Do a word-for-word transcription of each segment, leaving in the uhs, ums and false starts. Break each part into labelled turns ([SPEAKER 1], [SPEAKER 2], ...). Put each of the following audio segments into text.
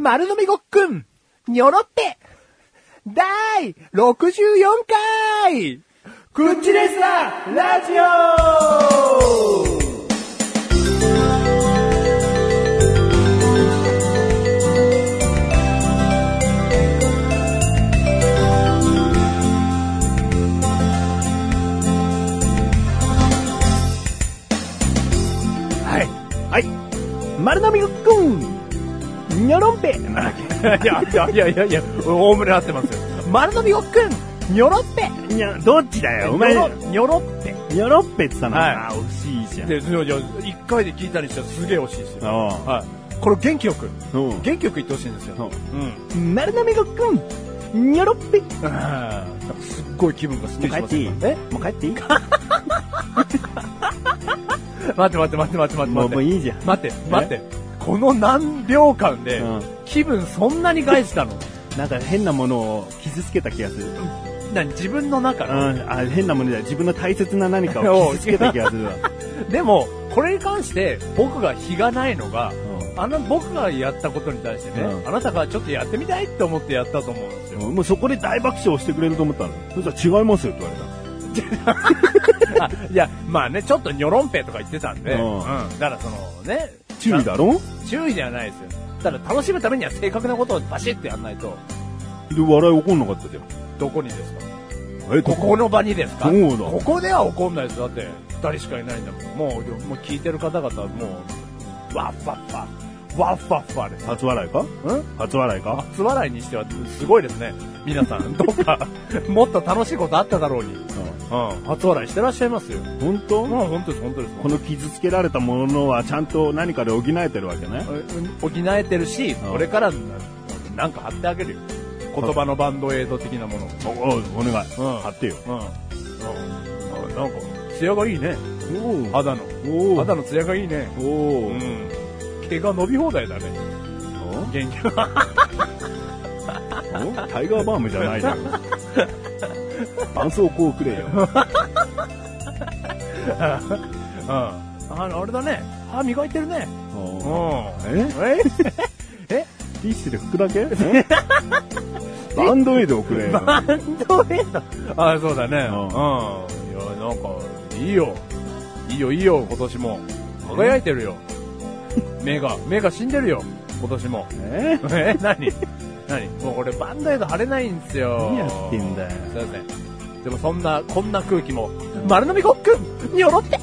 [SPEAKER 1] 丸飲みごっくん、にょろっぺ、だいろくじゅうよんかい、クッチレスラーラジオ。はい。丸飲みごっくん、にょろんぺ。いやいやいやいやいや、おおむね合ってますよ。丸飲みごっくん、にょろっぺ。
[SPEAKER 2] いや、どっちだよ、お前。
[SPEAKER 1] にょろっぺ。
[SPEAKER 2] にょろっぺって言ったの。
[SPEAKER 1] はい。
[SPEAKER 2] あ、惜しいじゃん。
[SPEAKER 1] で、いやいや、一回で聞いたりしたらすげえ惜しいですよ。
[SPEAKER 2] はい。
[SPEAKER 1] これ元気よく、元気よく言ってほしいんですよ。うん。丸飲みごっくん、にょろっぺ。ああ、すっごい気分がすっきりします。
[SPEAKER 2] もう帰っていい？え？もう帰っていい？
[SPEAKER 1] 待って待って待って待って待って。
[SPEAKER 2] もう、もういいじゃん。
[SPEAKER 1] 待って、待って。この何秒間で、気分そんなに害したの？
[SPEAKER 2] なんか変なものを傷つけた気がする。
[SPEAKER 1] 何？自分の中の、
[SPEAKER 2] うん、あ、変なもので自分の大切な何かを傷つけた気がするわ。
[SPEAKER 1] でも、これに関して僕が非がないのが、うん、あの僕がやったことに対してね、うん、あなたがちょっとやってみたいって思ってやったと思うんですよ。
[SPEAKER 2] もうそこで大爆笑してくれると思ったの。そしたら違いますよって言われた。
[SPEAKER 1] あ、いや、まあね、ちょっとニョロンペとか言ってたんで、うん。うん、だからそのね。
[SPEAKER 2] 注意だろ？
[SPEAKER 1] 注意じゃないですよ。ただ楽しむためには正確なことをバシッてやんないと。
[SPEAKER 2] で、笑い起こんなかったじゃん。
[SPEAKER 1] どこにですか？
[SPEAKER 2] え、
[SPEAKER 1] ここの場にですか？
[SPEAKER 2] そうだ。
[SPEAKER 1] ここでは怒んないですよ。だって、二人しかいないんだもん。もう、もう聞いてる方々はもう、ワッファッファ。ワッファッファです。
[SPEAKER 2] 初笑いか？ん？初笑いか？
[SPEAKER 1] 初笑いにしてはすごいですね。皆さん、どっか、もっと楽しいことあっただろうに。うん。うん。初笑いしてらっしゃいますよ。
[SPEAKER 2] 本当？
[SPEAKER 1] うん、本当です、本当です。
[SPEAKER 2] この傷つけられたものはちゃんと何かで補えてるわけね。
[SPEAKER 1] 補えてるし、これからなんか貼ってあげるよ。言葉のバンドエイド的なものを。
[SPEAKER 2] お、お願い。うん。貼ってよ。
[SPEAKER 1] うん。うん。なんか、艶がいいね。お肌の。お肌の艶がいいね。おうん。毛が伸び放題だね。お元気。
[SPEAKER 2] おタイガーバームじゃないだろ。絆創膏くれよ。
[SPEAKER 1] うん。あの、あれだね。歯磨いてるね。うん。
[SPEAKER 2] え
[SPEAKER 1] ええ
[SPEAKER 2] ティッシュで拭くだけバンドエイドをくれよ。
[SPEAKER 1] バンドエイドあ、そうだね。うん。いや、なんか、いいよ。いいよ、いいよ、今年も。輝いてるよ。目が、目が死んでるよ。今年も。ええ何何もうこれバンドエイド貼れないんですよ。
[SPEAKER 2] 何やってんだよ。
[SPEAKER 1] すいません。でもそんな、こんな空気も、丸飲みごっくんにょろって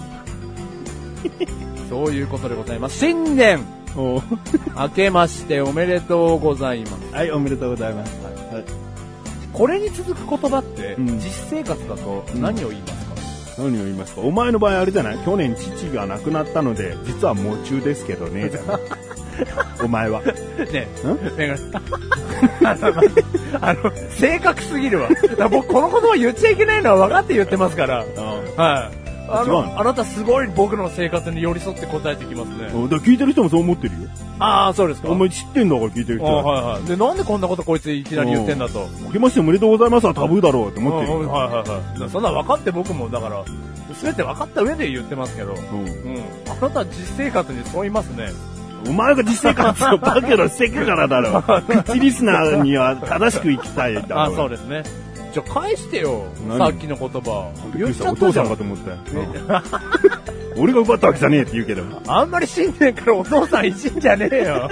[SPEAKER 1] そういうことでございます。新年明けましておめでとうございます。
[SPEAKER 2] はい、おめでとうございます。はい、
[SPEAKER 1] これに続く言葉って、うん、実生活だと何を言いますか、
[SPEAKER 2] うん、何を言いますか。お前の場合あれじゃない？去年父が亡くなったので、実は喪中ですけどね、じゃないお前は。ね
[SPEAKER 1] え、あの、あの、正確すぎるわ。僕この言葉言っちゃいけないのは分かって言ってますから。はい。あの、あなたすごい僕の生活に寄り添って答えてきますね。
[SPEAKER 2] だから聞いてる人もそう思ってるよ。
[SPEAKER 1] ああ、そうですか。
[SPEAKER 2] お前知ってんだから聞いてる人は。
[SPEAKER 1] はいはい。で、なんでこんなことこいついきなり言ってんだと。
[SPEAKER 2] 明けましておめでとうございますはタブーだろうって思ってるよ。
[SPEAKER 1] はいはいはい。そんな分かって僕も、だから、すべて分かった上で言ってますけど。うん。うん。あなた実生活にそう言いますね。
[SPEAKER 2] お前が実生活をバカのしてくからだろ。口リスナーには正しく生きたいだろ。
[SPEAKER 1] あ、そうですね。じゃあ返してよ。さっきの言葉。
[SPEAKER 2] 言っちゃったお父さんかと思ったよ。俺が奪ったわけじゃねえって言うけど。
[SPEAKER 1] あんまり新年からお父さんいじんじゃねえよ。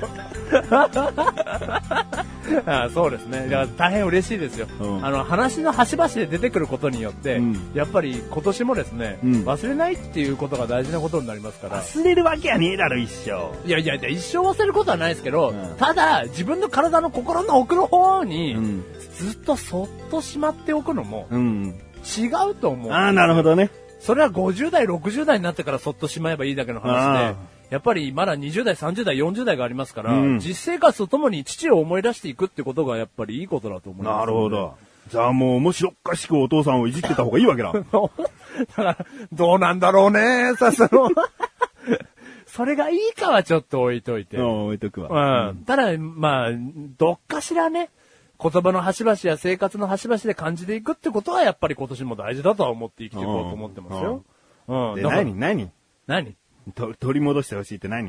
[SPEAKER 1] あ、そうですね。いや、大変嬉しいですよ。うん、あの、話の端々で出てくることによって、うん、やっぱり今年もですね、うん、忘れないっていうことが大事なことになりますから。
[SPEAKER 2] 忘れるわけはねえだろ、一生。
[SPEAKER 1] いやいやいや、一生忘れることはないですけど、うん、ただ、自分の体の心の奥の方に、うん、ずっとそっとしまっておくのも、うん、違うと思う。
[SPEAKER 2] ああ、なるほどね。
[SPEAKER 1] それはごじゅう代、ろくじゅう代になってからそっとしまえばいいだけの話で、やっぱりまだにじゅう代、さんじゅう代、よんじゅう代がありますから、うん、実生活とともに父を思い出していくってことがやっぱりいいことだと思います、ね。
[SPEAKER 2] なるほど。じゃあもう面白っかしくお父さんをいじってた方がいいわけだ。だ
[SPEAKER 1] からどうなんだろうね、さすが。それがいいかはちょっと置いといて。
[SPEAKER 2] うん、置いとくわ。
[SPEAKER 1] うん。ただ、まあ、どっかしらね、言葉の端々や生活の端々で感じていくってことはやっぱり今年も大事だとは思って生きていこうと思ってますよ。
[SPEAKER 2] うん。で、何何
[SPEAKER 1] 何
[SPEAKER 2] と取り戻してほしいって何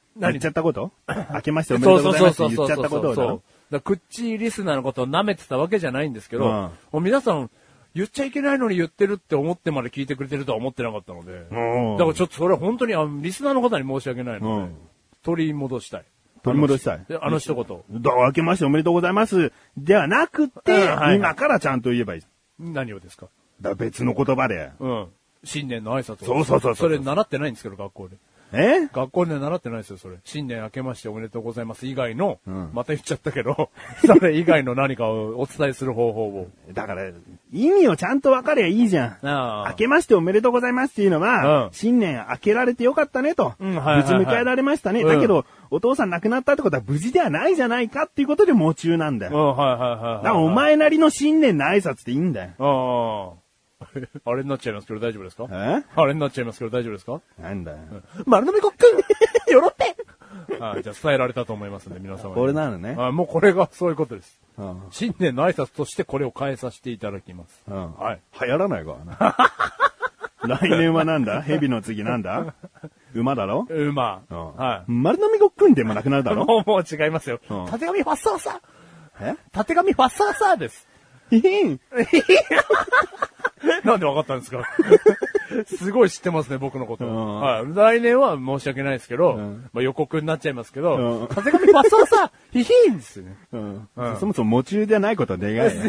[SPEAKER 2] 言っちゃったこと明けましておめでとうございますって言っちゃったことをだろ。
[SPEAKER 1] だからクッチリスナーのことを舐めてたわけじゃないんですけど、うん、もう皆さん言っちゃいけないのに言ってるって思ってまで聞いてくれてるとは思ってなかったので、うん、だからちょっとそれは本当にあリスナーの方に申し訳ないので、うん、取り戻したい。
[SPEAKER 2] 取り戻したい。
[SPEAKER 1] あの一言。
[SPEAKER 2] だ明けましておめでとうございますではなくて、うんはい、今からちゃんと言えばいい。
[SPEAKER 1] 何をですか？
[SPEAKER 2] だ別の言葉で。
[SPEAKER 1] うん。新年の挨拶を。
[SPEAKER 2] そうそうそうそう。
[SPEAKER 1] それ習ってないんですけど、学校で。
[SPEAKER 2] え
[SPEAKER 1] 学校で習ってないですよ、それ。新年明けましておめでとうございます以外の、うん、また言っちゃったけど、それ以外の何かをお伝えする方法を。
[SPEAKER 2] だから、意味をちゃんと分かりゃいいじゃん。あ明けましておめでとうございますっていうのは、うん、新年明けられてよかったねと。うん、はいはいはい、無事迎えられましたね。うん、だけど、お父さん亡くなったってことは無事ではないじゃないかっていうことで夢中なんだよ。
[SPEAKER 1] うん、はいはいはいはい、
[SPEAKER 2] だからお前なりの新年の挨拶でいいんだよ。
[SPEAKER 1] ああ。あれになっちゃいますけど大丈夫ですか？
[SPEAKER 2] え
[SPEAKER 1] あれになっちゃいますけど大丈夫ですか？
[SPEAKER 2] なんだよ。
[SPEAKER 1] 丸飲みごっくんよろってあじゃあ伝えられたと思いますんで皆様に。
[SPEAKER 2] これなのね。
[SPEAKER 1] あもうこれがそういうことです。うん、新年の挨拶としてこれを変えさせていただきます。
[SPEAKER 2] うん、はい。流行らないからな。来年はなんだ？蛇の次なんだ？馬だろ？
[SPEAKER 1] 馬。
[SPEAKER 2] うん、はい。丸飲みごっくんでもなくなるだろ？
[SPEAKER 1] もう、もう違いますよ。うん、縦紙ファッサーサ
[SPEAKER 2] ー。え？
[SPEAKER 1] 縦紙ファッサーサーです。
[SPEAKER 2] ひひん。
[SPEAKER 1] なんでわかったんですか？すごい知ってますね、僕のこと。うん、はい。来年は申し訳ないですけど、うん、まあ予告になっちゃいますけど、うん、風上パスはさ、ヒヒーンですよね、
[SPEAKER 2] うんうん。そもそも夢中ではないことは願いよ。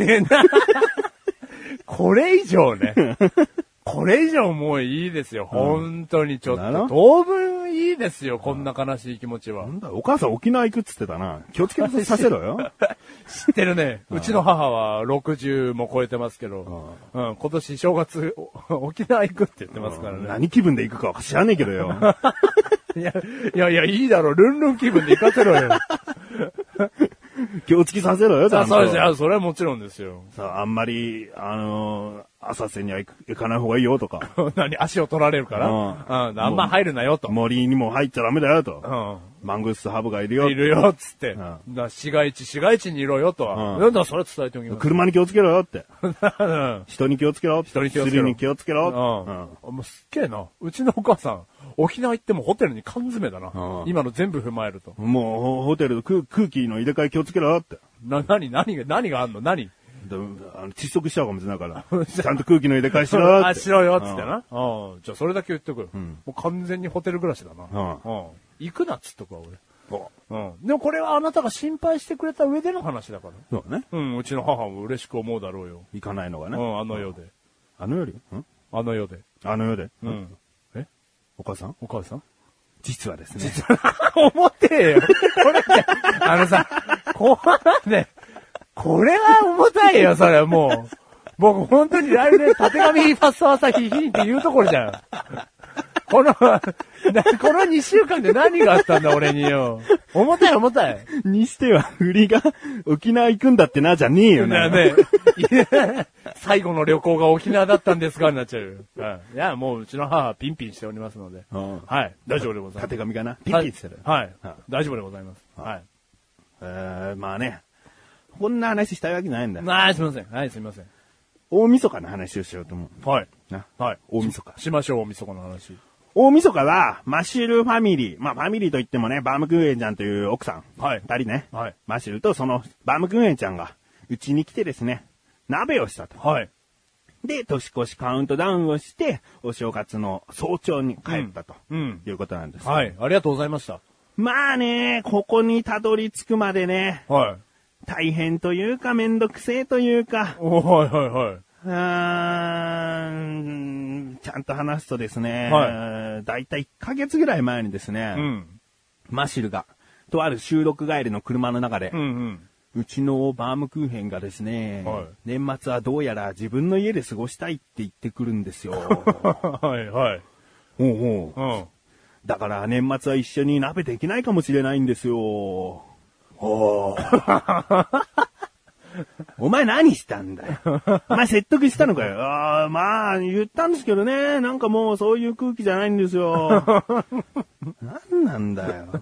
[SPEAKER 1] これ以上ね。これ以上もういいですよ。本当にちょっと。当分いいですよ、こんな悲しい気持ちは。
[SPEAKER 2] なんだ、お母さん沖縄行くっつってたな。気をつけさせろよ。
[SPEAKER 1] 知ってるね。うちの母はろくじゅうも超えてますけど、うん、今年正月、沖縄行くって言ってますからね。
[SPEAKER 2] 何気分で行くか知らねえけどよ。
[SPEAKER 1] いや、いやいや、いいだろ、ルンルン気分で行かせろよ。
[SPEAKER 2] 気をつけさせろよ、
[SPEAKER 1] さあ、そうですよ。それはもちろんですよ。
[SPEAKER 2] さあ、あんまり、あのー、浅瀬には行く行かない方がいいよとか。
[SPEAKER 1] 何足を取られるから、うん、あんま入るなよと。
[SPEAKER 2] 森にも入っちゃダメだよと。うん、マングースハブがいるよ。
[SPEAKER 1] いるよ、っつって。うん、だ市街地、市街地にいろよとは。うん、なんだ、それ伝えておきます。
[SPEAKER 2] 車に気をつけろよって。人に気をつけろ。
[SPEAKER 1] 人に気をつけろ。
[SPEAKER 2] 釣りに気をつけろ。
[SPEAKER 1] うん。もうすっげえな。うちのお母さん、沖縄行ってもホテルに缶詰だな。うん、今の全部踏まえると。
[SPEAKER 2] もう、ホテル空、空気の入れ替え気をつけろって。
[SPEAKER 1] な、なに、何が、何があんの何
[SPEAKER 2] あの窒息しちゃうかもしれないから。ちゃんと空気の入れ替えしろって。
[SPEAKER 1] あ、しろよ、つってな。うん。じゃあそれだけ言っとく。うん、もう完全にホテル暮らしだな。うん。うん。行くなっつっとくわ、俺。うん。でもこれはあなたが心配してくれた上での話だから。
[SPEAKER 2] そうね。
[SPEAKER 1] うん、うちの母も嬉しく思うだろうよ。
[SPEAKER 2] 行かないのがね。
[SPEAKER 1] うん、あの世で。
[SPEAKER 2] あの世でん
[SPEAKER 1] あの世で。
[SPEAKER 2] あの世で。
[SPEAKER 1] うん。え
[SPEAKER 2] お母さん
[SPEAKER 1] お母さん
[SPEAKER 2] 実はですね。
[SPEAKER 1] 実は、思ってえよ。これって、あのさ、こうね、これは重たいよ、それはもう。僕、本当に来年、縦紙ファッサー朝日日って言うところじゃん。この、このにしゅうかんで何があったんだ、俺によ。重たい、重たい。
[SPEAKER 2] にしては、振りが、沖縄行くんだってな、じゃねえよな。
[SPEAKER 1] ね最後の旅行が沖縄だったんですかになっちゃうよ。いや、もう、うちの母はピンピンしておりますので。はい。大丈夫でございます。
[SPEAKER 2] 縦紙かなピンピンしてる。
[SPEAKER 1] はい。大丈夫でございます。はい。
[SPEAKER 2] えー、まあね。こんな話したいわけないんだ。
[SPEAKER 1] はい、すみません。はい、すみません。
[SPEAKER 2] 大晦日の話をしようと思う。
[SPEAKER 1] はい。
[SPEAKER 2] な。
[SPEAKER 1] はい。
[SPEAKER 2] 大晦日。
[SPEAKER 1] しましょう、大晦日の話。
[SPEAKER 2] 大晦日は、マシュルファミリー。まあ、ファミリーといってもね、バームクーヘンちゃんという奥さん。
[SPEAKER 1] はい。
[SPEAKER 2] 二人ね。
[SPEAKER 1] はい。
[SPEAKER 2] マシュルとその、バームクーヘンちゃんが、うちに来てですね、鍋をしたと。
[SPEAKER 1] はい。
[SPEAKER 2] で、年越しカウントダウンをして、お正月の早朝に帰ったと。うん。いうことなんです。
[SPEAKER 1] はい。ありがとうございました。
[SPEAKER 2] まあね、ここにたどり着くまでね。
[SPEAKER 1] はい。
[SPEAKER 2] 大変というか、めんどくせえというか。
[SPEAKER 1] はいはいはい。
[SPEAKER 2] うーん、ちゃんと話すとですね、はい、だいたいいっかげつぐらい前にですね、うん、マシルが、とある収録帰りの車の中で、うんうん、うちのバームクーヘンがですね、はい、年末はどうやら自分の家で過ごしたいって言ってくるんですよ。
[SPEAKER 1] はいはい。
[SPEAKER 2] おうおう、うん、だから年末は一緒に鍋できないかもしれないんですよ。おお前何したんだよ。お前説得したのかよ。ああ、まあ、言ったんですけどね。なんかもうそういう空気じゃないんですよ。何なんだよ。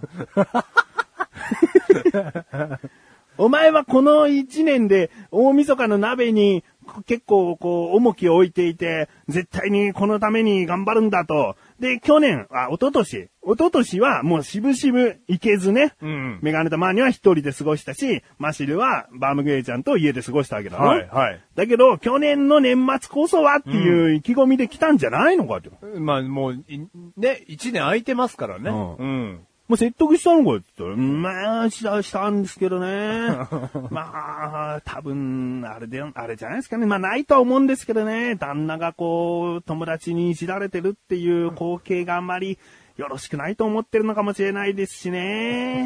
[SPEAKER 2] お前はこの一年で大晦日の鍋に結構こう重きを置いていて、絶対にこのために頑張るんだと。 で、去年、あ、一昨年。一昨年はもうしぶしぶ行けずね。うん、メガネたまには一人で過ごしたし、マシルはバームクーヘンちゃんと家で過ごしたわけだろ。
[SPEAKER 1] はいはい。
[SPEAKER 2] だけど、去年の年末こそはっていう意気込みで来たんじゃないのかと。
[SPEAKER 1] うん、まあもう、ね、一年空いてますからね。うん。うん
[SPEAKER 2] まあ、説得したのかって言ったら、まあ、した、したんですけどね。まあ、多分、あれで、あれじゃないですかね。まあ、ないとは思うんですけどね。旦那がこう、友達にいじられてるっていう光景があんまりよろしくないと思ってるのかもしれないですしね。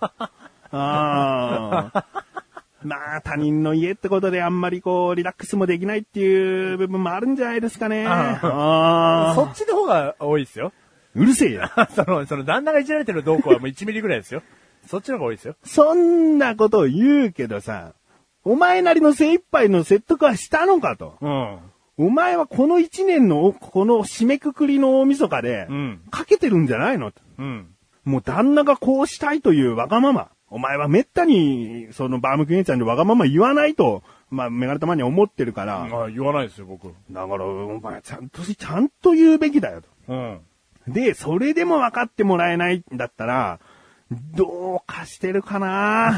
[SPEAKER 2] あまあ、他人の家ってことであんまりこう、リラックスもできないっていう部分もあるんじゃないですかね。
[SPEAKER 1] あそっちの方が多いですよ。
[SPEAKER 2] うるせえよ。
[SPEAKER 1] その、その旦那がいじられてる動向はもういちミリぐらいですよ。そっちの方が多いですよ。
[SPEAKER 2] そんなことを言うけどさ、お前なりの精一杯の説得はしたのかと。うん。お前はこのいちねんの、この締めくくりの大晦日で、うん。かけてるんじゃないのと。うん。もう旦那がこうしたいというわがまま。お前はめったに、そのバームクーヘンちゃんでわがまま言わないと、まあ、メガネたまに思ってるから。
[SPEAKER 1] ああ、言わないですよ、僕。
[SPEAKER 2] だから、お前ちゃんとし、ちゃんと言うべきだよと。うん。で、それでも分かってもらえないんだったら、どうかしてるかな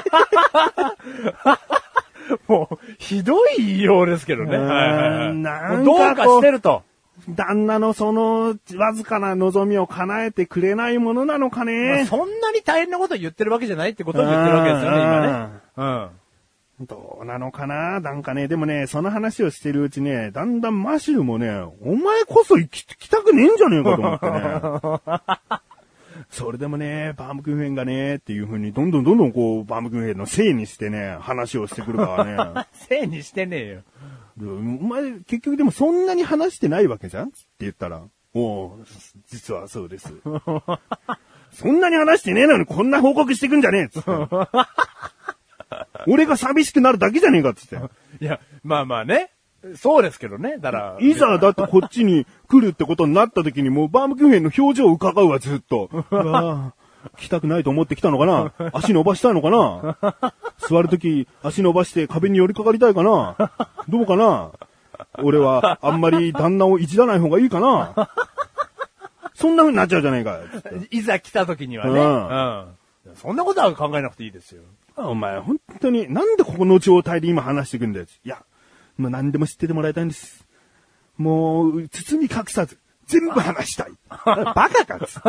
[SPEAKER 1] もう、ひどい言いようですけどね。はいはいはい、
[SPEAKER 2] なんか
[SPEAKER 1] どうかしてると。
[SPEAKER 2] 旦那のその、わずかな望みを叶えてくれないものなのかね、まあ、
[SPEAKER 1] そんなに大変なこと言ってるわけじゃないってことを言ってるわけですよね、今ね。うん。
[SPEAKER 2] どうなのかななんかね、でもね、その話をしてるうちね、だんだんマシュルもね、お前こそ行き、来たくねえんじゃねえかと思ってね。それでもね、バームクーヘンがね、っていう風に、どんどんどんどんこう、バームクーヘンのせいにしてね、話をしてくるからね。
[SPEAKER 1] せいにしてねえよ。
[SPEAKER 2] お前、結局でもそんなに話してないわけじゃんって言ったら、おう、実はそうです。そんなに話してねえのにこんな報告してくんじゃねえっつって。俺が寂しくなるだけじゃねえかっつって。
[SPEAKER 1] いや、まあまあね。そうですけどね。だから。
[SPEAKER 2] いざだってこっちに来るってことになった時にもうバームクーヘンの表情を伺うわ、ずっと。来たくないと思って来たのかな足伸ばしたいのかな座るとき足伸ばして壁に寄りかかりたいかなどうかな俺はあんまり旦那をいじらない方がいいかなそんな風になっちゃうじゃないか。
[SPEAKER 1] いざ来た時にはね。うんうん、そんなことは考えなくていいですよ。
[SPEAKER 2] お前、本当に、なんでここの状態で今話してくんだよ。いや、もう何でも知っててもらいたいんです。もう、包み隠さず、全部話したい。バカかつ。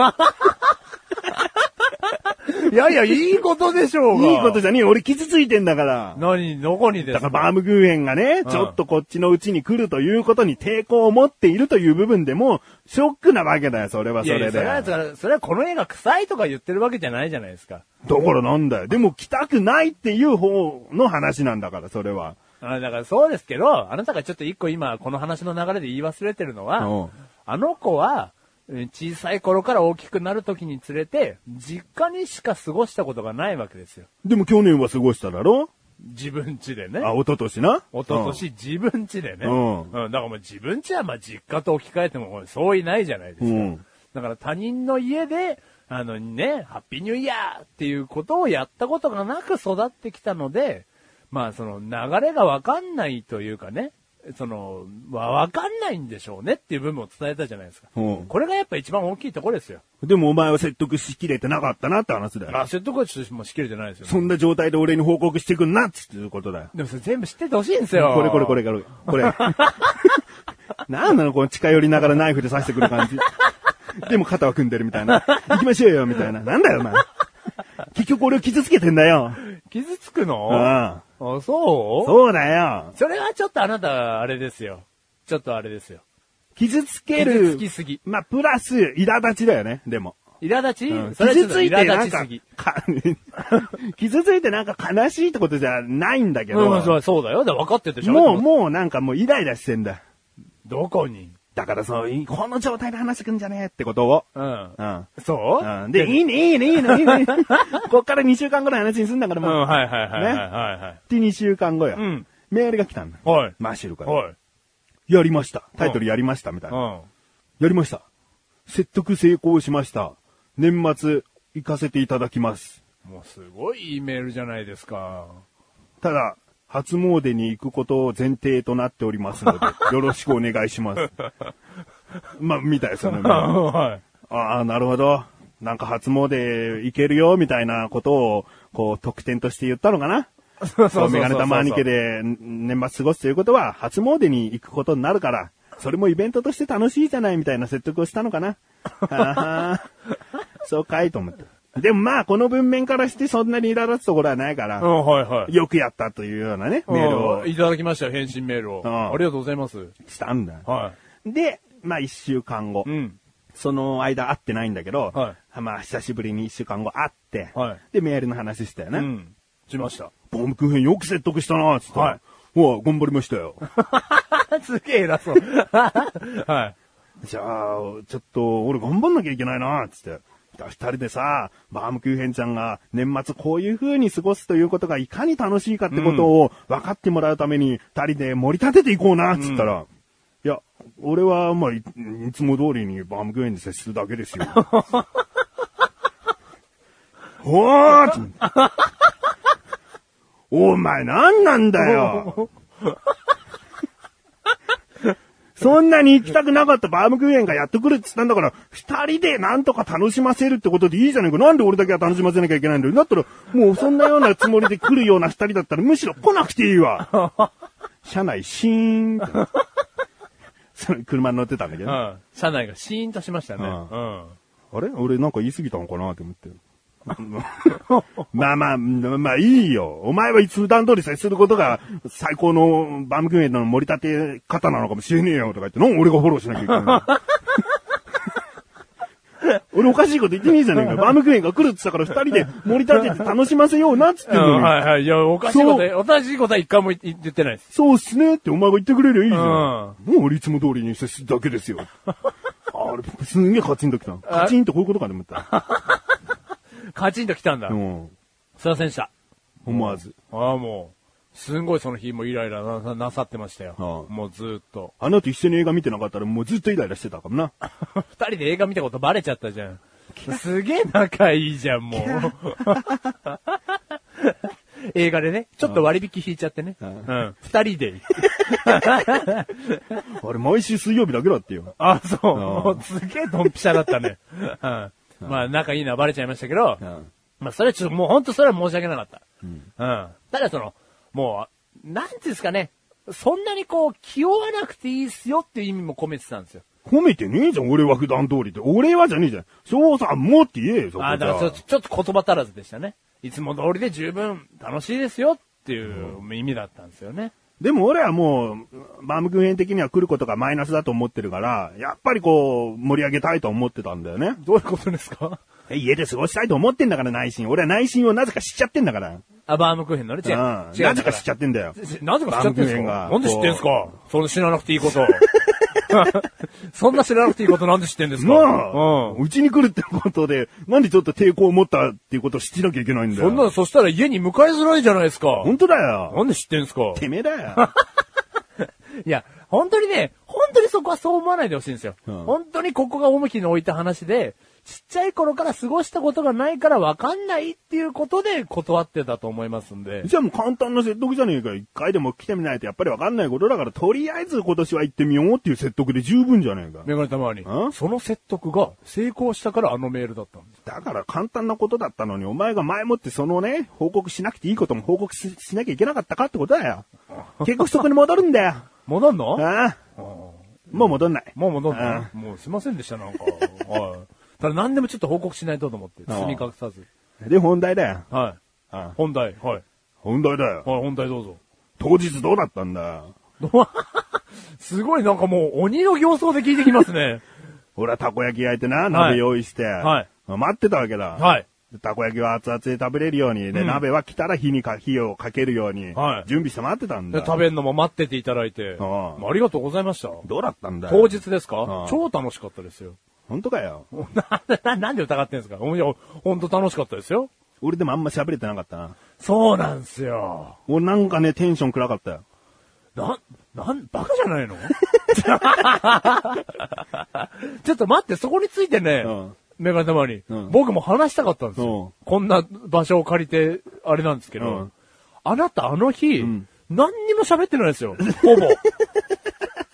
[SPEAKER 1] いやいや、いいことでしょうが。
[SPEAKER 2] いいことじゃねえよ。俺傷ついてんだから。
[SPEAKER 1] 何、どこにですか？
[SPEAKER 2] だからバームクーヘンがね、うん、ちょっとこっちのうちに来るということに抵抗を持っているという部分でも、ショックなわけだよ、それはそれで。いやいや
[SPEAKER 1] それは、それはこの絵が臭いとか言ってるわけじゃないじゃないですか。
[SPEAKER 2] だからなんだよ。でも来たくないっていう方の話なんだから、それは。
[SPEAKER 1] あだからそうですけど、あなたがちょっと一個今、この話の流れで言い忘れてるのは、うん、あの子は、小さい頃から大きくなる時につれて、実家にしか過ごしたことがないわけですよ。
[SPEAKER 2] でも去年は過ごしただろ？
[SPEAKER 1] 自分家でね。
[SPEAKER 2] あ、一昨年な？
[SPEAKER 1] 一昨年、うん、自分家でね。うん。うん。だからもう自分家はまあ実家と置き換えてもそういないじゃないですか。うん。だから他人の家で、あのね、ハッピーニューイヤーっていうことをやったことがなく育ってきたので、まあその流れがわかんないというかね。その、わかんないんでしょうねっていう部分を伝えたじゃないですか。うん、これがやっぱ一番大きいところですよ。
[SPEAKER 2] でもお前は説得しきれてなかったなって話だよ。
[SPEAKER 1] あ、説得はもしきれてないですよ、ね。
[SPEAKER 2] そんな状態で俺に報告してくんなっていうことだよ。
[SPEAKER 1] でもそれ全部知っててほしいんですよ。
[SPEAKER 2] これこれこれこれ。これ。なんなのこの近寄りながらナイフで刺してくる感じ。でも肩は組んでるみたいな。行きましょうよみたいな。なんだよお前。結局俺を傷つけてんだよ。
[SPEAKER 1] 傷つくの？
[SPEAKER 2] あ
[SPEAKER 1] あ、そう？
[SPEAKER 2] そうだよ。
[SPEAKER 1] それはちょっとあなた、あれですよ。ちょっとあれですよ。
[SPEAKER 2] 傷つける。
[SPEAKER 1] 傷つきすぎ。
[SPEAKER 2] まあ、プラス、苛立ちだよね、でも。
[SPEAKER 1] 苛立ち、
[SPEAKER 2] うん、
[SPEAKER 1] それ
[SPEAKER 2] 傷ついてなんか、
[SPEAKER 1] か
[SPEAKER 2] 傷ついてなんか悲しいってことじゃないんだけど。
[SPEAKER 1] うん、そうそうだよ。だ分かっててしょ。
[SPEAKER 2] もう、もうなんかもうイライラしてんだ。
[SPEAKER 1] どこに？
[SPEAKER 2] だからそう、この状態で話してくんじゃねえってことを。
[SPEAKER 1] うん。うん。そう、
[SPEAKER 2] うん、で、いいね、いいね、いいね、いいね。こっからにしゅうかんぐらい話にすんだからもう。
[SPEAKER 1] うん、はいはいはい。ね。はいはい。
[SPEAKER 2] で、にしゅうかんごよ。うん。メールが来たんだ。
[SPEAKER 1] はい。
[SPEAKER 2] マッシュルから。
[SPEAKER 1] はい。
[SPEAKER 2] やりました。タイトルやりましたみたいな。うん。やりました。説得成功しました。年末、行かせていただきます。
[SPEAKER 1] もうすごいいいメールじゃないですか。
[SPEAKER 2] ただ、初詣に行くことを前提となっておりますので、よろしくお願いします。 まあ、見たよ、そのメール。はい。ああ、なるほど。なんか初詣行けるよ、みたいなことを、こう、特典として言ったのかな。そうそう。メガネ玉兄家で年末過ごすということは、初詣に行くことになるから、それもイベントとして楽しいじゃないみたいな説得をしたのかな。あそうかいと思って。でもまあ、この文面からしてそんなに苛立つところはないから、うんはいはい、よくやったというようなね、メールを。
[SPEAKER 1] いただきましたよ、返信メールを。ありがとうございます。
[SPEAKER 2] したんだ。はい。で、まあ一週間後。うん、その間会ってないんだけど、はい、まあ久しぶりに一週間後会って、はい、で、メールの話したよね。うん。
[SPEAKER 1] しました。
[SPEAKER 2] バームクーヘンよく説得したな、つって。はい。ほら、頑張りましたよ。
[SPEAKER 1] すげえ偉そう。はい。
[SPEAKER 2] じゃあ、ちょっと、俺頑張んなきゃいけないな、つって。二人でさ、バームクーヘンちゃんが年末こういう風に過ごすということがいかに楽しいかってことを分かってもらうために、二人で盛り立てていこうな、つったら、うん、いや、俺は、まあい、いつも通りにバームクーヘンに接するだけですよ。ほーってお前なんなんだよ。そんなに行きたくなかったバームクーヘンがやってくるって言ったんだから、二人でなんとか楽しませるってことでいいじゃないか。なんで俺だけは楽しませなきゃいけないんだよ。だったら、もうそんなようなつもりで来るような二人だったらむしろ来なくていいわ。車内シーンって。その車に乗ってたんだけど、ね、うん。
[SPEAKER 1] 車内がシーンとしましたね。うん。
[SPEAKER 2] あれ俺なんか言い過ぎたのかなって思って。まあまあ、まあいいよ。お前はいつ普段通り接することが最高のバームクーヘンの盛り立て方なのかもしれねえよとか言って、なん俺がフォローしなきゃいけない。俺おかしいこと言ってねえじゃねえか。バームクーヘンが来るって言ったから二人で盛り立てて楽しませようなっつってんのに。うん、
[SPEAKER 1] はいはい。いや、おかしいこと、おかしいことは一回も言ってないです。
[SPEAKER 2] そうっすねってお前が言ってくれりゃいいじゃん。うん、もう俺いつも通りに接するだけですよ。あれ、すんげえカチンときた。カチンとこういうことかと思った。
[SPEAKER 1] カチンと来たんだ。うん。すいませんでした。
[SPEAKER 2] 思わず。
[SPEAKER 1] ああ、もう、すんごいその日もイライラ な, なさってましたよ。ああもうずーっと。
[SPEAKER 2] あの後一緒に映画見てなかったらもうずっとイライラしてたかもな。
[SPEAKER 1] 二人で映画見たことバレちゃったじゃん。すげえ仲いいじゃん、もう。映画でね、ちょっと割引引いちゃってね。うん。二人で。
[SPEAKER 2] あれ、毎週水曜日だけだってよ。
[SPEAKER 1] あ、そう。もうすげえドンピシャだったね。うんまあ、仲いいのはバレちゃいましたけど、うん、まあ、それはちょっともう本当それは申し訳なかった。うん。うん。ただその、もう、なんていうんですかね、そんなにこう、気負わなくていいっすよっていう意味も込めてたんですよ。
[SPEAKER 2] 褒めてねえじゃん、俺は普段通りで。俺はじゃねえじゃん。そうさ、もうって言えよ、そこ
[SPEAKER 1] あ、だからちょ、ちょっと言葉足らずでしたね。いつも通りで十分楽しいですよっていう意味だったんですよね。
[SPEAKER 2] でも俺はもう、バームクーヘン的には来ることがマイナスだと思ってるから、やっぱりこう、盛り上げたいと思ってたんだよね。
[SPEAKER 1] どういうことですか？
[SPEAKER 2] 家で過ごしたいと思ってんだから、内心。俺は内心をなぜか知っちゃってんだから。
[SPEAKER 1] あ、バームクーヘンのね、違う。うん、
[SPEAKER 2] 違うなぜか知っちゃってんだよ。
[SPEAKER 1] なぜか知っちゃってんすか？なんで知ってんすか？その知らなくていいこと。そんな知らなくていいことなんで知ってんですか？
[SPEAKER 2] まあ、うん。うちに来るってことで、なんでちょっと抵抗を持ったっていうことを知らなきゃいけないんだよ。
[SPEAKER 1] そんなの、そしたら家に迎えづらいじゃないですか。
[SPEAKER 2] 本当だよ。
[SPEAKER 1] なんで知ってんすか？
[SPEAKER 2] てめえだよ。
[SPEAKER 1] いや、本当にね、本当にそこはそう思わないでほしいんですよ。うん、本当にここが重きに置いた話で、ちっちゃい頃から過ごしたことがないから分かんないっていうことで断ってたと思いますんで。
[SPEAKER 2] じゃあもう簡単な説得じゃねえか。一回でも来てみないとやっぱり分かんないことだから、とりあえず今年は行ってみようっていう説得で十分じゃねえか。
[SPEAKER 1] メガネたまわり。その説得が成功したからあのメールだったんです。
[SPEAKER 2] だから簡単なことだったのに、お前が前もってそのね、報告しなくていいことも報告 し, しなきゃいけなかったかってことだよ。結局そこに戻るんだよ。
[SPEAKER 1] 戻んの？
[SPEAKER 2] ああ。もう戻んない。
[SPEAKER 1] もう戻んない。もうすいませんでした、なんか。はい。ただ何でもちょっと報告しないとと思って、包み隠さず。
[SPEAKER 2] で、本題だよ。
[SPEAKER 1] はい。ああ本題、はい。
[SPEAKER 2] 本題だよ。
[SPEAKER 1] はい、本題どうぞ。
[SPEAKER 2] 当日どうだったんだ？
[SPEAKER 1] すごいなんかもう鬼の形相で聞いてきますね。
[SPEAKER 2] 俺はたこ焼き焼いてな、鍋用意して、はい。待ってたわけだ。
[SPEAKER 1] はい。
[SPEAKER 2] たこ焼きは熱々で食べれるように、で、うん、鍋は来たら火にか、火をかけるように、はい、準備して待ってたんだ。
[SPEAKER 1] で、食べるのも待ってていただいて、ああ、ありがとうございました。
[SPEAKER 2] どうだったんだよ。
[SPEAKER 1] 当日ですか？ああ超楽しかったですよ。
[SPEAKER 2] 本当かよ。
[SPEAKER 1] な、なんで疑ってんすか？いや、本当楽しかったですよ。
[SPEAKER 2] 俺でもあんま喋れてなかったな。
[SPEAKER 1] そうなんすよ。
[SPEAKER 2] 俺なんかね、テンション暗かったよ。
[SPEAKER 1] な、なん、バカじゃないの？ちょっと待って、そこについてね、うんメガネたまに、うん、僕も話したかったんですよ、うん。こんな場所を借りて、あれなんですけど、うん、あなたあの日、うん、何にも喋ってないですよ。ほぼ。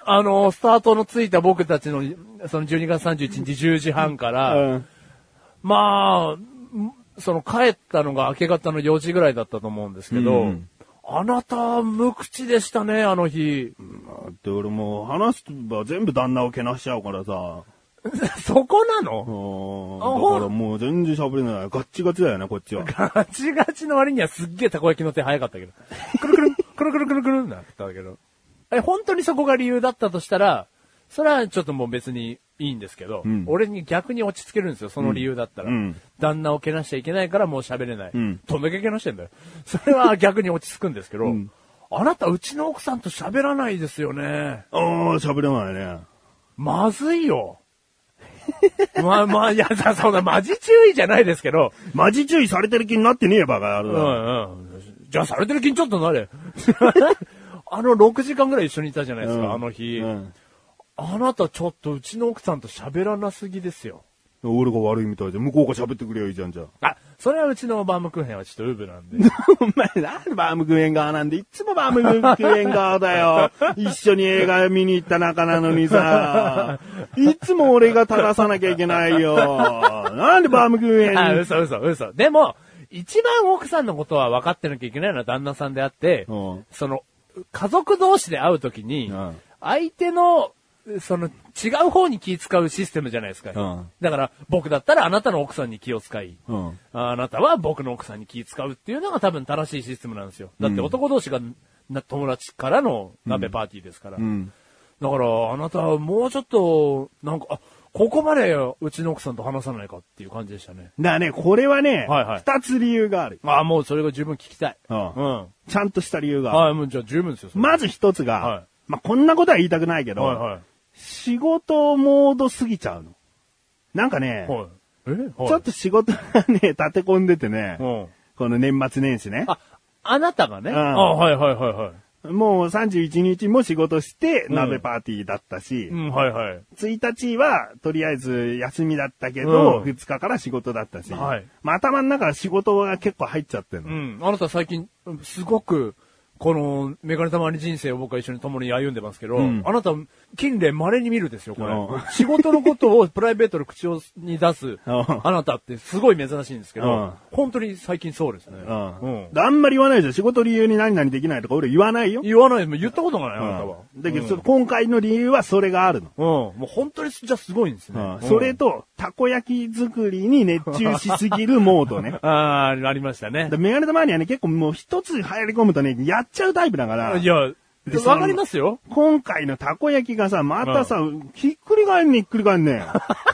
[SPEAKER 1] あの、スタートのついた僕たちの、そのじゅうにがつさんじゅういちにちじゅうじはんから、うん、まあ、その帰ったのが明け方のよじぐらいだったと思うんですけど、うん、あなた、無口でしたね、あの日。
[SPEAKER 2] だって俺もう話すば全部旦那をけなしちゃうからさ。
[SPEAKER 1] そこなの？
[SPEAKER 2] だからもう全然喋れない。ガッチガチだよね、こっちは。
[SPEAKER 1] ガチガチの割にはすっげえたこ焼きの手早かったけど。くるくるん、くるくるくるくるんだったけど。え、本当にそこが理由だったとしたら、それはちょっともう別にいいんですけど、うん、俺に逆に落ち着けるんですよ、その理由だったら。うん、旦那をけなしちゃいけないからもう喋れない。うん、どんだけけなしてんだよ。それは逆に落ち着くんですけど、うん、あなたうちの奥さんと喋らないですよね。
[SPEAKER 2] ああ、喋らないね。
[SPEAKER 1] まずいよ。まあまあ、いや、そんなマジ注意じゃないですけど。
[SPEAKER 2] マジ注意されてる気になってねえバカ。うん
[SPEAKER 1] うん。じゃあされてる気にちょっとなれ。あのろくじかんぐらい一緒にいたじゃないですか、うん、あの日、うん。あなたちょっとうちの奥さんと喋らなすぎですよ。
[SPEAKER 2] 俺が悪いみたいで、向こうが喋ってくれよいいじゃん、じゃあ。
[SPEAKER 1] あ、それはうちのバームクーヘンはちょっとウブなんで。
[SPEAKER 2] お前なんでバームクーヘン側なんで、いつもバームクーヘン側だよ。一緒に映画見に行った仲なのにさ。いつも俺が正さなきゃいけないよ。なんでバームクーヘン。
[SPEAKER 1] あ、嘘嘘嘘。でも、一番奥さんのことは分かってなきゃいけないのは旦那さんであって、うん、その、家族同士で会うときに、うん、相手の、その違う方に気使うシステムじゃないですか。うん、だから僕だったらあなたの奥さんに気を使い、うん、あなたは僕の奥さんに気使うっていうのが多分正しいシステムなんですよ。だって男同士が友達からの鍋パーティーですから。うん、だからあなたはもうちょっとなんか、あ、ここまでうちの奥さんと話さないかっていう感じでしたね。
[SPEAKER 2] だからね、これはね、はいはい、二つ理由がある。
[SPEAKER 1] ああ、もうそれが十分聞きたい。
[SPEAKER 2] うん。うん、ちゃんとした理由がある。
[SPEAKER 1] はい、もうじゃあ十分ですよ。
[SPEAKER 2] まず一つが、はい、まあ、こんなことは言いたくないけど、はいはい、仕事モード過ぎちゃうの。なんかね、はいえはい、ちょっと仕事がね、立て込んでてね、うん、この年末年始ね。
[SPEAKER 1] あ、あなたがね、うん、あ、はいはいはいはい。
[SPEAKER 2] もうさんじゅういちにちも仕事して鍋パーティーだったし、
[SPEAKER 1] うんうん、はいはい。
[SPEAKER 2] ついたちはとりあえず休みだったけど、うん、ふつかから仕事だったし、はい、まあ、頭の中仕事が結構入っちゃってるの。
[SPEAKER 1] うん。あなた最近すごくこのメガネたまり人生を僕は一緒に共に歩んでますけど、うん、あなた近年稀に見るですよこれ、うん、仕事のことをプライベートで口に出すあなたってすごい珍しいんですけど、うん、本当に最近そうですね、うん
[SPEAKER 2] うん、あんまり言わないじゃん。仕事理由に何々できないとか俺言わないよ。
[SPEAKER 1] 言わない。言ったことがない、あなたは。
[SPEAKER 2] だけど、うん、今回の理由はそれがあるの。
[SPEAKER 1] うん、もう本当にじゃすごいんですね、うん、
[SPEAKER 2] それとたこ焼き作りに熱中しすぎるモードね。
[SPEAKER 1] ああ、ありましたね。
[SPEAKER 2] メガネたまにはね結構もう一つ入り込むとねやっちゃうタイプだから。
[SPEAKER 1] いや、わかりますよ。
[SPEAKER 2] 今回のたこ焼きがさ、またさ、うん、ひっくり返んねひっくり返んね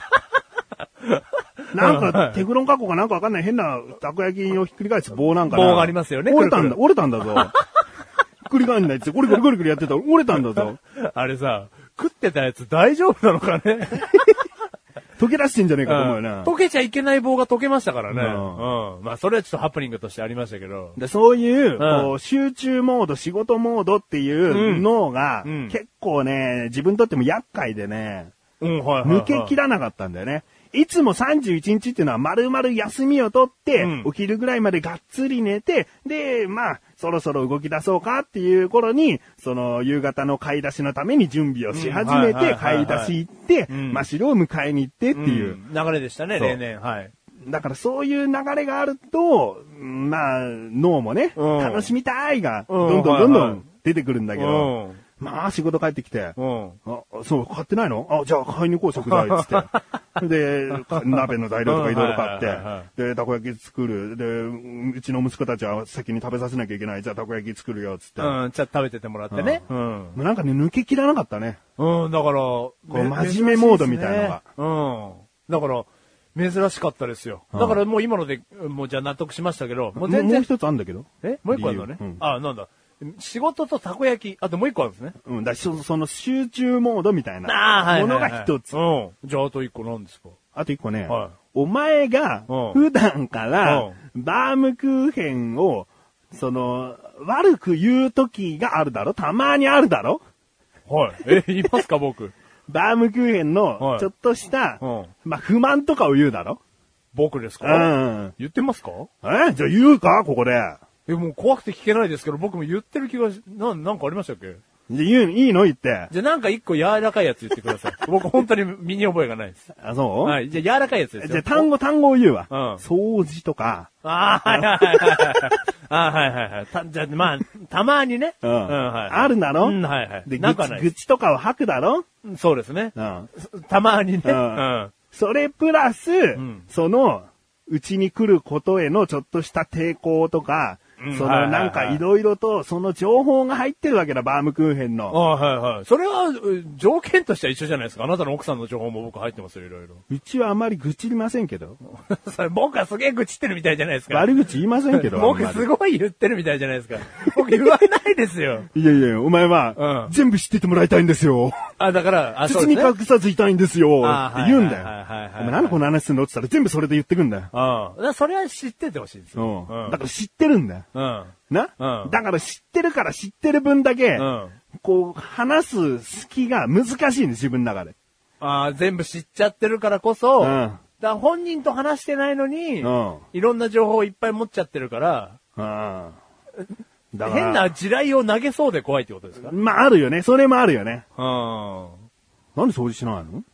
[SPEAKER 2] なんか、テフロン加工かなんかわかんない変なたこ焼きをひっくり返す棒なんかな。
[SPEAKER 1] 棒がありますよね。
[SPEAKER 2] 折れたんだ、折れたんだぞ。ひっくり返んないって、ゴリゴリゴリゴリやってたら折れたんだぞ。
[SPEAKER 1] あれさ、食ってたやつ大丈夫なのかね。
[SPEAKER 2] 溶け出してんじゃねえかと思うよな、
[SPEAKER 1] うん。溶けちゃいけない棒が溶けましたからね。うん。うん、まあ、それはちょっとハプニングとしてありましたけど。
[SPEAKER 2] でそういう、うん、こう、集中モード、仕事モードっていう脳が、うん、結構ね、自分にとっても厄介でね、うん、はいはいはい、抜けきらなかったんだよね。いつもさんじゅういちにちっていうのは丸々休みを取って、うん、お昼ぐらいまでがっつり寝て、で、まあ、そろそろ動き出そうかっていう頃に、その夕方の買い出しのために準備をし始めて、買い出し行って、マシルを迎えに行ってっていう、うん、
[SPEAKER 1] 流れでしたね、例年。はい。
[SPEAKER 2] だからそういう流れがあると、まあ、脳もね、うん、楽しみたいが、どんどんどんどん出てくるんだけど、うんうんまあ仕事帰ってきて、うん、あ、そう、買ってないの？あ、じゃあ買いに行こう食材っつって。で、鍋の材料とかいろいろ買って、で、たこ焼き作る。で、うちの息子たちは先に食べさせなきゃいけない。じゃあたこ焼き作るよっつって。
[SPEAKER 1] うん、じゃあ食べててもらってね。
[SPEAKER 2] うん。うん、なんかね、抜けきらなかったね。
[SPEAKER 1] うん、だから、
[SPEAKER 2] こう真面目モードみたいなのが。
[SPEAKER 1] うん。だから、珍しかったですよ。だからもう今ので、もうじゃあ納得しましたけど、
[SPEAKER 2] もう全然。もう一つあるんだけど。
[SPEAKER 1] えもう一個あるのね。うん、あ、なんだ。仕事とたこ焼き、あともう一個あるんですね。
[SPEAKER 2] うん、だそその集中モードみたいなものが一つ。
[SPEAKER 1] うん。じゃああと一個何ですか？
[SPEAKER 2] あと一個ね、はい、お前が普段からバームクーヘンを、その、悪く言う時があるだろ？たまにあるだろ？
[SPEAKER 1] はい。え、言いますか僕？
[SPEAKER 2] バームクーヘンのちょっとした、はい、まあ、不満とかを言うだろ？
[SPEAKER 1] 僕ですか？うん。言ってますか？
[SPEAKER 2] え？じゃあ言うかここで。
[SPEAKER 1] え、もう怖くて聞けないですけど、僕も言ってる気がし、な、なんかありましたっけ？
[SPEAKER 2] じゃ言う、いいの言って。
[SPEAKER 1] じゃあなんか一個柔らかいやつ言ってください。僕本当に身に覚えがないです。
[SPEAKER 2] あ、そう
[SPEAKER 1] はい。じゃあ柔らかいやつですよ。
[SPEAKER 2] じゃあ単語単語を言うわ。
[SPEAKER 1] うん。
[SPEAKER 2] 掃除とか。
[SPEAKER 1] ああ、はいはいはいはい。ああ、はいはいはい。た、じゃあまあ、たまにね。
[SPEAKER 2] うん。うん、はい。あるだろ
[SPEAKER 1] うん、はいはい。
[SPEAKER 2] で、なんか愚痴とかを吐くだろ
[SPEAKER 1] そうですね。うん。たまにね。うん。うん、
[SPEAKER 2] それプラス、うん、その、うちに来ることへのちょっとした抵抗とか、うん、そのなんかいろいろとその情報が入ってるわけだ、バームクーヘンの。
[SPEAKER 1] ああ、はいはい。それは条件としては一緒じゃないですか。あなたの奥さんの情報も僕入ってますよ、いろいろ。
[SPEAKER 2] うちはあまり愚痴りませんけど。
[SPEAKER 1] それ僕はすげえ愚痴ってるみたいじゃないですか。
[SPEAKER 2] 悪口言いませんけど。
[SPEAKER 1] 僕すごい言ってるみたいじゃないですか。僕言わないですよ。
[SPEAKER 2] いやいや、お前は、うん、全部知っててもらいたいんですよ。
[SPEAKER 1] あ、だから、あ、
[SPEAKER 2] 包み隠さずいたいんですよ。って言うんだよ。お前何でこの話すんのって言ったら全部それで言ってくんだよ。
[SPEAKER 1] うん。それは知っててほしいですよ。
[SPEAKER 2] うん。だから知ってるんだよ。うん。な、うん、だから知ってるから知ってる分だけ、うん、こう、話す隙が難しいんです、自分の中で。
[SPEAKER 1] ああ、全部知っちゃってるからこそ、うん、だから本人と話してないのに、うん、いろんな情報をいっぱい持っちゃってるから、うん、だから変な地雷を投げそうで怖いってことですか？
[SPEAKER 2] まあ、あるよね。それもあるよね。うん。なんで掃除しないの？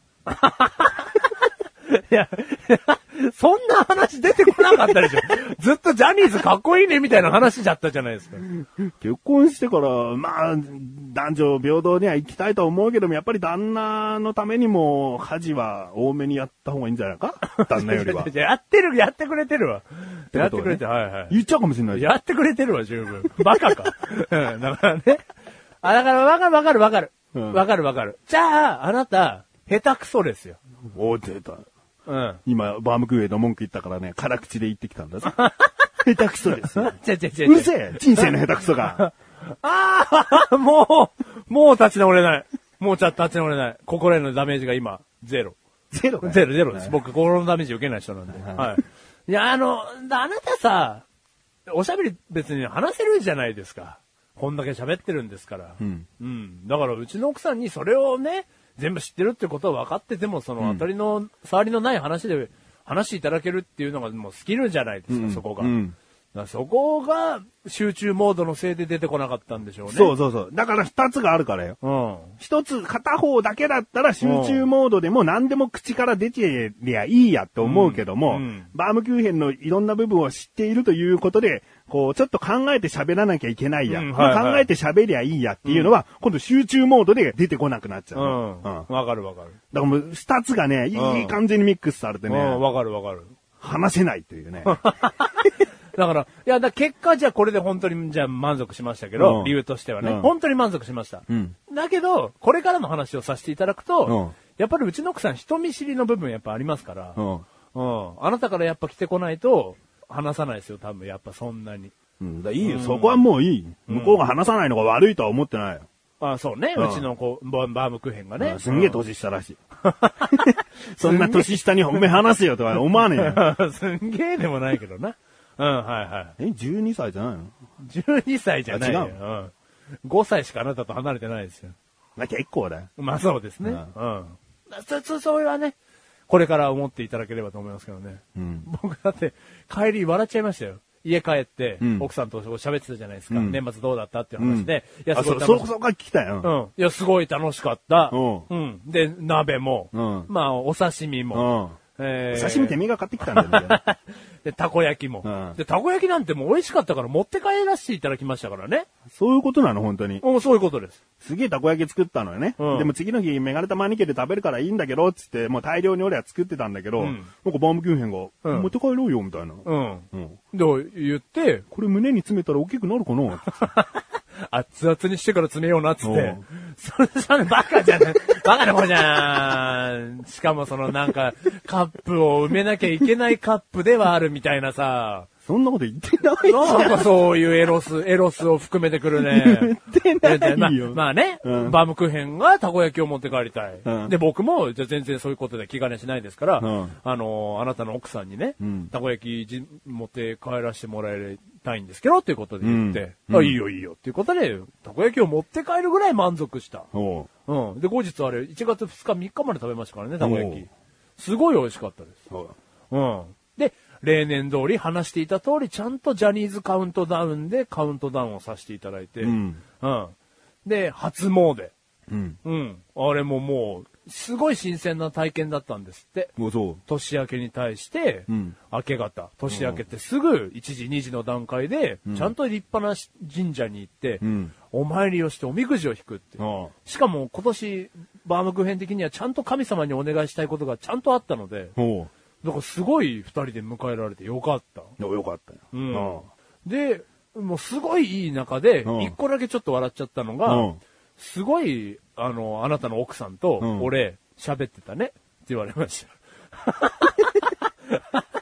[SPEAKER 1] いや、そんな話出てこなかったでしょ。ずっとジャニーズかっこいいねみたいな話だったじゃないですか。
[SPEAKER 2] 結婚してから、まあ、男女平等には行きたいと思うけども、やっぱり旦那のためにも、家事は多めにやった方がいいんじゃないか？旦那よりは。
[SPEAKER 1] やってる、やってくれてるわ。ね、やってくれて、はいはい。
[SPEAKER 2] 言っちゃうかもしれない。
[SPEAKER 1] やってくれてるわ、十分。バカか。うん、だからね。あ、だからわかるわかるわかる。わかるわかる。じゃあ、あなた、下手くそですよ。
[SPEAKER 2] お、出た。うん。今、バームクーヘンの文句言ったからね、辛口で言ってきたんだぞ。下手くそですよ。
[SPEAKER 1] ちゃちゃちゃ。
[SPEAKER 2] うるせえ人生の下手くそが。
[SPEAKER 1] ああ、もう、もう立ち直れない。もうちゃ立ち直れない。心へのダメージが今、ゼロ。
[SPEAKER 2] ゼロ
[SPEAKER 1] ゼロ、ゼロです。僕、心のダメージ受けない人なんで。はい。いや、あの、あなたさ、おしゃべり別に話せるじゃないですか。こんだけ喋ってるんですから。うん。うん。だから、うちの奥さんにそれをね、全部知ってるってことは分かってても、その当たりの、触りのない話で話していただけるっていうのがもうスキルじゃないですか、うん、そこが。うん、だそこが集中モードのせいで出てこなかったんでしょうね。
[SPEAKER 2] そうそうそう。だから二つがあるからよ。うん。一つ片方だけだったら集中モードでも何でも口から出てりゃいいやって思うけども、うんうん、バームクーヘンのいろんな部分を知っているということで、こう、ちょっと考えて喋らなきゃいけないや。うんはいはい、考えて喋りゃいいやっていうのは、うん、今度集中モードで出てこなくなっちゃう。うん。
[SPEAKER 1] わ、うん、かるわかる。
[SPEAKER 2] だからもう、二つがね、いい感じにミックスされてね。
[SPEAKER 1] わかるわかる。
[SPEAKER 2] 話せないというね。
[SPEAKER 1] だから、いや、だ結果じゃあこれで本当にじゃあ満足しましたけど、うん、理由としてはね、うん、本当に満足しました。うん、だけど、これからの話をさせていただくと、うん、やっぱりうちの奥さん人見知りの部分やっぱありますから、うん。うん、あなたからやっぱ来てこないと、話さないですよ、多分やっぱそんなに。
[SPEAKER 2] うん、だいいよ、うん、そこはもういい。向こうが話さないのが悪いとは思ってないよ。
[SPEAKER 1] ああそうね、うん、うちのこうバームクーヘンがね。
[SPEAKER 2] すんげえ年下らしい。そんな年下におめ話せよとは思わねえ
[SPEAKER 1] よ。すんげえでもないけどな。うん、はいはい。
[SPEAKER 2] え、じゅうにさいじゃないの ?
[SPEAKER 1] じゅうに 歳じゃないよ。違う、うん。ごさいしかあなたと離れてないですよ。
[SPEAKER 2] まあ結構だよ。
[SPEAKER 1] まあそうですね。うん。うん、そ、そ、それはね、これから思っていただければと思いますけどね。うん、僕だって帰り笑っちゃいましたよ。家帰って、うん、奥さんと喋ってたじゃないですか。うん、年末どうだったっていう話で。
[SPEAKER 2] うん、いや、すごい楽しかった。そ、そ、そこから聞きたいよ。
[SPEAKER 1] うん。いや、すごい楽しかった。うん。うん。で、鍋も、うん、まあ、お刺身も。
[SPEAKER 2] うん、えー、刺身って身が買ってきたんだよね。
[SPEAKER 1] で、たこ焼きも、うん。で、たこ焼きなんてもう美味しかったから持って帰らせていただきましたからね。
[SPEAKER 2] そういうことなの本当に。
[SPEAKER 1] うん、そういうことです。
[SPEAKER 2] すげえたこ焼き作ったのよね。うん、でも次の日、メガネタマニケで食べるからいいんだけど、つって、もう大量に俺は作ってたんだけど、うん、なんかバームクーヘンが、うん、持って帰ろうよ、みたいな。うん。
[SPEAKER 1] うん。で、言って、
[SPEAKER 2] これ胸に詰めたら大きくなるかな
[SPEAKER 1] 熱々にしてから詰めようなっつって。それさ、バカじゃん。バカな子じゃん。しかもそのなんか、カップを埋めなきゃいけないカップではあるみたいなさ。
[SPEAKER 2] そんなこと言ってないじゃん。
[SPEAKER 1] なんかそういうエロス、エロスを含めてくるね。
[SPEAKER 2] 言ってないよ。
[SPEAKER 1] まあ、まあね、うん、バームクーヘンがたこ焼きを持って帰りたい。うん、で、僕も、じゃ全然そういうことで気兼ねしないですから、うん、あの、あなたの奥さんにね、うん、たこ焼き持って帰らせてもらえたいんですけど、っていうことで言って、うん、あ、いいよいいよっていうことで、たこ焼きを持って帰るぐらい満足した。うん。で、後日あれ、いちがつふつかみっかまで食べましたからね、たこ焼き。すごい美味しかったです。うん。で、例年通り話していた通り、ちゃんとジャニーズカウントダウンでカウントダウンをさせていただいて、うん。うん。 で、初詣。
[SPEAKER 2] うん。
[SPEAKER 1] うん。あれももう、すごい新鮮な体験だったんですって。
[SPEAKER 2] もうそう。
[SPEAKER 1] 年明けに対して、うん、明け方、年明けてすぐいちじ、にじの段階で、うん、ちゃんと立派な神社に行って、うん、お参りをしておみくじを引くって。しかも今年、バームクーヘン的にはちゃんと神様にお願いしたいことがちゃんとあったので、だからすごい二人で迎えられてよかった。
[SPEAKER 2] よかったよ。
[SPEAKER 1] うん、で、もうすごいいい中で、一個だけちょっと笑っちゃったのが、うんすごい、あの、あなたの奥さんと、俺、喋ってたね、って言われました。だから、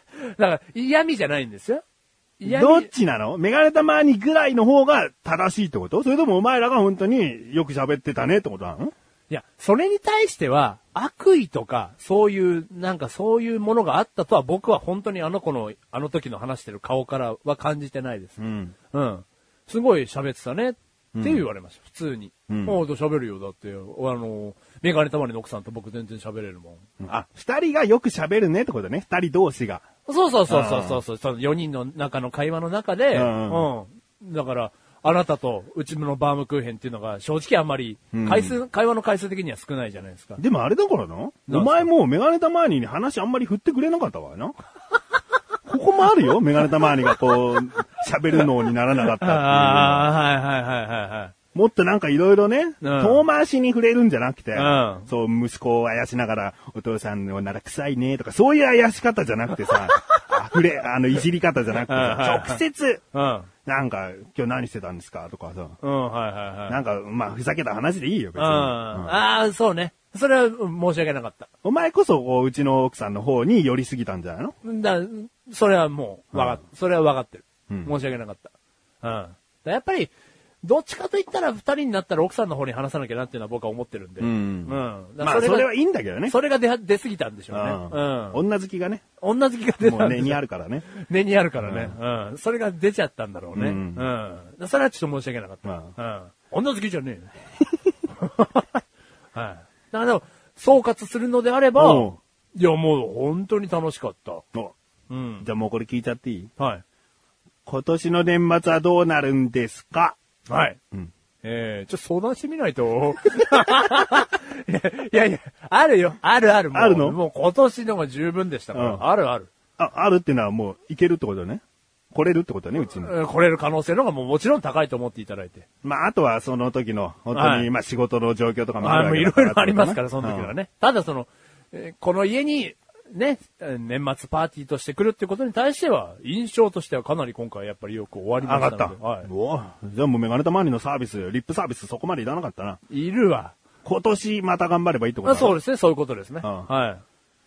[SPEAKER 1] 嫌味じゃないんですよ。
[SPEAKER 2] どっちなの？メガネたまにぐらいの方が正しいってこと？それともお前らが本当によく喋ってたねってことなの？
[SPEAKER 1] いや、それに対しては、悪意とか、そういう、なんかそういうものがあったとは僕は本当にあの子の、あの時の話してる顔からは感じてないです。うん。うん。すごい喋ってたね。って言われました、うん、普通に。うん。ああ、喋るよ。だって、あの、メガネたまりの奥さんと僕全然喋れるもん。
[SPEAKER 2] あ、二人がよく喋るねってことね。二人同士が。
[SPEAKER 1] そうそうそうそうそうそう。その四人の中の会話の中で、うん。うん、だから、あなたとうちのバームクーヘンっていうのが正直あんまり回数、うん、会話の回数的には少ないじゃないですか。
[SPEAKER 2] でもあれだからな。お前もうメガネたまにに話あんまり振ってくれなかったわよな。ここもあるよ。メガネたまにがこう、喋るのにならなかったっていうのは。
[SPEAKER 1] ああ、はいはいはいはいはい。
[SPEAKER 2] もっとなんかいろいろね、うん、遠回しに触れるんじゃなくて、うん、そう、息子をあやしながら、お父さんのなら臭いねとか、そういうあやし方じゃなくてさ、触れ、あの、いじり方じゃなくてさ、直接、うん、なんか、今日何してたんですかとかさ、うん、はいはいはい。なんか、まあ、ふざけた話でいいよ、別に。うん、
[SPEAKER 1] ああ、そうね。それは申し訳なかった。
[SPEAKER 2] お前こそ、こう、うちの奥さんの方に寄りすぎたんじゃないの？
[SPEAKER 1] だ、それはもう、わかっ、うん、それは分かってる。うん、申し訳なかった。うん。やっぱり、どっちかと言ったら二人になったら奥さんの方に話さなきゃなっていうのは僕は思ってるんで。うん。うん。
[SPEAKER 2] まあ、それはいいんだけどね。
[SPEAKER 1] それが出、出過ぎたんでしょうね。
[SPEAKER 2] うん。女好きがね。
[SPEAKER 1] 女好きが出たんで。
[SPEAKER 2] もう根にあるからね。
[SPEAKER 1] 根にあるからね。うん。それが出ちゃったんだろうね。うん。うん。それはちょっと申し訳なかった。うん。うん。女好きじゃねえよ。はい。だからでも、総括するのであれば、いやもう本当に楽しかった。
[SPEAKER 2] うん。じゃあもうこれ聞いちゃっていい？
[SPEAKER 1] はい。
[SPEAKER 2] 今年の年末はどうなるんですか？
[SPEAKER 1] はい。うん。えー、ちょっと相談してみないと。いやいや、あるよ。あるある。
[SPEAKER 2] あるの？
[SPEAKER 1] もう今年のが十分でしたから。うん、あるある。
[SPEAKER 2] あ、あるってのはもういけるってことね。来れるってことね、うちに。
[SPEAKER 1] 来れる可能性の方がもうもちろん高いと思っていただいて。
[SPEAKER 2] まあ、あとはその時の、本当に、はい、まあ仕事の状況とかもあるわけ
[SPEAKER 1] だから。いろいろありますから、その時はね。うん、ただその、えー、この家に、ね、年末パーティーとして来るってことに対しては、印象としてはかなり今回やっぱりよく終わりましたので。
[SPEAKER 2] 上がった。はい。おじゃあもうメガネたまにのサービス、リップサービスそこまでいらなかったな。
[SPEAKER 1] いるわ。
[SPEAKER 2] 今年また頑張ればいいってことだ、
[SPEAKER 1] ね、そうですね、そういうことですね。うん、はい。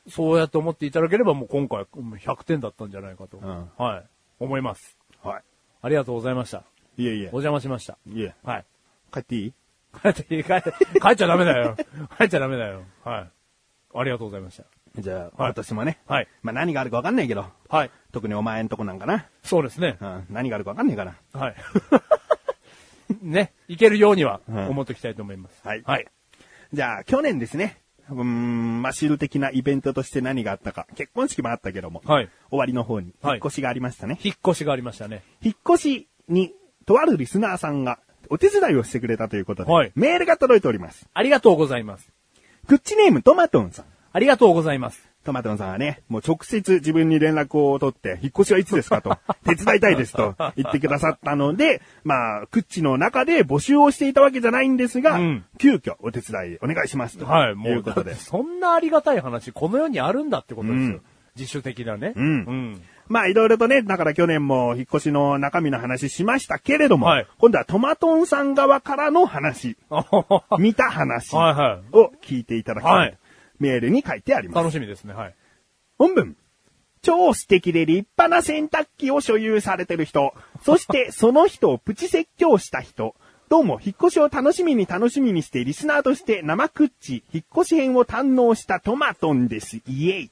[SPEAKER 1] そうやって思っていただければもう今回ひゃくてんだったんじゃないかと。うん、はい。思います。はい。ありがとうございました。
[SPEAKER 2] いえいえ。
[SPEAKER 1] お邪魔しました。
[SPEAKER 2] いえ。
[SPEAKER 1] はい。
[SPEAKER 2] 帰っていい？
[SPEAKER 1] 帰っていい？帰っ帰っちゃダメだよ。帰っちゃダメだよ。はい。ありがとうございました。
[SPEAKER 2] じゃあ、はい、私もね。
[SPEAKER 1] はい。
[SPEAKER 2] まあ何があるかわかんないけど。
[SPEAKER 1] はい。
[SPEAKER 2] 特にお前んとこなんかな。
[SPEAKER 1] そうですね。
[SPEAKER 2] うん。何があるかわかんないから。
[SPEAKER 1] はい。ね。いけるようには思っておきたいと思います。
[SPEAKER 2] うん、はい。はい。じゃあ、去年ですね。うーん、マシル的なイベントとして何があったか。結婚式もあったけども。はい。終わりの方に、引っ越しがありましたね。
[SPEAKER 1] 引っ越しがありましたね。
[SPEAKER 2] 引っ越しに、とあるリスナーさんがお手伝いをしてくれたということで。はい。メールが届いております。
[SPEAKER 1] ありがとうございます。
[SPEAKER 2] クッチネームトマトンさん。
[SPEAKER 1] ありがとうございます。
[SPEAKER 2] トマトンさんはね、もう直接自分に連絡を取って、引っ越しはいつですかと、手伝いたいですと言ってくださったので、まあ、クッチの中で募集をしていたわけじゃないんですが、うん、急遽お手伝いお願いしますと。はい、もういうことで。
[SPEAKER 1] そんなありがたい話、この世にあるんだってことですよ。うん、自主的なね。うん。うん、
[SPEAKER 2] まあ、いろいろとね、だから去年も引っ越しの中身の話しましたけれども、はい、今度はトマトンさん側からの話、見た話を聞いていただきたい。はい、メールに書いてあります。
[SPEAKER 1] 楽しみですね。はい。
[SPEAKER 2] 本文。超素敵で立派な洗濯機を所有されてる人。そしてその人をプチ説教した人。どうも引っ越しを楽しみに楽しみにしてリスナーとして生クッチ引っ越し編を堪能したトマトンです。イエイ。ち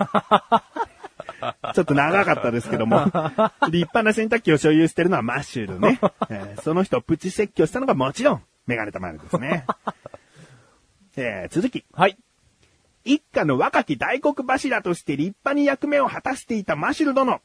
[SPEAKER 2] ょっと長かったですけども。立派な洗濯機を所有してるのはマッシュルね。えー、その人をプチ説教したのがもちろんメガネたまるですね。えー、続き。はい。一家の若き大黒柱として立派に役目を果たしていたマシュル殿。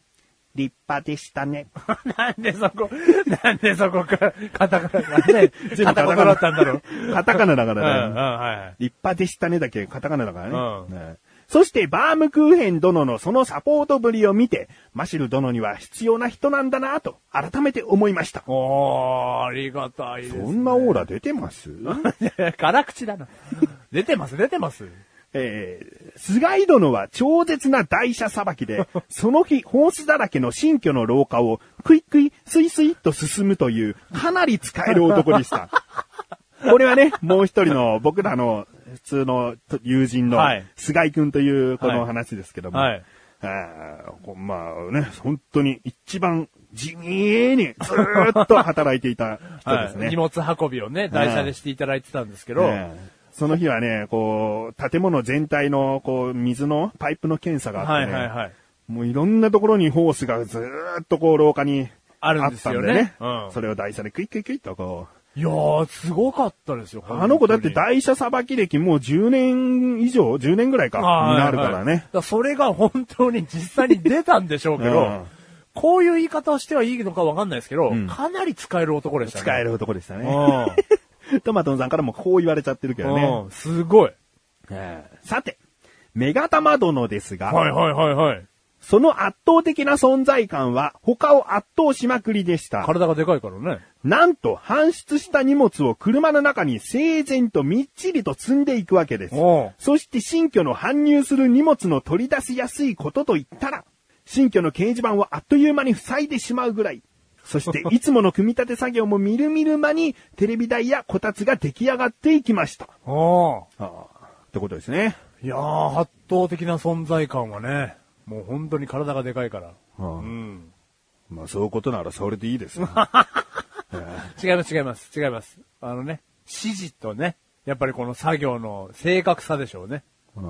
[SPEAKER 2] 立派でしたね。
[SPEAKER 1] なんでそこ、なんでそこか、カタカナがね、カタカナだったんだろう。
[SPEAKER 2] カタカナだからね。
[SPEAKER 1] うんうんはいはい、
[SPEAKER 2] 立派でしたねだけカタカナだからね。
[SPEAKER 1] うん
[SPEAKER 2] ねそしてバームクーヘン殿のそのサポートぶりを見て、マシル殿には必要な人なんだなと改めて思いました。
[SPEAKER 1] おー、ありがたいです、ね。
[SPEAKER 2] そんなオーラ出てます
[SPEAKER 1] 辛口だな。出てます、出てます。
[SPEAKER 2] えー、菅井殿は超絶な台車さばきで、その日、ホースだらけの新居の廊下を、クイックイ、スイスイっと進むという、かなり使える男でした。これはね、もう一人の僕らの普通の友人の菅井くんというこの話ですけども、はいはいあまあね、本当に一番地味にずーっと働いていた人ですね。
[SPEAKER 1] はい、荷物運びをね、台車でしていただいてたんですけど、ね
[SPEAKER 2] その日はね、こう、建物全体の、こう、水のパイプの検査があってね、はいはいはい、もういろんなところにホースがずーっとこう、廊下にあったんでね。あるんですよね。うん、それを台車でクイックイクイッとこ
[SPEAKER 1] う。いやー、すごかったですよ。
[SPEAKER 2] あの子だって台車さばき歴もうじゅうねん以上 ?じゅう 年ぐらいか、になるからね。はいはい、
[SPEAKER 1] だそれが本当に実際に出たんでしょうけど、うん、こういう言い方をしてはいいのかわかんないですけど、うん、かなり使える男でしたね。
[SPEAKER 2] 使える男でしたね。トマトンさんからもこう言われちゃってるけどね。
[SPEAKER 1] すごい。
[SPEAKER 2] さて、メガタマ殿ですが、
[SPEAKER 1] はいはいはいはい。
[SPEAKER 2] その圧倒的な存在感は他を圧倒しまくりでした。
[SPEAKER 1] 体がでかいからね。
[SPEAKER 2] なんと搬出した荷物を車の中に整然とみっちりと積んでいくわけです。そして新居の搬入する荷物の取り出しやすいことといったら、新居の掲示板をあっという間に塞いでしまうぐらい。そして、いつもの組み立て作業もみるみる間に、テレビ台やこたつが出来上がっていきました。ああ。ってことですね。
[SPEAKER 1] いやー、圧倒的な存在感はね、もう本当に体がでかいから。あうん。
[SPEAKER 2] まあ、そういうことならそれでいいですよ。
[SPEAKER 1] 違います、違います、違います。あのね、指示とね、やっぱりこの作業の正確さでしょうね。
[SPEAKER 2] うん。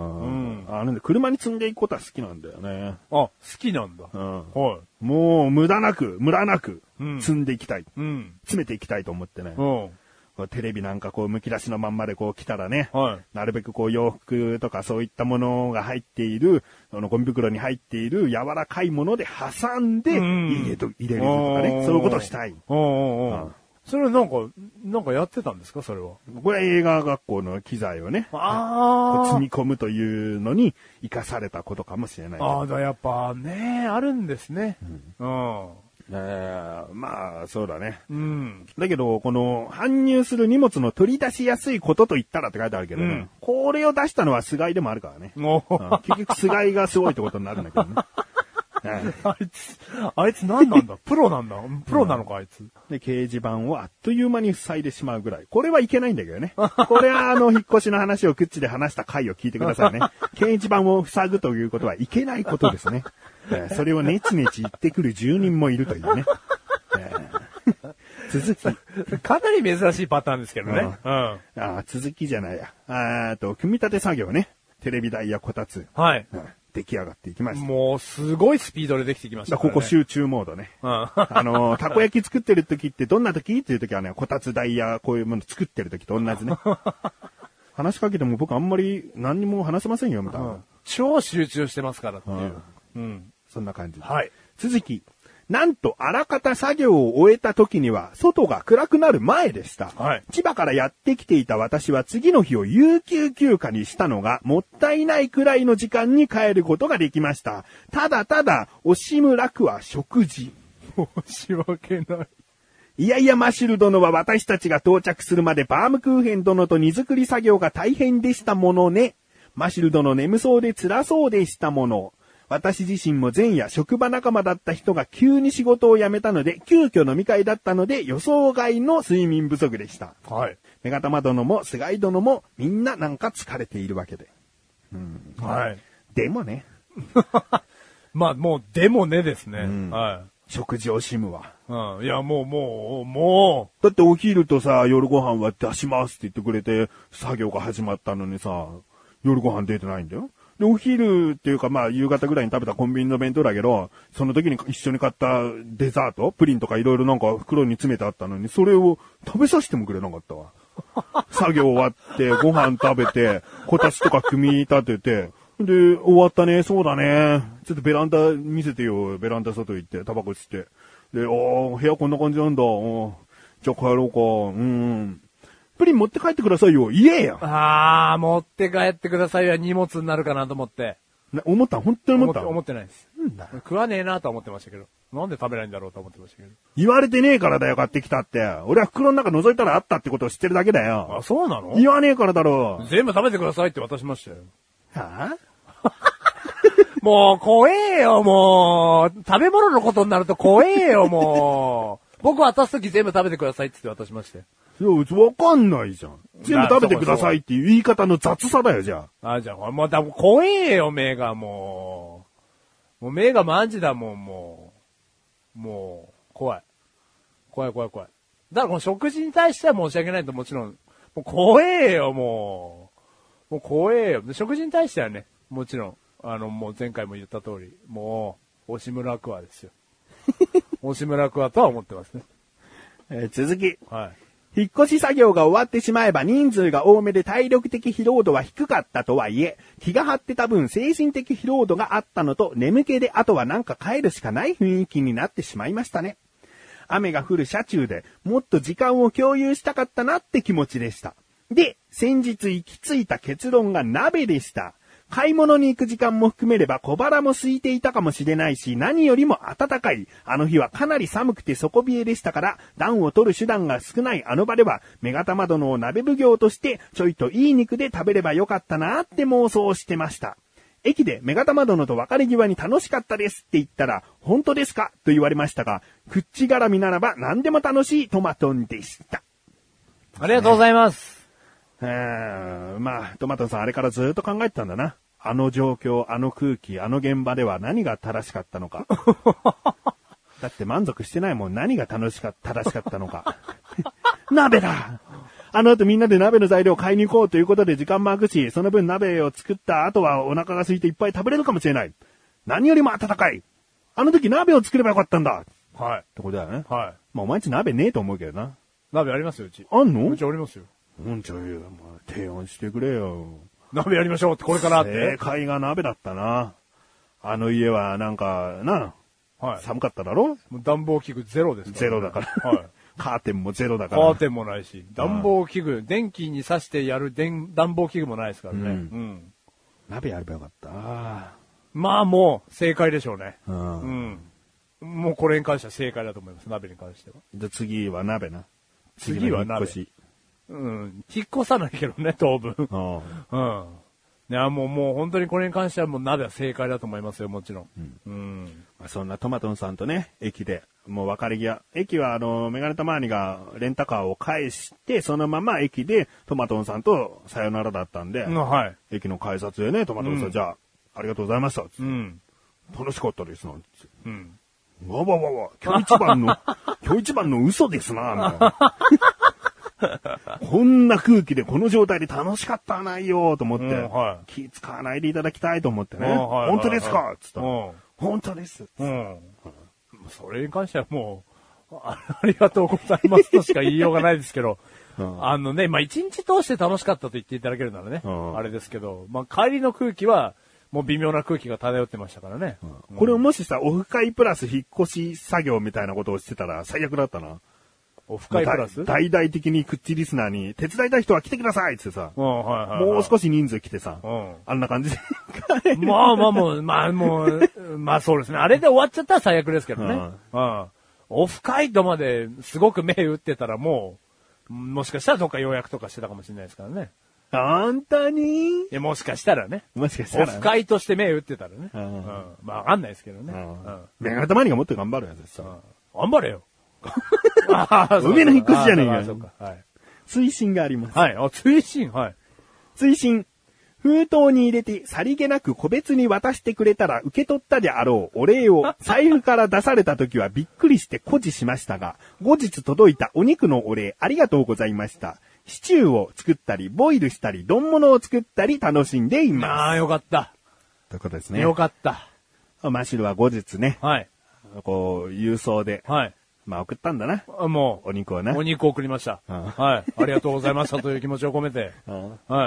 [SPEAKER 2] あのね、車に積んでいくことは好きなんだよね。
[SPEAKER 1] あ、好きなんだ。
[SPEAKER 2] うん。はい。もう、無駄なく、無駄なく、積んでいきたい。
[SPEAKER 1] うん。
[SPEAKER 2] 詰めていきたいと思ってね。
[SPEAKER 1] うん。
[SPEAKER 2] テレビなんかこう、剥き出しのまんまでこう来たらね。
[SPEAKER 1] はい。
[SPEAKER 2] なるべくこう、洋服とかそういったものが入っている、あの、ゴミ袋に入っている柔らかいもので挟んで、入れと、入れるとかね。そういうことをしたい。
[SPEAKER 1] うんうんうん。それはなんか、なんかやってたんですかそれは。
[SPEAKER 2] これは映画学校の機材をね、
[SPEAKER 1] あ
[SPEAKER 2] 積み込むというのに生かされたことかもしれない。
[SPEAKER 1] ああ、だやっぱね、あるんですね。うん。
[SPEAKER 2] うんえー、まあ、そうだね。
[SPEAKER 1] うん。
[SPEAKER 2] だけど、この、搬入する荷物の取り出しやすいことと言ったらって書いてあるけどね。うん、これを出したのは菅井でもあるからね。うん、結局菅井がすごいってことになるんだけどね。
[SPEAKER 1] あいつ、あいつ何なんだプロなんだプロなのか、あいつ。
[SPEAKER 2] で、掲示板をあっという間に塞いでしまうぐらい。これはいけないんだけどね。これはあの、引っ越しの話をクッチで話した回を聞いてくださいね。掲示板を塞ぐということはいけないことですね。それをネチネチ言ってくる住人もいるというね。続き。
[SPEAKER 1] かなり珍しいパターンですけどね。うん。
[SPEAKER 2] ああ続きじゃないや。あと、組み立て作業ね。テレビ台やこたつ。
[SPEAKER 1] はい。
[SPEAKER 2] うん出来上がっていきました。
[SPEAKER 1] もう、すごいスピードでできてきましたからね。
[SPEAKER 2] ここ集中モードね。
[SPEAKER 1] うん、あ
[SPEAKER 2] の、たこ焼き作ってる時ってどんな時っていう時はね、こたつ台やこういうもの作ってる時と同じね。話しかけても僕あんまり何にも話せませんよ、みたいな、うん。
[SPEAKER 1] 超集中してますからっていう。うん。
[SPEAKER 2] うん、そんな感じ。
[SPEAKER 1] はい。
[SPEAKER 2] 続き。なんと、あらかた作業を終えた時には、外が暗くなる前でした。
[SPEAKER 1] はい。
[SPEAKER 2] 千葉からやってきていた私は次の日を有給休暇にしたのが、もったいないくらいの時間に帰ることができました。ただただ、惜しむらくは食事。
[SPEAKER 1] 申し訳ない。
[SPEAKER 2] いやいや、マシル殿は私たちが到着するまでバームクーヘン殿と荷造り作業が大変でしたものね。マシル殿眠そうで辛そうでしたもの。私自身も前夜職場仲間だった人が急に仕事を辞めたので、急遽飲み会だったので予想外の睡眠不足でした。
[SPEAKER 1] はい。
[SPEAKER 2] メガタマ殿も菅井殿もみんななんか疲れているわけで。
[SPEAKER 1] うん、はい。
[SPEAKER 2] でもね。
[SPEAKER 1] まあもうでもねですね。うん、はい。
[SPEAKER 2] 食事を惜しむわ。
[SPEAKER 1] うん。いやもうもう、も
[SPEAKER 2] う。だってお昼とさ、夜ご飯は出しますって言ってくれて、作業が始まったのにさ、夜ご飯出てないんだよ。で、お昼っていうかまあ夕方ぐらいに食べたコンビニの弁当だけど、その時に一緒に買ったデザート、プリンとかいろいろなんか袋に詰めてあったのに、それを食べさせてもくれなかったわ。作業終わって、ご飯食べて、こたつとか組み立てて、 で、終わったね、そうだね。ちょっとベランダ見せてよ、ベランダ外行って、タバコ吸って。で、おー、部屋こんな感じなんだ。おー、じゃあ帰ろうか。うん。プリン持って帰ってくださいよ、言えや。
[SPEAKER 1] あー、持って帰ってくださいよ、荷物になるかなと思って。
[SPEAKER 2] ね、思った本当に思った
[SPEAKER 1] 思ってないです。うんだ。食わねえなとは思ってましたけど。なんで食べないんだろうと思ってましたけど。
[SPEAKER 2] 言われてねえからだよ、買ってきたって。俺は袋の中覗いたらあったってことを知ってるだけだよ。
[SPEAKER 1] あ、そうなの？
[SPEAKER 2] 言わねえからだろ。
[SPEAKER 1] 全部食べてくださいって渡しましたよ。
[SPEAKER 2] はぁ、
[SPEAKER 1] もう、怖えよ、もう。食べ物のことになると怖えよ、もう。僕渡すとき全部食べてくださいって言って渡しましたよ。
[SPEAKER 2] いや、わかんないじゃん。全部食べてくださいっていう言い方の雑さだよ、じゃ
[SPEAKER 1] あ。あ、じゃあ、もう、だ、怖えよ、目が、もう。もう目がマジだもん、もう。もう、怖い。怖い、怖い、怖い。だから、この食事に対しては申し訳ないともちろん、もう怖えよ、もう。もう怖えよ。食事に対してはね、もちろん、あの、もう前回も言った通り、もう、押村クワですよ。押村クワとは思ってますね。
[SPEAKER 2] えー、続き。
[SPEAKER 1] はい。
[SPEAKER 2] 引っ越し作業が終わってしまえば人数が多めで体力的疲労度は低かったとはいえ、気が張ってた分精神的疲労度があったのと眠気であとはなんか帰るしかない雰囲気になってしまいましたね。雨が降る車中でもっと時間を共有したかったなって気持ちでした。で、先日行き着いた結論が鍋でした。買い物に行く時間も含めれば小腹も空いていたかもしれないし、何よりも暖かい。あの日はかなり寒くて底冷えでしたから、暖を取る手段が少ないあの場では、メガタマ殿を鍋奉行として、ちょいといい肉で食べればよかったなって妄想してました。駅でメガタマ殿と別れ際に楽しかったですって言ったら、本当ですかと言われましたが、口絡みならば何でも楽しいトマトンでした。
[SPEAKER 1] ありがとうございます。
[SPEAKER 2] えー、まあ、トマトンさんあれからずっと考えてたんだな。あの状況、あの空気、あの現場では何が正しかったのか。だって満足してないもん。何が楽しかった、正しかったのか。鍋だ！あの後みんなで鍋の材料を買いに行こうということで時間も空くし、その分鍋を作った後はお腹が空いていっぱい食べれるかもしれない。何よりも温かい。あの時鍋を作ればよかったんだ。
[SPEAKER 1] はい。
[SPEAKER 2] ってことだよね。
[SPEAKER 1] はい。
[SPEAKER 2] まあお前んち鍋ねえと思うけどな。
[SPEAKER 1] 鍋ありますよ、うち。
[SPEAKER 2] あんの？
[SPEAKER 1] うちありますよ。
[SPEAKER 2] うんちょいよ、まあ、提案してくれよ。
[SPEAKER 1] 鍋やりましょうってこれからって。
[SPEAKER 2] 正解が鍋だったな。あの家はなんか、な、はい、寒かっただろ？
[SPEAKER 1] もう暖房器具ゼロですから、
[SPEAKER 2] ね。ゼロだから。はい。カーテンもゼロだから。
[SPEAKER 1] カーテンもないし、暖房器具、電気に挿してやる電暖房器具もないですからね。うん。うん、
[SPEAKER 2] 鍋やればよかった。
[SPEAKER 1] まあもう正解でしょうね。
[SPEAKER 2] うん。
[SPEAKER 1] うん。もうこれに関しては正解だと思います。鍋に関しては。
[SPEAKER 2] で次は鍋な。
[SPEAKER 1] 次は鍋。うん。引っ越さないけどね、当分。うん。うん。いや、もう、もう本当にこれに関してはもう鍋は正解だと思いますよ、もちろん。うん。うん、
[SPEAKER 2] まあ、そんなトマトンさんとね、駅で、もう別れ際。駅はあの、メガネタマーニがレンタカーを返して、そのまま駅でトマトンさんとさよならだったんで、
[SPEAKER 1] うん、はい。
[SPEAKER 2] 駅の改札でね、トマトンさん、うん、じゃあ、ありがとうございました。
[SPEAKER 1] うん。
[SPEAKER 2] 楽しかったです、なんて。
[SPEAKER 1] うん。
[SPEAKER 2] わわわわ、今日一番の、今日一番の嘘ですな、みたいな。こんな空気でこの状態で楽しかったないよと思って、うんはい、気使わないでいただきたいと思ってね。はいはいはい、本当ですかつったら、うん、本当です。うん。
[SPEAKER 1] それに関してはもう、ありがとうございますとしか言いようがないですけど、うん、あのね、まあ、一日通して楽しかったと言っていただけるならね、うん、あれですけど、まあ、帰りの空気は、もう微妙な空気が漂ってましたからね。
[SPEAKER 2] うん、これをもしさ、オフ会プラス引っ越し作業みたいなことをしてたら最悪だったな。
[SPEAKER 1] オフ会プラス
[SPEAKER 2] 大々的にクッチリスナーに手伝いたい人は来てくださいってさ、うんはいはいはい、もう少し人数来てさ、うん、あんな感じで
[SPEAKER 1] まあまあもう、まあもう、まあそうですね。あれで終わっちゃったら最悪ですけどね。うんうん、オフ会とまですごく目打ってたらもう、もしかしたらどっか予約とかしてたかもしれないですからね。
[SPEAKER 2] 本当に
[SPEAKER 1] いや、もしかしたらね。
[SPEAKER 2] もしかしたら、
[SPEAKER 1] ね。オフ会として目打ってたらね。うん、まあわかんないですけどね。
[SPEAKER 2] メガネたまにがもっと頑張るやつですさ。
[SPEAKER 1] 頑張れよ。
[SPEAKER 2] 海の引っ越しじゃねえかよ。
[SPEAKER 1] はい、
[SPEAKER 2] 追伸があります。
[SPEAKER 1] はい。あ、追伸はい。
[SPEAKER 2] 追伸。封筒に入れてさりげなく個別に渡してくれたら受け取ったであろうお礼を財布から出された時はびっくりして誇示しましたが、後日届いたお肉のお礼ありがとうございました。シチューを作ったり、ボイルしたり、丼物を作ったり楽しんでいます。
[SPEAKER 1] ああ、よかった。
[SPEAKER 2] ということですね。
[SPEAKER 1] よかった。
[SPEAKER 2] マシルは後日ね。
[SPEAKER 1] はい。
[SPEAKER 2] こう、郵送で。
[SPEAKER 1] はい。
[SPEAKER 2] まあ送ったんだな。
[SPEAKER 1] もう。
[SPEAKER 2] お肉をね。
[SPEAKER 1] お肉を送りました。はい。ありがとうございましたという気持ちを込めて。はい。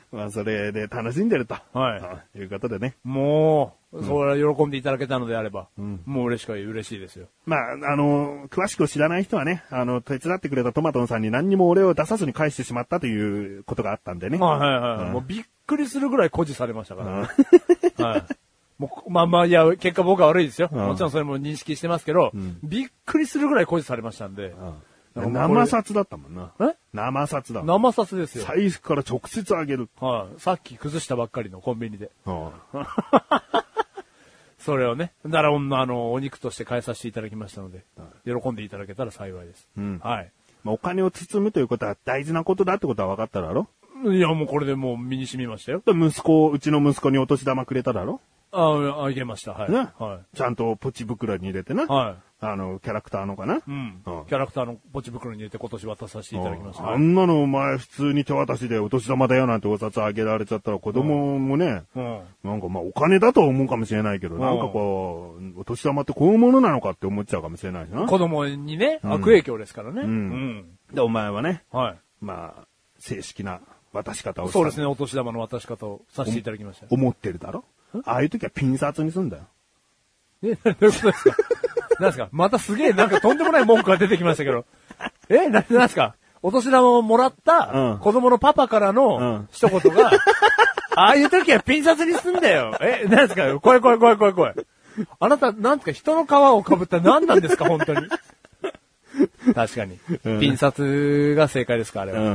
[SPEAKER 2] まあ、それで楽しんでると。
[SPEAKER 1] はい。
[SPEAKER 2] ということでね。
[SPEAKER 1] もう、それは喜んでいただけたのであれば、
[SPEAKER 2] うん、
[SPEAKER 1] もう嬉しく嬉しいですよ。
[SPEAKER 2] まあ、あの、詳しく知らない人はね、あの、手伝ってくれたトマトンさんに何にもお礼を出さずに返してしまったということがあったんでね。
[SPEAKER 1] はいはいはい。うん、もうびっくりするぐらい誇示されましたからね。うん、はい。もう、まあまあ、いや、結果僕は悪いですよ。もちろんそれも認識してますけど、うん、びっくりするぐらい誇示されましたんで。
[SPEAKER 2] うん、生札だったもんな。
[SPEAKER 1] え
[SPEAKER 2] 生札だ。
[SPEAKER 1] 生札ですよ。
[SPEAKER 2] 財布から直接あげる。
[SPEAKER 1] はい。さっき崩したばっかりのコンビニで。はあ、それをね、だからあの、お肉として変えさせていただきましたので、はい、喜んでいただけたら幸いです。
[SPEAKER 2] うん、
[SPEAKER 1] はい。
[SPEAKER 2] まあ、お金を包むということは大事なことだってことは分かっただろ？
[SPEAKER 1] いや、もうこれでもう身に染みましたよ。
[SPEAKER 2] 息子、うちの息子にお年玉くれただろ？
[SPEAKER 1] ああ、あげました。はい。
[SPEAKER 2] ね。
[SPEAKER 1] はい。
[SPEAKER 2] ちゃんとポチ袋に入れてな。
[SPEAKER 1] はい。
[SPEAKER 2] あの、キャラクターのかな、
[SPEAKER 1] うん、うん。キャラクターのポチ袋に入れて今年渡させていただきました。
[SPEAKER 2] あんなのお前普通に手渡しでお年玉だよなんてお札あげられちゃったら子供もね、うん、なんかまあお金だと思うかもしれないけど、うん、なんかこう、お年玉ってこういうものなのかって思っちゃうかもしれないしな。
[SPEAKER 1] 子供にね、悪影響ですからね。うん。うん、
[SPEAKER 2] で、お前はね、
[SPEAKER 1] はい。
[SPEAKER 2] まあ、正式な渡し方をした。
[SPEAKER 1] そうですね、お年玉の渡し方をさせていただきました。
[SPEAKER 2] 思ってるだろ？ああいう時はピン札にすんだよ。
[SPEAKER 1] え、どういうことですか？なんですか？またすげえなんかとんでもない文句が出てきましたけど。え、な、なんですか？お年玉をもらった子供のパパからの一言が、うん、ああいう時はピン札にすんだよ。え、なんですか？怖い怖い怖い怖い怖い。あなた、なんですか？人の皮を被った何なんですか？本当に。確かに。うん、ピン札が正解ですかあれは、うん。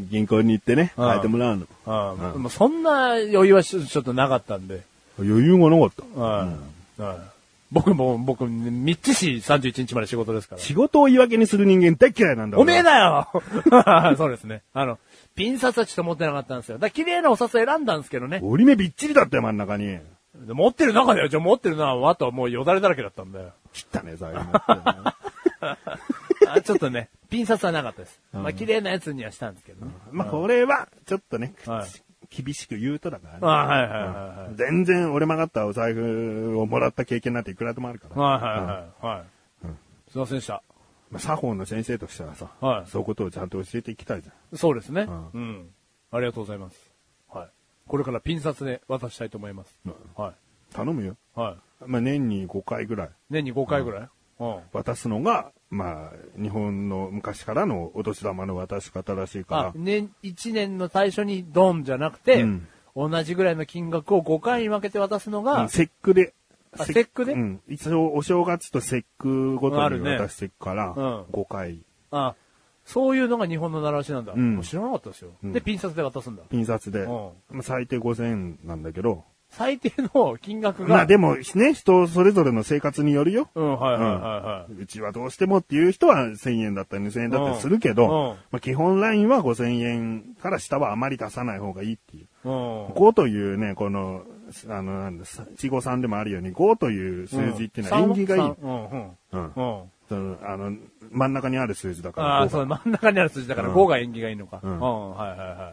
[SPEAKER 2] 銀行に行ってね、変えてもらうの。
[SPEAKER 1] うんうん、もうそんな余裕はちょっとなかったんで。
[SPEAKER 2] 余裕がなかった。
[SPEAKER 1] うんうん、僕も、僕、みっちしさんじゅういちにちまで仕事ですから。
[SPEAKER 2] 仕事を言い訳にする人間大嫌いなんだ。
[SPEAKER 1] おめえだよそうですね。あの、ピン札はちょっと持ってなかったんですよ。だから綺麗なお札選んだんですけどね。
[SPEAKER 2] 折り目びっちりだったよ、真ん中に。
[SPEAKER 1] 持ってる中だよ。じゃあ持ってるな。あとはもうよだれだらけだったんだよ。
[SPEAKER 2] 切ったね、最後。
[SPEAKER 1] あちょっとね、ピン札はなかったです。うん、まあ綺麗なやつにはしたんですけどね。
[SPEAKER 2] うん、まあこれは、ちょっとね、はい、厳しく言うとだからね。
[SPEAKER 1] あはいはいはい、はいうん。全
[SPEAKER 2] 然折れ曲がったお財布をもらった経験なんていくらでもあるから。
[SPEAKER 1] はいはいはい。はいうん、すいませんでした。
[SPEAKER 2] まあ、作法の先生としてはさ、はい、そういうことをちゃんと教えていきたいじゃ
[SPEAKER 1] ん。そうですね、うん。うん。ありがとうございます。はい。これからピン札で渡したいと思います。うん、はい。
[SPEAKER 2] 頼むよ。
[SPEAKER 1] はい。
[SPEAKER 2] まあ年にごかいぐらい。
[SPEAKER 1] 年にごかいぐらい、うん、
[SPEAKER 2] 渡すのが、まあ、日本の昔からのお年玉の渡し方らしいから。あ、
[SPEAKER 1] 年、いちねんの最初にドンじゃなくて、うん、同じぐらいの金額をごかいに分けて渡すのが、
[SPEAKER 2] うん、節句で。
[SPEAKER 1] あ、節句で
[SPEAKER 2] うん。一応、お正月と節句ごとに渡していくから、ねうん、ごかい。
[SPEAKER 1] あ、そういうのが日本の習わしなんだ。うん、知らなかったですよ、うん。で、ピン札で渡すんだ。
[SPEAKER 2] ピン札で。うんまあ、最低ごせんえんなんだけど。
[SPEAKER 1] 最低の金額が。
[SPEAKER 2] まあでもね、人それぞれの生活によるよ。
[SPEAKER 1] うん、はいはいはいはい、
[SPEAKER 2] うん。うちはどうしてもっていう人はせんえんだったりにせんえんだったりするけど、うんうん、まあ基本ラインはごせんえんから下はあまり出さない方がいいっていう。うん、ごというね、この、あの、なんです、七五三でもあるようにごという数字っていうのは縁起がいい。うんうんうんうんそのあの真ん中にある数字だから。
[SPEAKER 1] ああ、そう、真ん中にある数字だからごが縁起がいいのか。うん。うん、はいはいはい。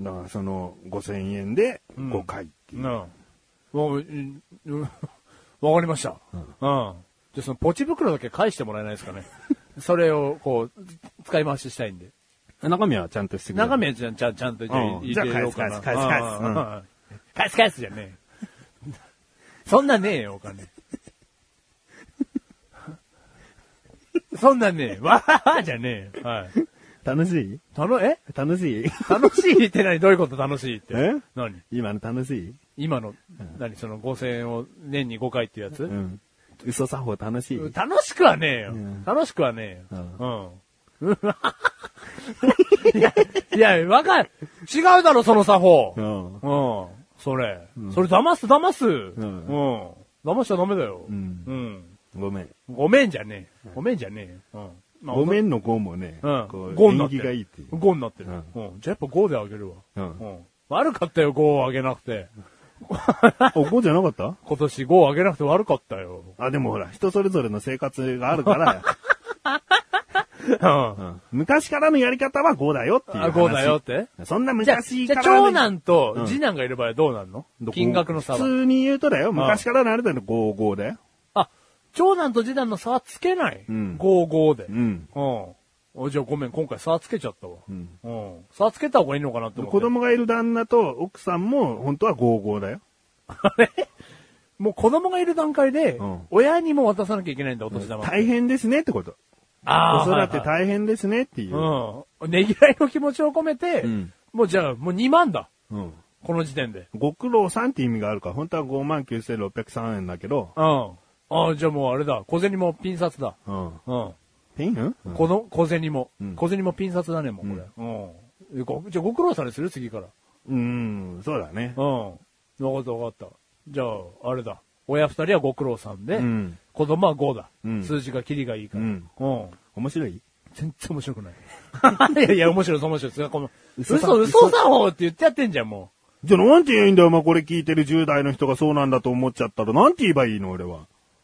[SPEAKER 2] だからそのごせんえんでごかいっていう。うん。うん
[SPEAKER 1] もう、うん、わかりました。うん。うん。じゃあそのポチ袋だけ返してもらえないですかね。それをこう、使い回ししたいんで。
[SPEAKER 2] 中身はちゃんとしてくれる。
[SPEAKER 1] 中身はちゃんちゃんちゃんと
[SPEAKER 2] 入れようかな。じゃあ返す返す返す返す。うん、
[SPEAKER 1] 返す返すじゃねえ。そんなねえよ、お金。そんなねえ。わははじゃねえ。はい。
[SPEAKER 2] 楽しい
[SPEAKER 1] 楽、え
[SPEAKER 2] 楽しい
[SPEAKER 1] 楽しいって何どういうこと楽しいって。
[SPEAKER 2] え
[SPEAKER 1] 何
[SPEAKER 2] 今の楽しい
[SPEAKER 1] 今の、何そのごせんえんを年にごかいってやつ、うん、
[SPEAKER 2] 嘘作法楽しい
[SPEAKER 1] 楽しくはねえよ。うん、楽しくはねえよ。うん。うん、いや、いや、わかる。違うだろ、その作法。うん。うん。それ。うん、それ騙す、騙す。うん。うん。騙しちゃダメだよ。うん。うん。
[SPEAKER 2] ごめん。
[SPEAKER 1] ごめんじゃねえ。ごめんじゃねえ。うん。
[SPEAKER 2] まあ、ごめんのごもね、
[SPEAKER 1] うん。
[SPEAKER 2] ごになってる。縁起がいいっていう。
[SPEAKER 1] ごになってる。うん。うん、じゃあやっぱごであげるわ。うん。うん。悪かったよ、ごをあげなくて。
[SPEAKER 2] あ、ごじゃなかった
[SPEAKER 1] 今年ごをあげなくて悪かったよ。
[SPEAKER 2] あ、でもほら、人それぞれの生活があるから、うんうん、昔からのやり方はごだよっていう話。あ、
[SPEAKER 1] ごだよって？そ
[SPEAKER 2] んな昔から、ね。
[SPEAKER 1] じゃあ長男と次男がいる場合はどうなるの、うん、金額の差は。
[SPEAKER 2] 普通に言うとだよ。昔からのあれだよ、ご、ごだよ。
[SPEAKER 1] あ、長男と次男の差はつけない。うん、ご、ごで。うん。うん。 じゃあごめん、今回差つけちゃったわ。うん。うん。差つけた方がいいのかなって思って。
[SPEAKER 2] 子供がいる旦那と奥さんも本当はゴーゴーだよ。
[SPEAKER 1] あれもう子供がいる段階で、うん、親にも渡さなきゃいけないんだ、お年玉。
[SPEAKER 2] 大変ですねってこと。ああ。子育て大変ですねっていう。
[SPEAKER 1] うん。ねぎらいの気持ちを込めて、うん、もうじゃあもうにまんだ。うん。この時点で。
[SPEAKER 2] ご苦労さんって意味があるから、本当はごまんきゅうせんろっぴゃくさんえんだけど。
[SPEAKER 1] うん。ああ、じゃあもうあれだ。小銭もピン札だ。うん。うん。
[SPEAKER 2] ピン、
[SPEAKER 1] うん、この小銭も、うん。小銭もピン札だね、もうこれ。うん。うん、じゃあご苦労さんにする次から。
[SPEAKER 2] うん、そうだね。
[SPEAKER 1] うん。わかったわかった。じゃあ、あれだ。親二人はご苦労さんで、うん、子供はごだ。うん、数字がキリがいいから。うん。うん、
[SPEAKER 2] 面白い？
[SPEAKER 1] 全然面白くない。いやいや、面白い、面白い。それこの嘘、嘘さほうって言ってやってんじゃん、も
[SPEAKER 2] う。じゃあなんて言えばいいんだよ、まあ、これ聞いてるじゅう代の人がそうなんだと思っちゃったら、なんて言えばいいの、俺は。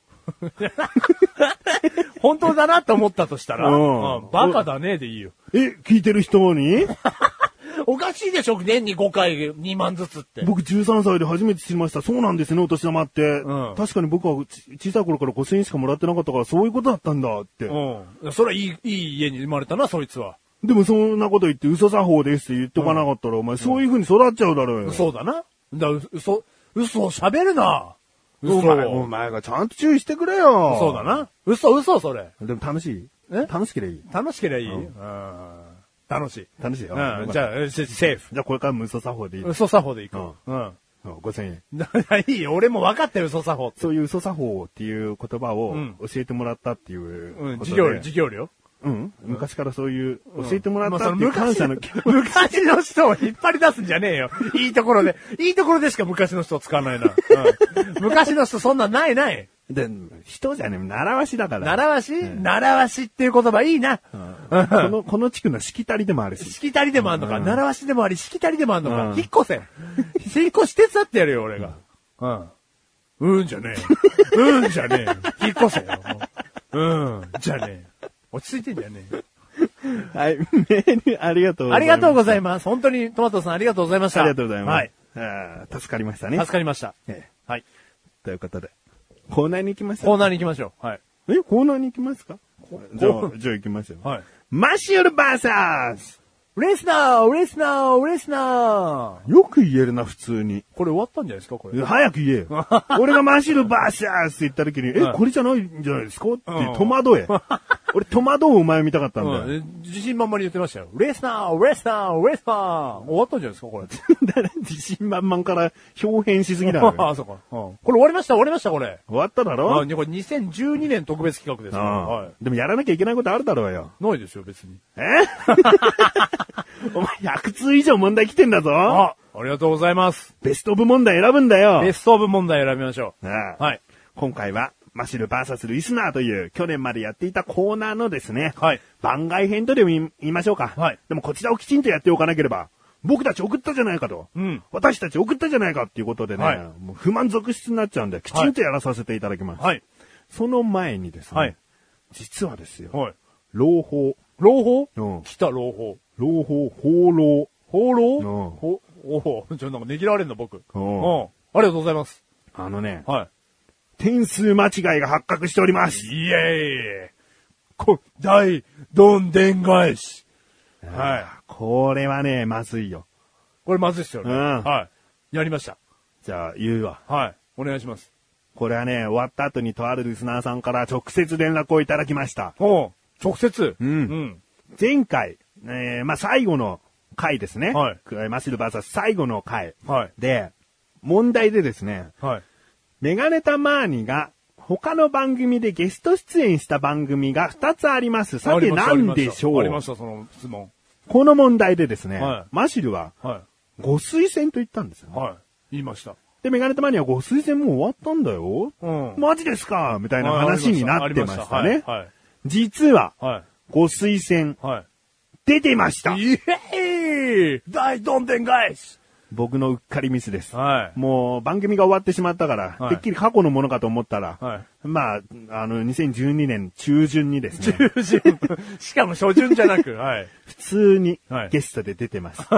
[SPEAKER 1] 本当だなって思ったとしたら、うんうん、バカだねでいいよ。
[SPEAKER 2] え、聞いてる人に
[SPEAKER 1] おかしいでしょ、年にごかいにまんずつって。
[SPEAKER 2] 僕じゅうさんさいで初めて知りました。そうなんですね、お年玉って。うん、確かに僕は小さい頃からごせんえんしかもらってなかったから、そういうことだったんだって。
[SPEAKER 1] うん。それはいい、いい家に生まれたな、そいつは。
[SPEAKER 2] でもそんなこと言って嘘作法ですって言っとかなかったら、うん、お前そういう風に育っちゃうだろうよ。
[SPEAKER 1] そうだな。だ嘘、嘘を喋るな。
[SPEAKER 2] 嘘お前、お前がちゃんと注意してくれよ。
[SPEAKER 1] そうだな。嘘、嘘、それ。
[SPEAKER 2] でも楽しい？え楽しければいい。
[SPEAKER 1] 楽しければいい、うん、楽しい。
[SPEAKER 2] 楽しいよ。
[SPEAKER 1] うん、じゃあ、セーフ。
[SPEAKER 2] じゃあこれからも嘘作法でいい。
[SPEAKER 1] 嘘作法でいこう。うん。
[SPEAKER 2] うん。ごせんえん。
[SPEAKER 1] いいよ、俺も分かってる嘘作法。
[SPEAKER 2] そういう嘘作法っていう言葉を教えてもらったっていう。
[SPEAKER 1] うん、授業料、授業料
[SPEAKER 2] うん。昔からそういう、教えてもらったっていう感謝の気持ち。
[SPEAKER 1] 昔の人を引っ張り出すんじゃねえよ。いいところで、いいところでしか昔の人を使わないな。うん、昔の人そんなんないない。
[SPEAKER 2] で、人じゃねえ、習わしだから。
[SPEAKER 1] 習わし、うん、習わしっていう言葉いいな。
[SPEAKER 2] うん、この、この地区のしきたりでもあるし。
[SPEAKER 1] しきたりでもあるのか、うん、習わしでもあり、しきたりでもあるのか。うん、引っ越せ。引っ越し手伝ってやるよ、俺が。うん。うんじゃねえ。うんじゃねえ。引っ越せよ。うん。じゃねえ。落ち着いてんじゃねえ。
[SPEAKER 2] はい。メールありがとうございます。
[SPEAKER 1] ありがとうございます。本当にトマトさんありがとうございました。
[SPEAKER 2] ありがとうございます。はい。あ助かりましたね。
[SPEAKER 1] 助かりました。
[SPEAKER 2] ええ、はい。ということで。コーナーに行きましょう。
[SPEAKER 1] コーナーに行きましょう。はい。
[SPEAKER 2] え、コーナーに行きますか？じゃあ、じゃあ行きましょう。はい。マシュルバーサス
[SPEAKER 1] レスナーレスナーレスナ
[SPEAKER 2] ーよく言えるな、普通に。
[SPEAKER 1] これ終わったんじゃないですかこれ。
[SPEAKER 2] 早く言えよ。俺がマシュルバーサスって言った時に、え、これじゃないんじゃないですかって戸惑え。俺戸惑うお前を見たかったんだよ。うん、
[SPEAKER 1] 自信満々に言ってましたよ。レスナーレスナーレスナー終わったんじゃないですかこれ。
[SPEAKER 2] 自信満々から表変しすぎだよ。
[SPEAKER 1] あ、そうか、うん。これ終わりました終わりましたこれ。
[SPEAKER 2] 終わっただろ？
[SPEAKER 1] あ、これにせんじゅうにねん特別企画ですから。はい。
[SPEAKER 2] でもやらなきゃいけないことあるだろうよ。
[SPEAKER 1] ないですよ別に。
[SPEAKER 2] えお前ひゃくつう以上問題来てんだぞ。
[SPEAKER 1] あ、ありがとうございます。
[SPEAKER 2] ベストオブ問題選ぶんだよ。
[SPEAKER 1] ベストオブ問題選びましょう。ああはい。
[SPEAKER 2] 今回は、マシルバーサスリスナーという去年までやっていたコーナーのですね、はい、番外編とでも言いましょうか。はい。でもこちらをきちんとやっておかなければ、僕たち送ったじゃないかと。うん。私たち送ったじゃないかっていうことでね、はい、もう不満続出になっちゃうんで、きちんとやらさせていただきます。はい。その前にですね、はい、実はですよ、はい。朗報。
[SPEAKER 1] 朗報？うん。来た朗報。
[SPEAKER 2] 朗報、放浪。
[SPEAKER 1] 放浪？うん。ほ、おお、ちょ、なんかねぎらわれんの僕。うん。うん。ありがとうございます。
[SPEAKER 2] あのね、はい。点数間違いが発覚しております。
[SPEAKER 1] イエーイこ、大、どんでん返し。
[SPEAKER 2] はい。これはね、まずいよ。
[SPEAKER 1] これまずいっすよね。うん。はい。やりました。
[SPEAKER 2] じゃあ、言うわ。
[SPEAKER 1] はい。お願いします。
[SPEAKER 2] これはね、終わった後にとあるリスナーさんから直接連絡をいただきました。
[SPEAKER 1] おう。直接？
[SPEAKER 2] うん。うん。前回、えー、まあ、最後の回ですね。はい。マシルバーサス最後の回。はい。で、問題でですね。はい。メガネタマーニが他の番組でゲスト出演した番組がふたつあります。さて何でしょう？
[SPEAKER 1] ありました、その質問。
[SPEAKER 2] この問題でですね、はい、マシルは、はい、ご推薦と言ったんですよね。
[SPEAKER 1] はい。言いました。
[SPEAKER 2] で、メガネタマーニはご推薦もう終わったんだよ。うん。マジですかみたいな話になってましたね。はい。実は、はい、ご推薦、はい、出てました。
[SPEAKER 1] イエーイ大どんでん返し
[SPEAKER 2] 僕のうっかりミスです。はい。もう番組が終わってしまったから、はい、てっきり過去のものかと思ったら、はい、まあ、あの、にせんじゅうにねん中旬にですね。
[SPEAKER 1] 中旬しかも初旬じゃなく、はい、
[SPEAKER 2] 普通にゲストで出てます。はい、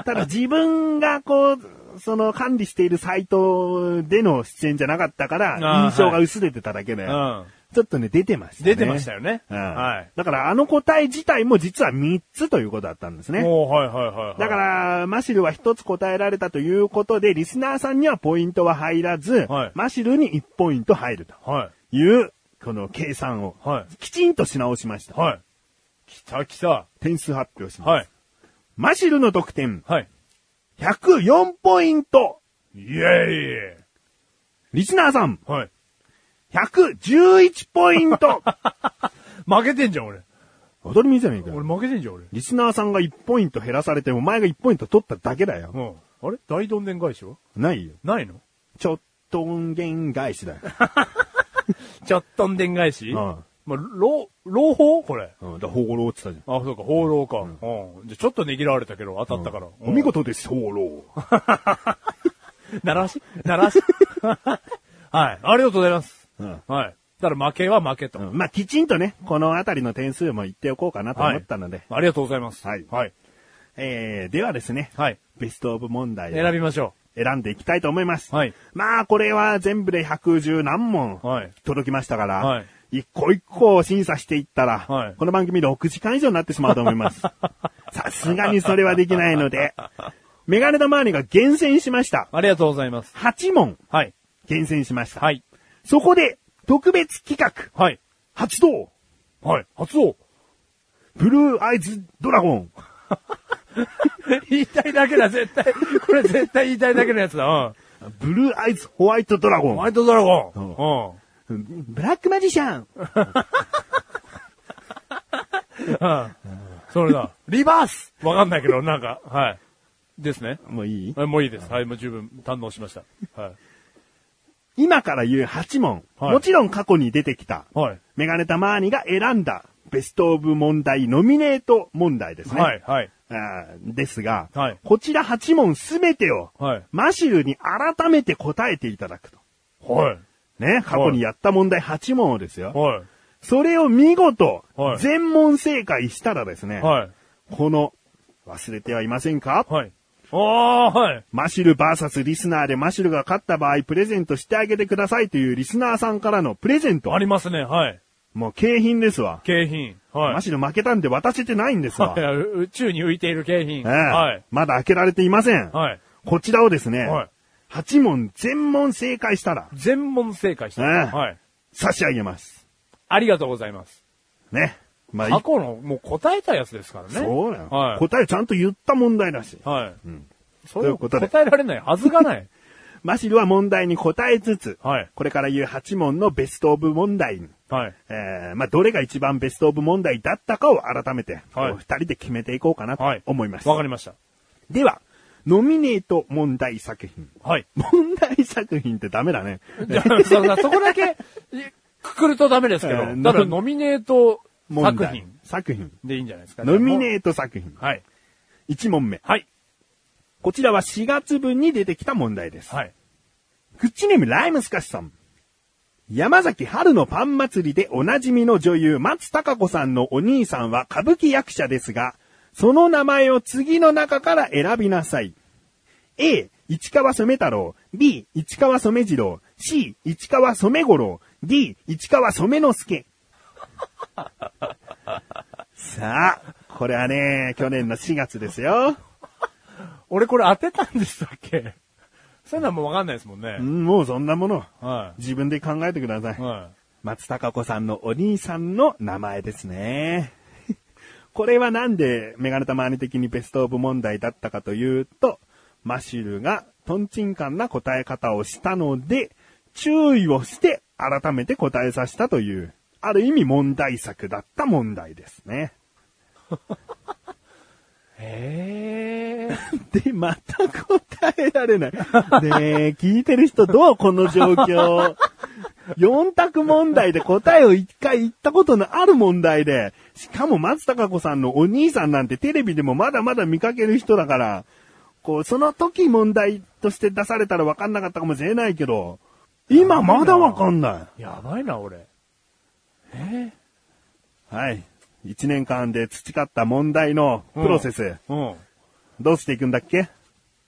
[SPEAKER 2] ただ自分がこう、その管理しているサイトでの出演じゃなかったから、印象が薄れてただけで、はい、 ちょっとね、出てましたね。
[SPEAKER 1] 出てましたよね。
[SPEAKER 2] うん。
[SPEAKER 1] はい。
[SPEAKER 2] だからあの答え自体も実はみっつということだったんですね。
[SPEAKER 1] おー、はいはいはい、はい。
[SPEAKER 2] だから、マシルはひとつ答えられたということで、リスナーさんにはポイントは入らず、はい、マシルにいちポイント入るという、はい、この計算を、きちんとし直しました。
[SPEAKER 1] はい。来た来た。
[SPEAKER 2] 点数発表します。はい。マシルの得点。
[SPEAKER 1] はい。
[SPEAKER 2] ひゃくよんポイント。
[SPEAKER 1] イェーイ。
[SPEAKER 2] リスナーさん。
[SPEAKER 1] はい。
[SPEAKER 2] ひゃくじゅういちポイント。
[SPEAKER 1] 負けてんじゃん、俺。
[SPEAKER 2] 当たり前じゃねえかよ。
[SPEAKER 1] 俺負けてんじゃん、俺。
[SPEAKER 2] リスナーさんがいちポイント減らされて、お前がいちポイント取っただけだよ。
[SPEAKER 1] うん。あれ大どんでん返しは
[SPEAKER 2] ないよ。
[SPEAKER 1] ないの
[SPEAKER 2] ちょっとんげん返しだよ。
[SPEAKER 1] ちょっとんでん返しうん。まあ、朗、朗報これ。
[SPEAKER 2] うん。だから、放浪って言ったじゃ
[SPEAKER 1] ん。あ、そうか、放浪か。うん。うん、じゃ、ちょっとねぎらわれたけど、当たったから。
[SPEAKER 2] うん、お見事です、放浪。
[SPEAKER 1] ならしならしはい。ありがとうございます。うん。はい。だから負けは負けと。
[SPEAKER 2] うん、まあ、きちんとね、このあたりの点数も言っておこうかなと思ったので。
[SPEAKER 1] はい、ありがとうございます。
[SPEAKER 2] はい。
[SPEAKER 1] はい。
[SPEAKER 2] えー、ではですね。はい。ベストオブ問題を
[SPEAKER 1] 選びましょ
[SPEAKER 2] う。選んでいきたいと思います。
[SPEAKER 1] はい。
[SPEAKER 2] まあ、これは全部でひゃくじゅう何問。
[SPEAKER 1] はい。
[SPEAKER 2] 届きましたから。
[SPEAKER 1] はい。
[SPEAKER 2] 一個一個審査していったら。はい。この番組ろくじかん以上になってしまうと思います。さすがにそれはできないので。メガネタマーニが厳選しました。
[SPEAKER 1] ありがとうございます。
[SPEAKER 2] はち問。
[SPEAKER 1] はい。
[SPEAKER 2] 厳選しました。
[SPEAKER 1] はい。
[SPEAKER 2] そこで、特別企画。
[SPEAKER 1] はい。
[SPEAKER 2] 発動。
[SPEAKER 1] はい。発動。
[SPEAKER 2] ブルーアイズドラゴン。
[SPEAKER 1] 言いたいだけだ、絶対。これ絶対言いたいだけのやつだ。うん。
[SPEAKER 2] ブルーアイズホワイトドラゴン。
[SPEAKER 1] ホワイトドラゴン。
[SPEAKER 2] うん。ブラックマジシャン。
[SPEAKER 1] うん。それだ。リバースわかんないけど、なんか、はい。ですね。
[SPEAKER 2] もういい？
[SPEAKER 1] もういいです。はい、もう十分堪能しました。はい。
[SPEAKER 2] 今から言うはち問、はい。もちろん過去に出てきた。
[SPEAKER 1] はい。
[SPEAKER 2] メガネタマーニが選んだベストオブ問題ノミネート問題ですね。
[SPEAKER 1] はい、はい。
[SPEAKER 2] あですが、
[SPEAKER 1] はい、
[SPEAKER 2] こちらはち問すべてを、
[SPEAKER 1] はい、
[SPEAKER 2] マシルに改めて答えていただくと。
[SPEAKER 1] はい。
[SPEAKER 2] ね、過去にやった問題はち問をですよ。
[SPEAKER 1] はい。
[SPEAKER 2] それを見事、はい、全問正解したらですね、
[SPEAKER 1] はい。
[SPEAKER 2] この、忘れてはいませんか？
[SPEAKER 1] はい。ああ、はい。
[SPEAKER 2] マシル ブイエス リスナーでマシルが勝った場合プレゼントしてあげてくださいというリスナーさんからのプレゼント。
[SPEAKER 1] ありますね、はい。
[SPEAKER 2] もう景品ですわ。
[SPEAKER 1] 景品。はい。
[SPEAKER 2] マシル負けたんで渡せてないんですわ。
[SPEAKER 1] はい、宇宙に浮いている景品。
[SPEAKER 2] ええ、はい。まだ開けられていません。
[SPEAKER 1] はい。
[SPEAKER 2] こちらをですね、
[SPEAKER 1] はい。
[SPEAKER 2] はち問全問正解したら。
[SPEAKER 1] 全問正解したら。
[SPEAKER 2] ええ、はい。差し上げます。
[SPEAKER 1] ありがとうございます。
[SPEAKER 2] ね。
[SPEAKER 1] まあ、過去の、もう答えたやつですからね。
[SPEAKER 2] そうだよ。
[SPEAKER 1] はい。
[SPEAKER 2] 答えちゃんと言った問題だし。
[SPEAKER 1] はい。
[SPEAKER 2] うん。
[SPEAKER 1] そういうことで。答えられないはずがない。
[SPEAKER 2] マシルは問題に答えつつ、
[SPEAKER 1] はい。
[SPEAKER 2] これから言うはち問のベストオブ問題に、
[SPEAKER 1] はい。
[SPEAKER 2] えー、まあ、どれが一番ベストオブ問題だったかを改めて、はい。二人で決めていこうかなと思います。
[SPEAKER 1] わ、はい、かりました。
[SPEAKER 2] では、ノミネート問題作品。
[SPEAKER 1] はい。
[SPEAKER 2] 問題作品ってダメだね。
[SPEAKER 1] じゃあ、そんな、そこだけ、くくるとダメですけど、えー、だからノミネート作品。
[SPEAKER 2] 作品。
[SPEAKER 1] でいいんじゃないですか。
[SPEAKER 2] ノミネート作品。
[SPEAKER 1] はい。
[SPEAKER 2] いち問目。
[SPEAKER 1] はい。
[SPEAKER 2] こちらはしがつぶんに出てきた問題です。
[SPEAKER 1] はい。
[SPEAKER 2] クッチネームライムスカシさん。山崎春のパン祭りでおなじみの女優松たか子さんのお兄さんは歌舞伎役者ですが、その名前を次の中から選びなさい。A、市川染太郎。B、市川染次郎。C、市川染五郎。D、市川染之助。さあ、これはね、去年のしがつですよ。
[SPEAKER 1] 俺これ当てたんでしたっけ？そういうのはもうわかんないですもんね。
[SPEAKER 2] うん、もうそんなもの。
[SPEAKER 1] はい。
[SPEAKER 2] 自分で考えてください。はい。松たか子さんのお兄さんの名前ですね。これはなんでメガネタマーニ的にベストオブ問題だったかというと、マシルがトンチンカンな答え方をしたので、注意をして改めて答えさせたという、ある意味問題作だった問題ですね。
[SPEAKER 1] へー。
[SPEAKER 2] で、また答えられない。ねえ、聞いてる人どうこの状況。よん択問題で答えをいっかい言ったことのある問題で、しかも松たか子さんのお兄さんなんてテレビでもまだまだ見かける人だから、こう、その時問題として出されたら分かんなかったかもしれないけど、今まだ分かんない。
[SPEAKER 1] やばいな、俺。え
[SPEAKER 2] ー、はい。一年間で培った問題のプロセス。うん。うん、どうしていくんだっけ？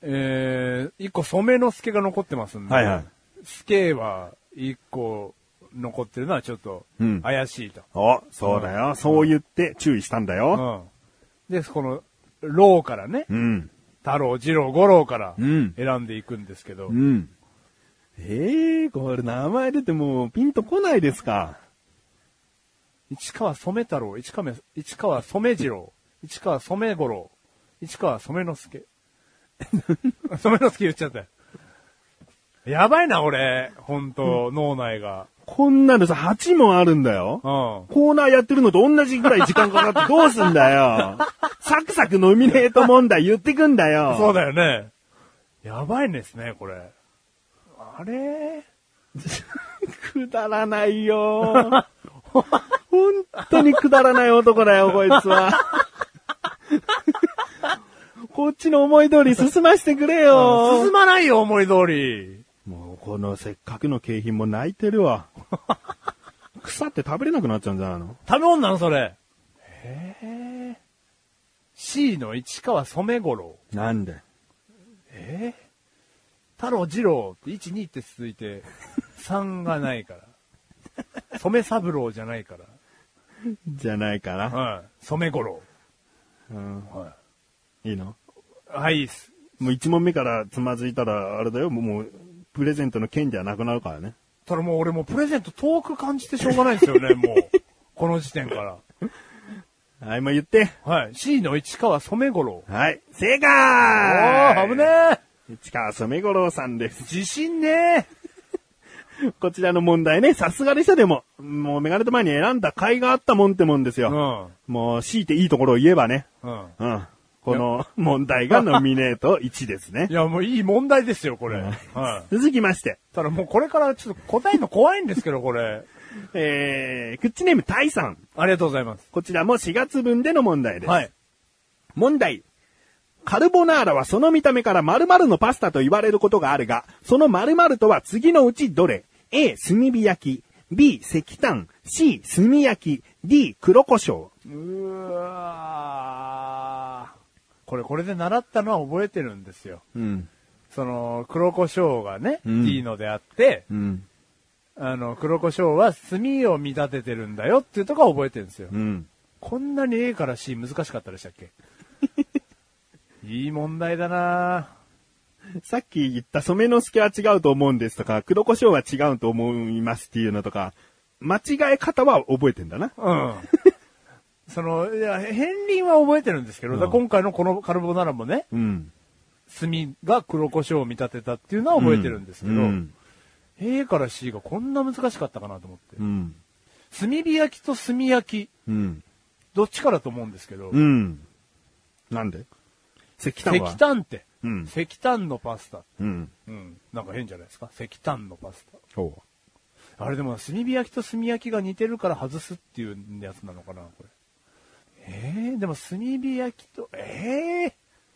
[SPEAKER 1] えー、一個染めの助が残ってますんで。はいはい。助は一個残ってるのはちょっと怪しいと。
[SPEAKER 2] うん、お、そうだよ、うん。そう言って注意したんだよ。
[SPEAKER 1] うん、で、この、ローからね、うん、太郎、次郎、五郎から選んでいくんですけど。うん。うん、
[SPEAKER 2] ええー、これ名前出てもうピンとこないですか。
[SPEAKER 1] 市川染太郎、市川、市川染次郎、市川染五郎、市川染之助。染之助言っちゃったよ。やばいな、俺。ほんと、うん、脳内が。
[SPEAKER 2] こんなのさ、はち問あるんだよ。うん。コーナーやってるのと同じぐらい時間かかってどうすんだよ。サクサクノミネート問題言ってくんだよ。
[SPEAKER 1] そうだよね。やばいですね、これ。あれ
[SPEAKER 2] くだらないよ。本当にくだらない男だよ、こいつは。こっちの思い通り進ませてくれよ。
[SPEAKER 1] 進まないよ、思い通り。
[SPEAKER 2] もうこのせっかくの景品も泣いてるわ。腐って食べれなくなっちゃうんじゃないの？
[SPEAKER 1] 食べ物なのそれ。へえ。C の市川染五郎。
[SPEAKER 2] なんで？
[SPEAKER 1] えー、太郎次郎っていち、にって続いてさんがないから。染三郎じゃないから。
[SPEAKER 2] じゃないから。
[SPEAKER 1] はい。染五郎。
[SPEAKER 2] うん。はい。いいの？
[SPEAKER 1] はい、いいっす。
[SPEAKER 2] もういち問目からつまずいたら、あれだよ、もう、プレゼントの権利はなくなるからね。
[SPEAKER 1] ただもう俺もうプレゼント遠く感じてしょうがないんですよね、もう。この時点から。
[SPEAKER 2] はい、もう言って。
[SPEAKER 1] はい。C の市川染五郎。
[SPEAKER 2] はい。正解！
[SPEAKER 1] おー、危ねー。
[SPEAKER 2] 市川染五郎さんです。
[SPEAKER 1] 自信ね
[SPEAKER 2] ー。こちらの問題ね、さすがでしたでも、もうメガネと前に選んだ甲斐があったもんってもんですよ。うん。もう強いていいところを言えばね。うん。うん。この問題がノミネートいちですね。
[SPEAKER 1] いや、もういい問題ですよ、これ。
[SPEAKER 2] はい、続きまして。
[SPEAKER 1] ただもうこれからちょっと答えるの怖いんですけど、これ。
[SPEAKER 2] えー、クッチネームタイさん。
[SPEAKER 1] ありがとうございます。
[SPEAKER 2] こちらもしがつ分での問題です。はい。問題。カルボナーラはその見た目から〇〇のパスタと言われることがあるが、その〇〇とは次のうちどれ？ A、炭火焼き。B、石炭。C、炭焼き。D、黒胡椒。
[SPEAKER 1] うーわー。これ、これで習ったのは覚えてるんですよ。うん。その、黒胡椒がね、うん、いいのであって、うん。あの、黒胡椒は炭を見立ててるんだよっていうところは覚えてるんですよ。うん。こんなに A から C 難しかったでしたっけ？いい問題だな。
[SPEAKER 2] さっき言った染之助は違うと思うんですとか、黒胡椒は違うと思いますっていうのとか、間違え方は覚えてんだな。うん。
[SPEAKER 1] その、いや、片鱗は覚えてるんですけど、うん、今回のこのカルボナーラもね、うん、炭が黒胡椒を見立てたっていうのは覚えてるんですけど、うん、A から C がこんな難しかったかなと思って。うん、炭火焼きと炭焼き、うん、どっちかだと思うんですけど、うん、
[SPEAKER 2] なんで？石炭は？
[SPEAKER 1] 石炭って、うん、石炭のパスタ、うんうん、なんか変じゃないですか？石炭のパスタ。おう。あれでも炭火焼きと炭焼きが似てるから外すっていうやつなのかなこれ。えー、でも炭火焼きと、えー、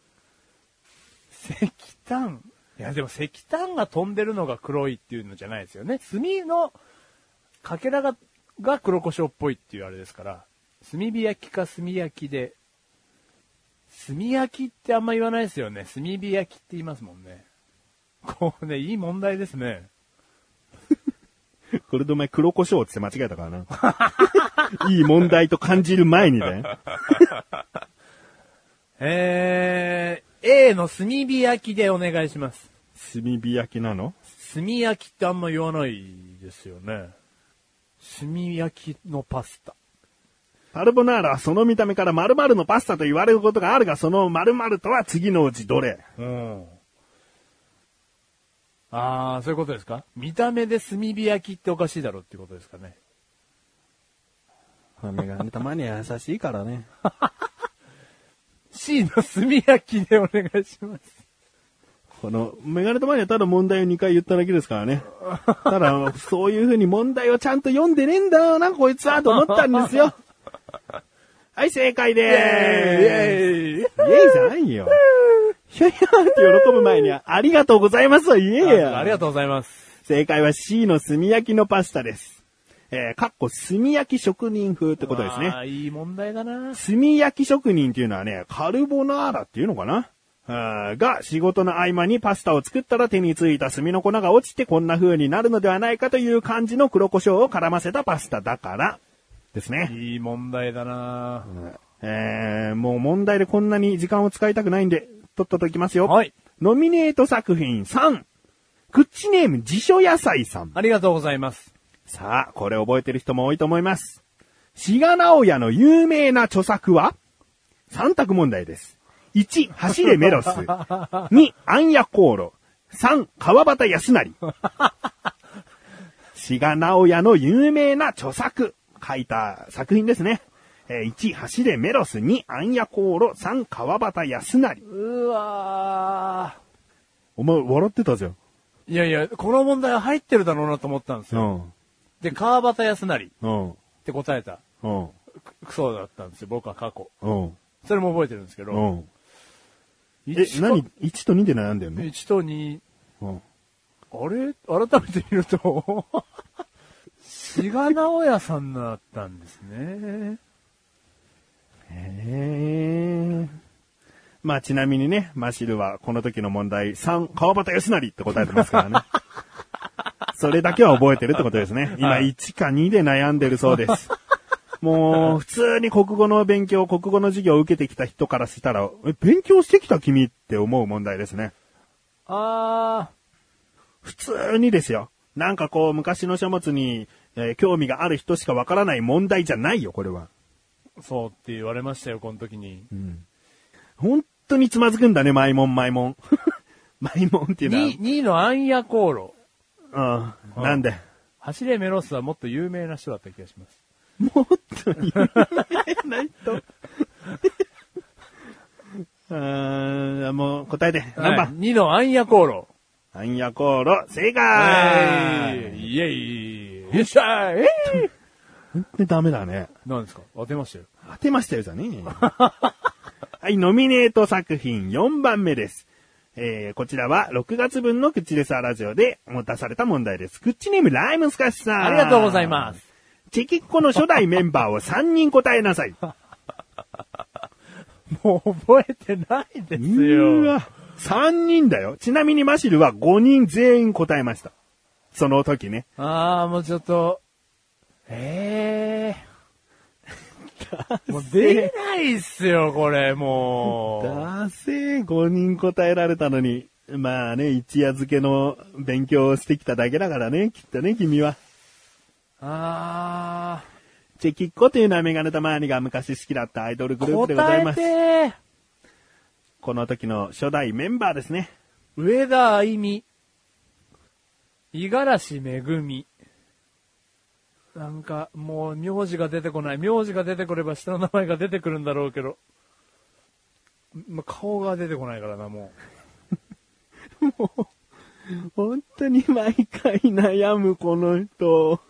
[SPEAKER 1] 石炭。いやでも石炭が飛んでるのが黒いっていうのじゃないですよね。炭のかけらが、が黒胡椒っぽいっていうあれですから、炭火焼きか炭焼きで、炭焼きってあんま言わないですよね。炭火焼きって言いますもんね。こうね、いい問題ですね。
[SPEAKER 2] これでお前黒胡椒って間違えたからな。いい問題と感じる前にね。
[SPEAKER 1] えー、A の炭火焼きでお願いします。
[SPEAKER 2] 炭火焼きなの？
[SPEAKER 1] 炭焼きってあんま言わないですよね。炭焼きのパスタ。
[SPEAKER 2] カルボナーラはその見た目から〇〇のパスタと言われることがあるが、その〇〇とは次のうちどれ？うん。
[SPEAKER 1] ああ、そういうことですか？見た目で炭火焼きっておかしいだろうっていうことですかね。
[SPEAKER 2] メガネたまには優しいからね。
[SPEAKER 1] C の炭焼きでお願いします。
[SPEAKER 2] この、メガネたまにはただ問題をにかい言っただけですからね。ただ、そういう風に問題をちゃんと読んでねえんだよな、こいつは、と思ったんですよ。はい、正解でーす。イェーイイェーイじゃないよ。ひゃひゃーって喜ぶ前には、ありがとうございますを言えよ。
[SPEAKER 1] ありがとうございます。
[SPEAKER 2] 正解は C の炭焼きのパスタです。えー、かっこ炭焼き職人風ってことですね。
[SPEAKER 1] ああ、いい問題だな。
[SPEAKER 2] 炭焼き職人っていうのはね、カルボナーラっていうのかな。 が仕事の合間にパスタを作ったら手についた炭の粉が落ちてこんな風になるのではないかという感じの黒胡椒を絡ませたパスタだからですね。
[SPEAKER 1] いい問題だな、
[SPEAKER 2] うん、えー、もう問題でこんなに時間を使いたくないんでとっとといきますよ。
[SPEAKER 1] はい。
[SPEAKER 2] ノミネート作品さん。クッチネーム自所野菜さん。
[SPEAKER 1] ありがとうございます。
[SPEAKER 2] さあ、これ覚えてる人も多いと思います。志賀直哉の有名な著作はさん択問題です。いち、走れメロス。に、アンヤコーロ。さん、川端康成。志賀直哉の有名な著作。書いた作品ですね。いち、走れメロス。に、アンヤコーロ。さん、川端康成。
[SPEAKER 1] うわー。
[SPEAKER 2] お前、笑ってたじゃん。
[SPEAKER 1] いやいや、この問題は入ってるだろうなと思ったんですよ。うん、で、川端康成。うん。って答えた。うん。クソだったんですよ、僕は過去。うん。それも覚えてるんですけど。うん。
[SPEAKER 2] え、何 ?いち とにで悩んでるの
[SPEAKER 1] ?いち とに。うん。あれ改めて見ると、志賀直哉さんだったんですね。
[SPEAKER 2] へー。まあちなみにね、マシルはこの時の問題さん、川端康成って答えてますからね。それだけは覚えてるってことですね。今いちかにで悩んでるそうです。もう普通に国語の勉強、国語の授業を受けてきた人からしたら、え、勉強してきた君って思う問題ですね。
[SPEAKER 1] あ
[SPEAKER 2] ー。普通にですよ。なんかこう昔の書物に、えー、興味がある人しかわからない問題じゃないよ、これは。
[SPEAKER 1] そうって言われましたよ、この時に。うん。
[SPEAKER 2] 本当につまずくんだね、マイモン、マイモン。マイモンっていうのは。
[SPEAKER 1] にいのアンヤコーロ。
[SPEAKER 2] うん。なんで
[SPEAKER 1] 走れメロスはもっと有名な人だった気がします。
[SPEAKER 2] もっと有名な人あー、もう答えて。何番、はい、
[SPEAKER 1] にのアンヤコーロ。
[SPEAKER 2] アンヤコーロ、正解、
[SPEAKER 1] イエイよっしゃー、えー、
[SPEAKER 2] 本当にダメだね。
[SPEAKER 1] 何ですか？当てましたよ。
[SPEAKER 2] 当てましたよじゃねえ。はい、ノミネート作品よんばんめです。えー、こちらはろくがつぶんのクッチレスアラジオで持たされた問題です。クッチネームライムスカッシュさん。
[SPEAKER 1] ありがとうございます。
[SPEAKER 2] チェキッコの初代メンバーをさんにん答えなさい。
[SPEAKER 1] もう覚えてないですよ。
[SPEAKER 2] うわ、さんにんだよ。ちなみにマシルはごにん全員答えました。その時ね。
[SPEAKER 1] あー、もうちょっと、えー。もう出ないっすよ、これ、もう。
[SPEAKER 2] だせー、ごにん答えられたのに。まあね、一夜漬けの勉強をしてきただけだからね、きっとね、君は。
[SPEAKER 1] あ
[SPEAKER 2] ー。チェキッコというのはメガネたまわりが昔好きだったアイドルグループでございます。
[SPEAKER 1] 答えてー。
[SPEAKER 2] この時の初代メンバーですね。
[SPEAKER 1] 上田愛美。五十嵐めぐみ。なんか、もう、名字が出てこない。名字が出てこれば下の名前が出てくるんだろうけど。ま、顔が出てこないからな、も
[SPEAKER 2] う。もう、本当に毎回悩む、この人。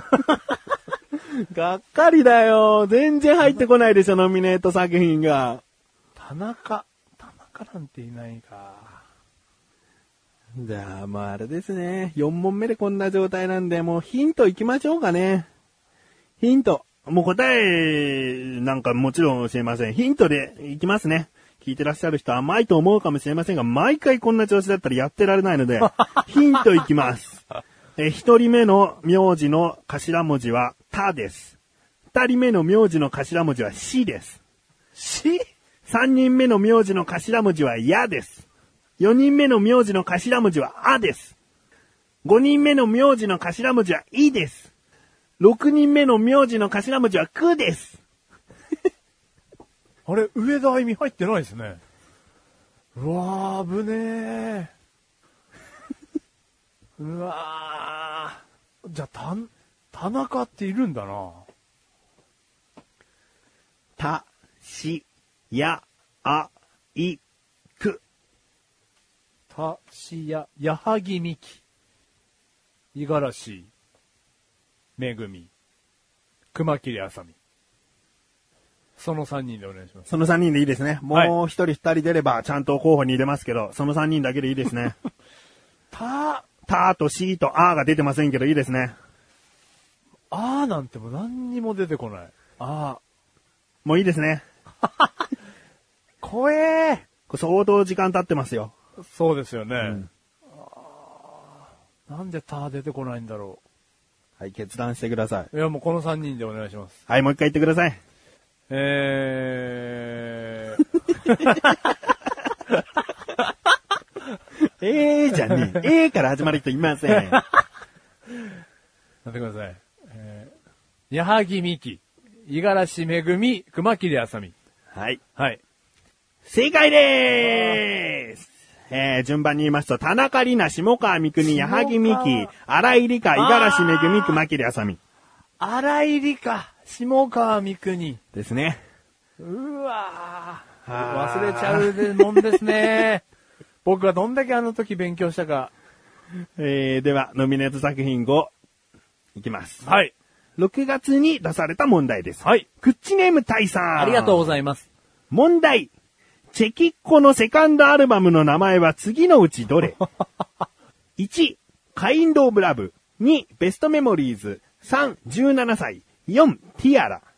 [SPEAKER 2] がっかりだよ。全然入ってこないでしょ、ノミネート作品が。
[SPEAKER 1] 田中、田中なんていないか。
[SPEAKER 2] じゃあ、まああれですね。よんもんめでこんな状態なんで、もうヒント行きましょうかね。ヒント。もう答えなんかもちろん教えません。ヒントで行きますね。聞いてらっしゃる人は甘いと思うかもしれませんが、毎回こんな調子だったらやってられないので、ヒント行きます。え、一人目の名字の頭文字はたです。二人目の名字の頭文字はしです。
[SPEAKER 1] し？
[SPEAKER 2] 三人目の名字の頭文字はやです。四人目の名字の頭文字はあです。五人目の名字の頭文字はいです。六人目の名字の頭文字はくです。
[SPEAKER 1] あれ、上田愛美入ってないですね。うわー、危ねー。うわー。じゃあ、た、田中っているんだな。
[SPEAKER 2] た、し、や、あ、い、く。
[SPEAKER 1] た、し、や、やはぎみき。五十嵐。めぐみ。熊切あさみ。そのさんにんでお願いします。
[SPEAKER 2] そのさんにんでいいですね。もう一人二人出ればちゃんと候補に入れますけど、そのさんにんだけでいいですね。た、たとしとあが出てませんけどいいですね。
[SPEAKER 1] あーなんてもう何にも出てこない。あ
[SPEAKER 2] ー。もういいですね。
[SPEAKER 1] 怖えー。
[SPEAKER 2] 相当時間経ってますよ。
[SPEAKER 1] そうですよね。うん、
[SPEAKER 2] あ
[SPEAKER 1] なんでター出てこないんだろ
[SPEAKER 2] う。はい、決断してください。
[SPEAKER 1] いや、もうこのさんにんでお願いします。
[SPEAKER 2] はい、もう一回言ってください。
[SPEAKER 1] えー。
[SPEAKER 2] えーじゃねえ。えーから始まる人いません。
[SPEAKER 1] 待ってください。えー、矢作美希、五十嵐めぐみ、熊切あさみ。
[SPEAKER 2] はい。
[SPEAKER 1] はい。
[SPEAKER 2] 正解でーす。えー、順番に言いますと、田中里奈、下川みくに、矢作美希、荒井里香、五十嵐めぐみ、熊切あさみ。
[SPEAKER 1] 荒井里香、下川みくに。
[SPEAKER 2] ですね。
[SPEAKER 1] うわー。忘れちゃうもんですね。僕はどんだけあの時勉強したか。
[SPEAKER 2] えー、では、ノミネート作品ご、いきます。
[SPEAKER 1] はい。
[SPEAKER 2] ろくがつに出された問題です。
[SPEAKER 1] はい。
[SPEAKER 2] クッチネームタイさん。
[SPEAKER 1] ありがとうございます。
[SPEAKER 2] 問題。チェキッコのセカンドアルバムの名前は次のうちどれ？ いち、カインドオブラブ。に、ベストメモリーズ。さん、じゅうななさい。よん、ティアラ。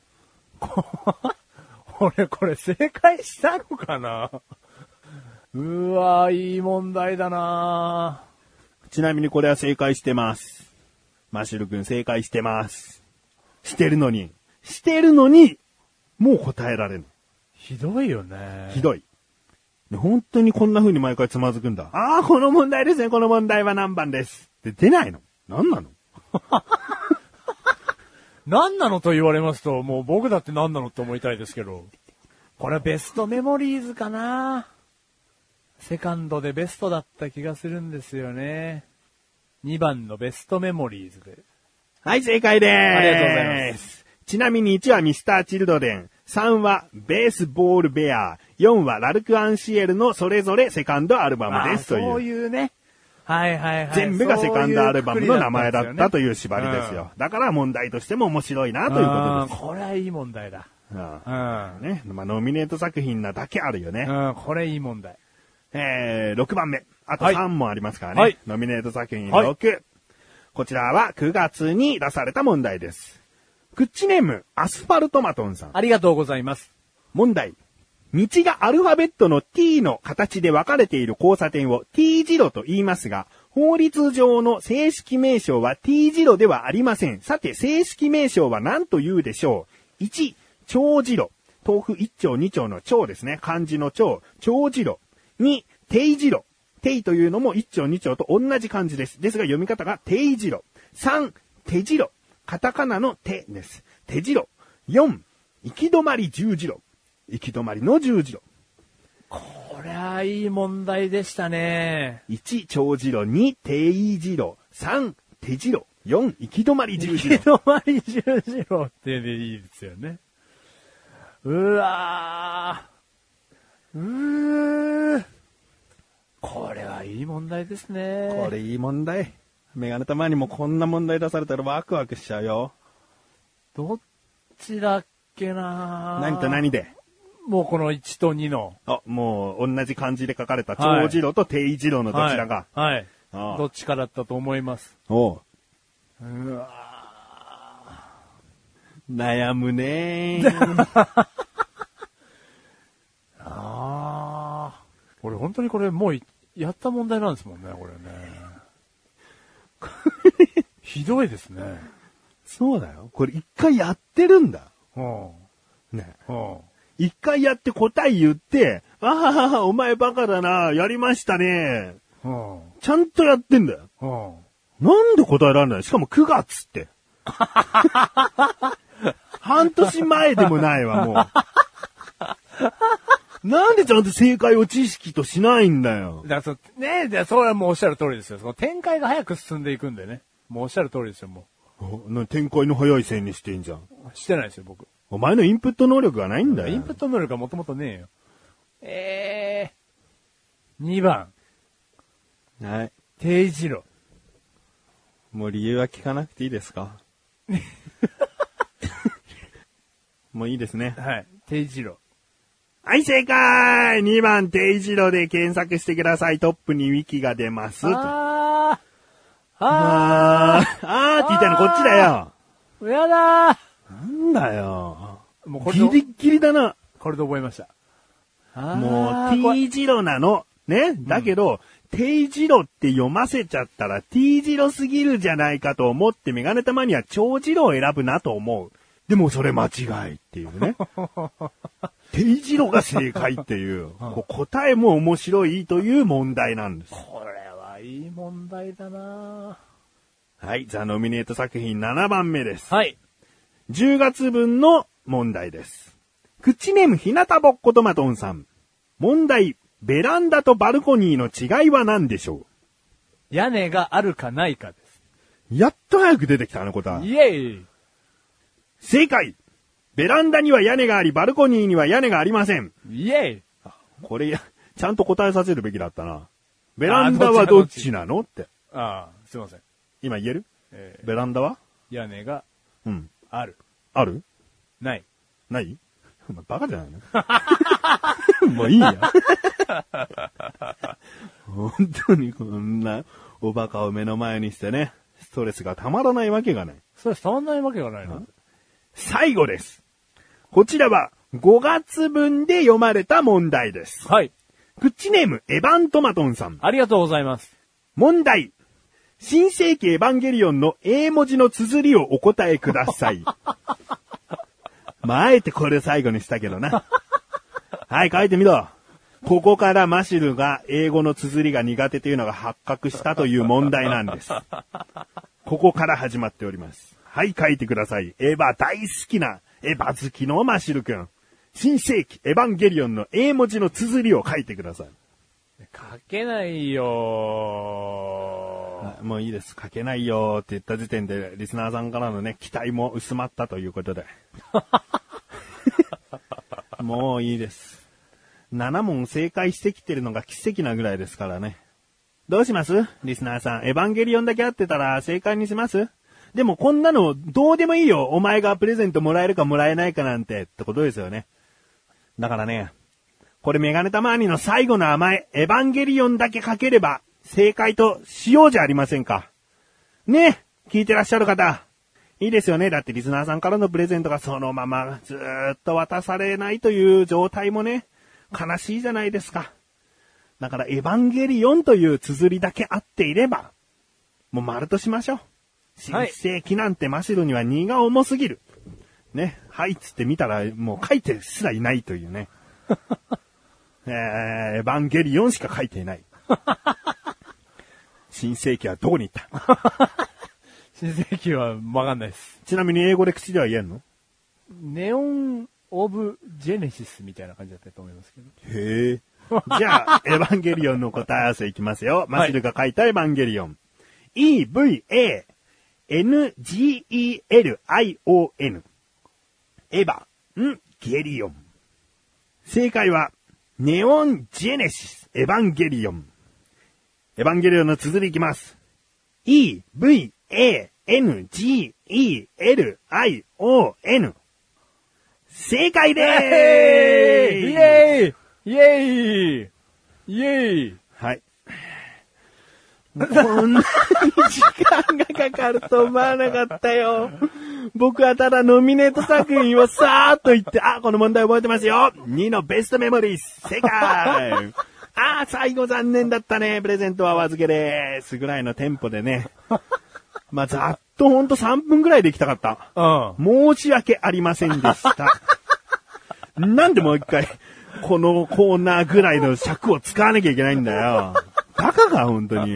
[SPEAKER 1] 俺これ正解したのかな？うわー、いい問題だな。
[SPEAKER 2] ちなみにこれは正解してます。マシュル君正解してます。してるのに。してるのに、もう答えられない。
[SPEAKER 1] ひどいよね。
[SPEAKER 2] ひどい。本当にこんな風に毎回つまずくんだ。ああ、この問題ですね。この問題は何番です。って出ないの？何なの？
[SPEAKER 1] 何なのと言われますと、もう僕だって何なのって思いたいですけど。これベストメモリーズかな。セカンドでベストだった気がするんですよね。にばんのベストメモリーズで。
[SPEAKER 2] はい、正解でーす。
[SPEAKER 1] ありがとうございます。
[SPEAKER 2] ちなみにいちはミスターチルドレン、さんはベースボールベア、よんはラルクアンシエルのそれぞれセカンドアルバムですという。
[SPEAKER 1] そういうね。はいはいはい。
[SPEAKER 2] 全部がセカンドアルバムの名前だったという縛りですよ。だから問題としても面白いなということです。
[SPEAKER 1] これはいい問題だ。
[SPEAKER 2] うん。ね。まあ、ノミネート作品なだけあるよね。
[SPEAKER 1] うん、これいい問題。
[SPEAKER 2] えー、ろくばんめ。あとさんもありますからね。
[SPEAKER 1] はい。
[SPEAKER 2] ノミネート作品ろく。はい、こちらはくがつに出された問題です。クッチネーム、アスファルトマトンさん。
[SPEAKER 1] ありがとうございます。
[SPEAKER 2] 問題。道がアルファベットの T の形で分かれている交差点を T 字路と言いますが、法律上の正式名称は T 字路ではありません。さて、正式名称は何と言うでしょう？ いち、長字路。豆腐一丁二丁の丁ですね。漢字の丁。長字路。に、定字路。定というのも一丁二丁と同じ漢字です。ですが読み方が定字路。さん、手字路。カタカナの手です。手字路。よん、行き止まり十字路。行き止まりの十字路。
[SPEAKER 1] こりゃいい問題でしたね。
[SPEAKER 2] いち、長字路。に、定字路。さん、手字路。よん、行き止まり十字路。
[SPEAKER 1] 行き止まり十字路ってでいいですよね。うわー。うー。これはいい問題ですね。
[SPEAKER 2] これいい問題。メガネたまにもこんな問題出されたらワクワクしちゃうよ。
[SPEAKER 1] どっちだっけな。
[SPEAKER 2] 何と何で？
[SPEAKER 1] もうこのいちとにの。
[SPEAKER 2] あ、もう同じ漢字で書かれた長字路と定字路のどちらが。
[SPEAKER 1] はい。はい、ああどっちかだったと思います。
[SPEAKER 2] おう。
[SPEAKER 1] うわ
[SPEAKER 2] 悩むねー。
[SPEAKER 1] ああ。俺本当にこれもうやった問題なんですもんね、これね。ひどいですね。
[SPEAKER 2] そうだよ。これ一回やってるんだ。
[SPEAKER 1] うん。
[SPEAKER 2] ね。
[SPEAKER 1] うん。
[SPEAKER 2] 一回やって答え言って、あははは、お前バカだな、やりましたね。
[SPEAKER 1] うん。
[SPEAKER 2] ちゃんとやってんだよ。
[SPEAKER 1] うん。
[SPEAKER 2] なんで答えられない？しかもくがつって。半年前でもないわ、もう。なんでちゃんと正解を知識としないんだよ。
[SPEAKER 1] だからそ、ねえ、じゃそれはもうおっしゃる通りですよ。その展開が早く進んでいくんでね。もうおっしゃる通りですよ、も
[SPEAKER 2] う。展開の早い線にしてんじゃん。
[SPEAKER 1] してないですよ、僕。
[SPEAKER 2] お前のインプット能力がないんだよ。
[SPEAKER 1] インプット能力がもともとねえよ。えー。にば
[SPEAKER 2] ん。はい。
[SPEAKER 1] 定時路。
[SPEAKER 2] もう理由は聞かなくていいですか？もういいですね。
[SPEAKER 1] はい。定時路。
[SPEAKER 2] はい、正解 !に 番定時路で検索してください。トップにウィキが出ます。
[SPEAKER 1] あー。あー。
[SPEAKER 2] あー。あーって言ったのこっちだよ。
[SPEAKER 1] やだー。
[SPEAKER 2] なんだよ。
[SPEAKER 1] もうこれ
[SPEAKER 2] ギリッギリだな。
[SPEAKER 1] これで覚えました。
[SPEAKER 2] もう T 字路なの。ね。だけど、うん、T 字路って読ませちゃったら T 字路すぎるじゃないかと思ってメガネたまには長字路を選ぶなと思う。でもそれ間違いっていうね。T 字路が正解っていう、こう答えも面白いという問題なんです。
[SPEAKER 1] これはいい問題だな。
[SPEAKER 2] はい、ザ・ノミネート作品ななばんめです。
[SPEAKER 1] はい。
[SPEAKER 2] じゅうがつぶんの問題です。クッチネームひなたぼっこトマトンさん。問題、ベランダとバルコニーの違いは何でしょう？
[SPEAKER 1] 屋根があるかないかです。
[SPEAKER 2] やっと早く出てきたね、答え。
[SPEAKER 1] イエーイ。
[SPEAKER 2] 正解。ベランダには屋根があり、バルコニーには屋根がありません。
[SPEAKER 1] イエーイ。
[SPEAKER 2] これ、ちゃんと答えさせるべきだったな。ベランダはどっちなのって。
[SPEAKER 1] ああ、すいません。
[SPEAKER 2] 今言える？
[SPEAKER 1] えー、
[SPEAKER 2] ベランダは
[SPEAKER 1] 屋根が、
[SPEAKER 2] うん。
[SPEAKER 1] ある。
[SPEAKER 2] ある？
[SPEAKER 1] ない。
[SPEAKER 2] ないお前バカじゃないのもういいや。本当にこんなおバカを目の前にしてね、ストレスがたまらないわけがない。
[SPEAKER 1] ストレスたまらないわけがないの？
[SPEAKER 2] 最後です。こちらはごがつぶんで読まれた問題です。
[SPEAKER 1] はい。
[SPEAKER 2] クッチネームエヴァントマトンさん。
[SPEAKER 1] ありがとうございます。
[SPEAKER 2] 問題。新世紀エヴァンゲリオンの英文字の綴りをお答えください。まあ、あえてこれを最後にしたけどな。はい、書いてみろ。ここからマシルが英語の綴りが苦手というのが発覚したという問題なんです。ここから始まっております。はい、書いてください。エヴァ大好きなエヴァ好きのマシル君。新世紀エヴァンゲリオンの英文字の綴りを書いてください。
[SPEAKER 1] 書けないよ
[SPEAKER 2] ー。もういいです。書けないよーって言った時点でリスナーさんからのね、期待も薄まったということで。もういいです。ななもん正解してきてるのが奇跡なぐらいですからね。どうします？リスナーさん。エヴァンゲリオンだけ合ってたら正解にします？でもこんなのどうでもいいよ。お前がプレゼントもらえるかもらえないかなんてってことですよね。だからね、これメガネたまーにの最後の甘え、エヴァンゲリオンだけ書ければ正解としようじゃありませんか。ね、聞いてらっしゃる方。いいですよね。だってリスナーさんからのプレゼントがそのままずーっと渡されないという状態もね、悲しいじゃないですか。だからエヴァンゲリオンという綴りだけ合っていれば、もう丸としましょう。新世紀なんてマシルには荷が重すぎる。ね。はいっつって見たらもう書いてすらいないというね。えー、エヴァンゲリオンしか書いていない。新世紀はどこに行った
[SPEAKER 1] 新世紀はわかんないです。
[SPEAKER 2] ちなみに英語で口では言えんの？
[SPEAKER 1] ネオン・オブ・ジェネシスみたいな感じだったと思いますけど。
[SPEAKER 2] へえ。じゃあ、エヴァンゲリオンの答え合わせいきますよ。マシルが書いたエヴァンゲリオン。はい、イーブイエーエヌジーイーエルアイオーエヌ エヴァンゲリオン。正解は、ネオンジェネシスエヴァンゲリオン。エヴァンゲリオンの綴りいきます。イーブイエーエヌジーイーエルアイオーエヌ。正解でーす。
[SPEAKER 1] イェーイイェーイイェーイ。
[SPEAKER 2] はい。こんなに時間がかかると思わなかったよ。僕はただノミネート作品をさーっと言って、あ、この問題覚えてますよ。にのベストメモリー正解。あー、最後残念だったね。プレゼントはお預けでーす。ぐらいのテンポでね。まあ、ざっとほんとさんぷんぐらいできたかった。うん。申し訳ありませんでした。なんでもう一回、このコーナーぐらいの尺を使わなきゃいけないんだよ。バカか、本当に。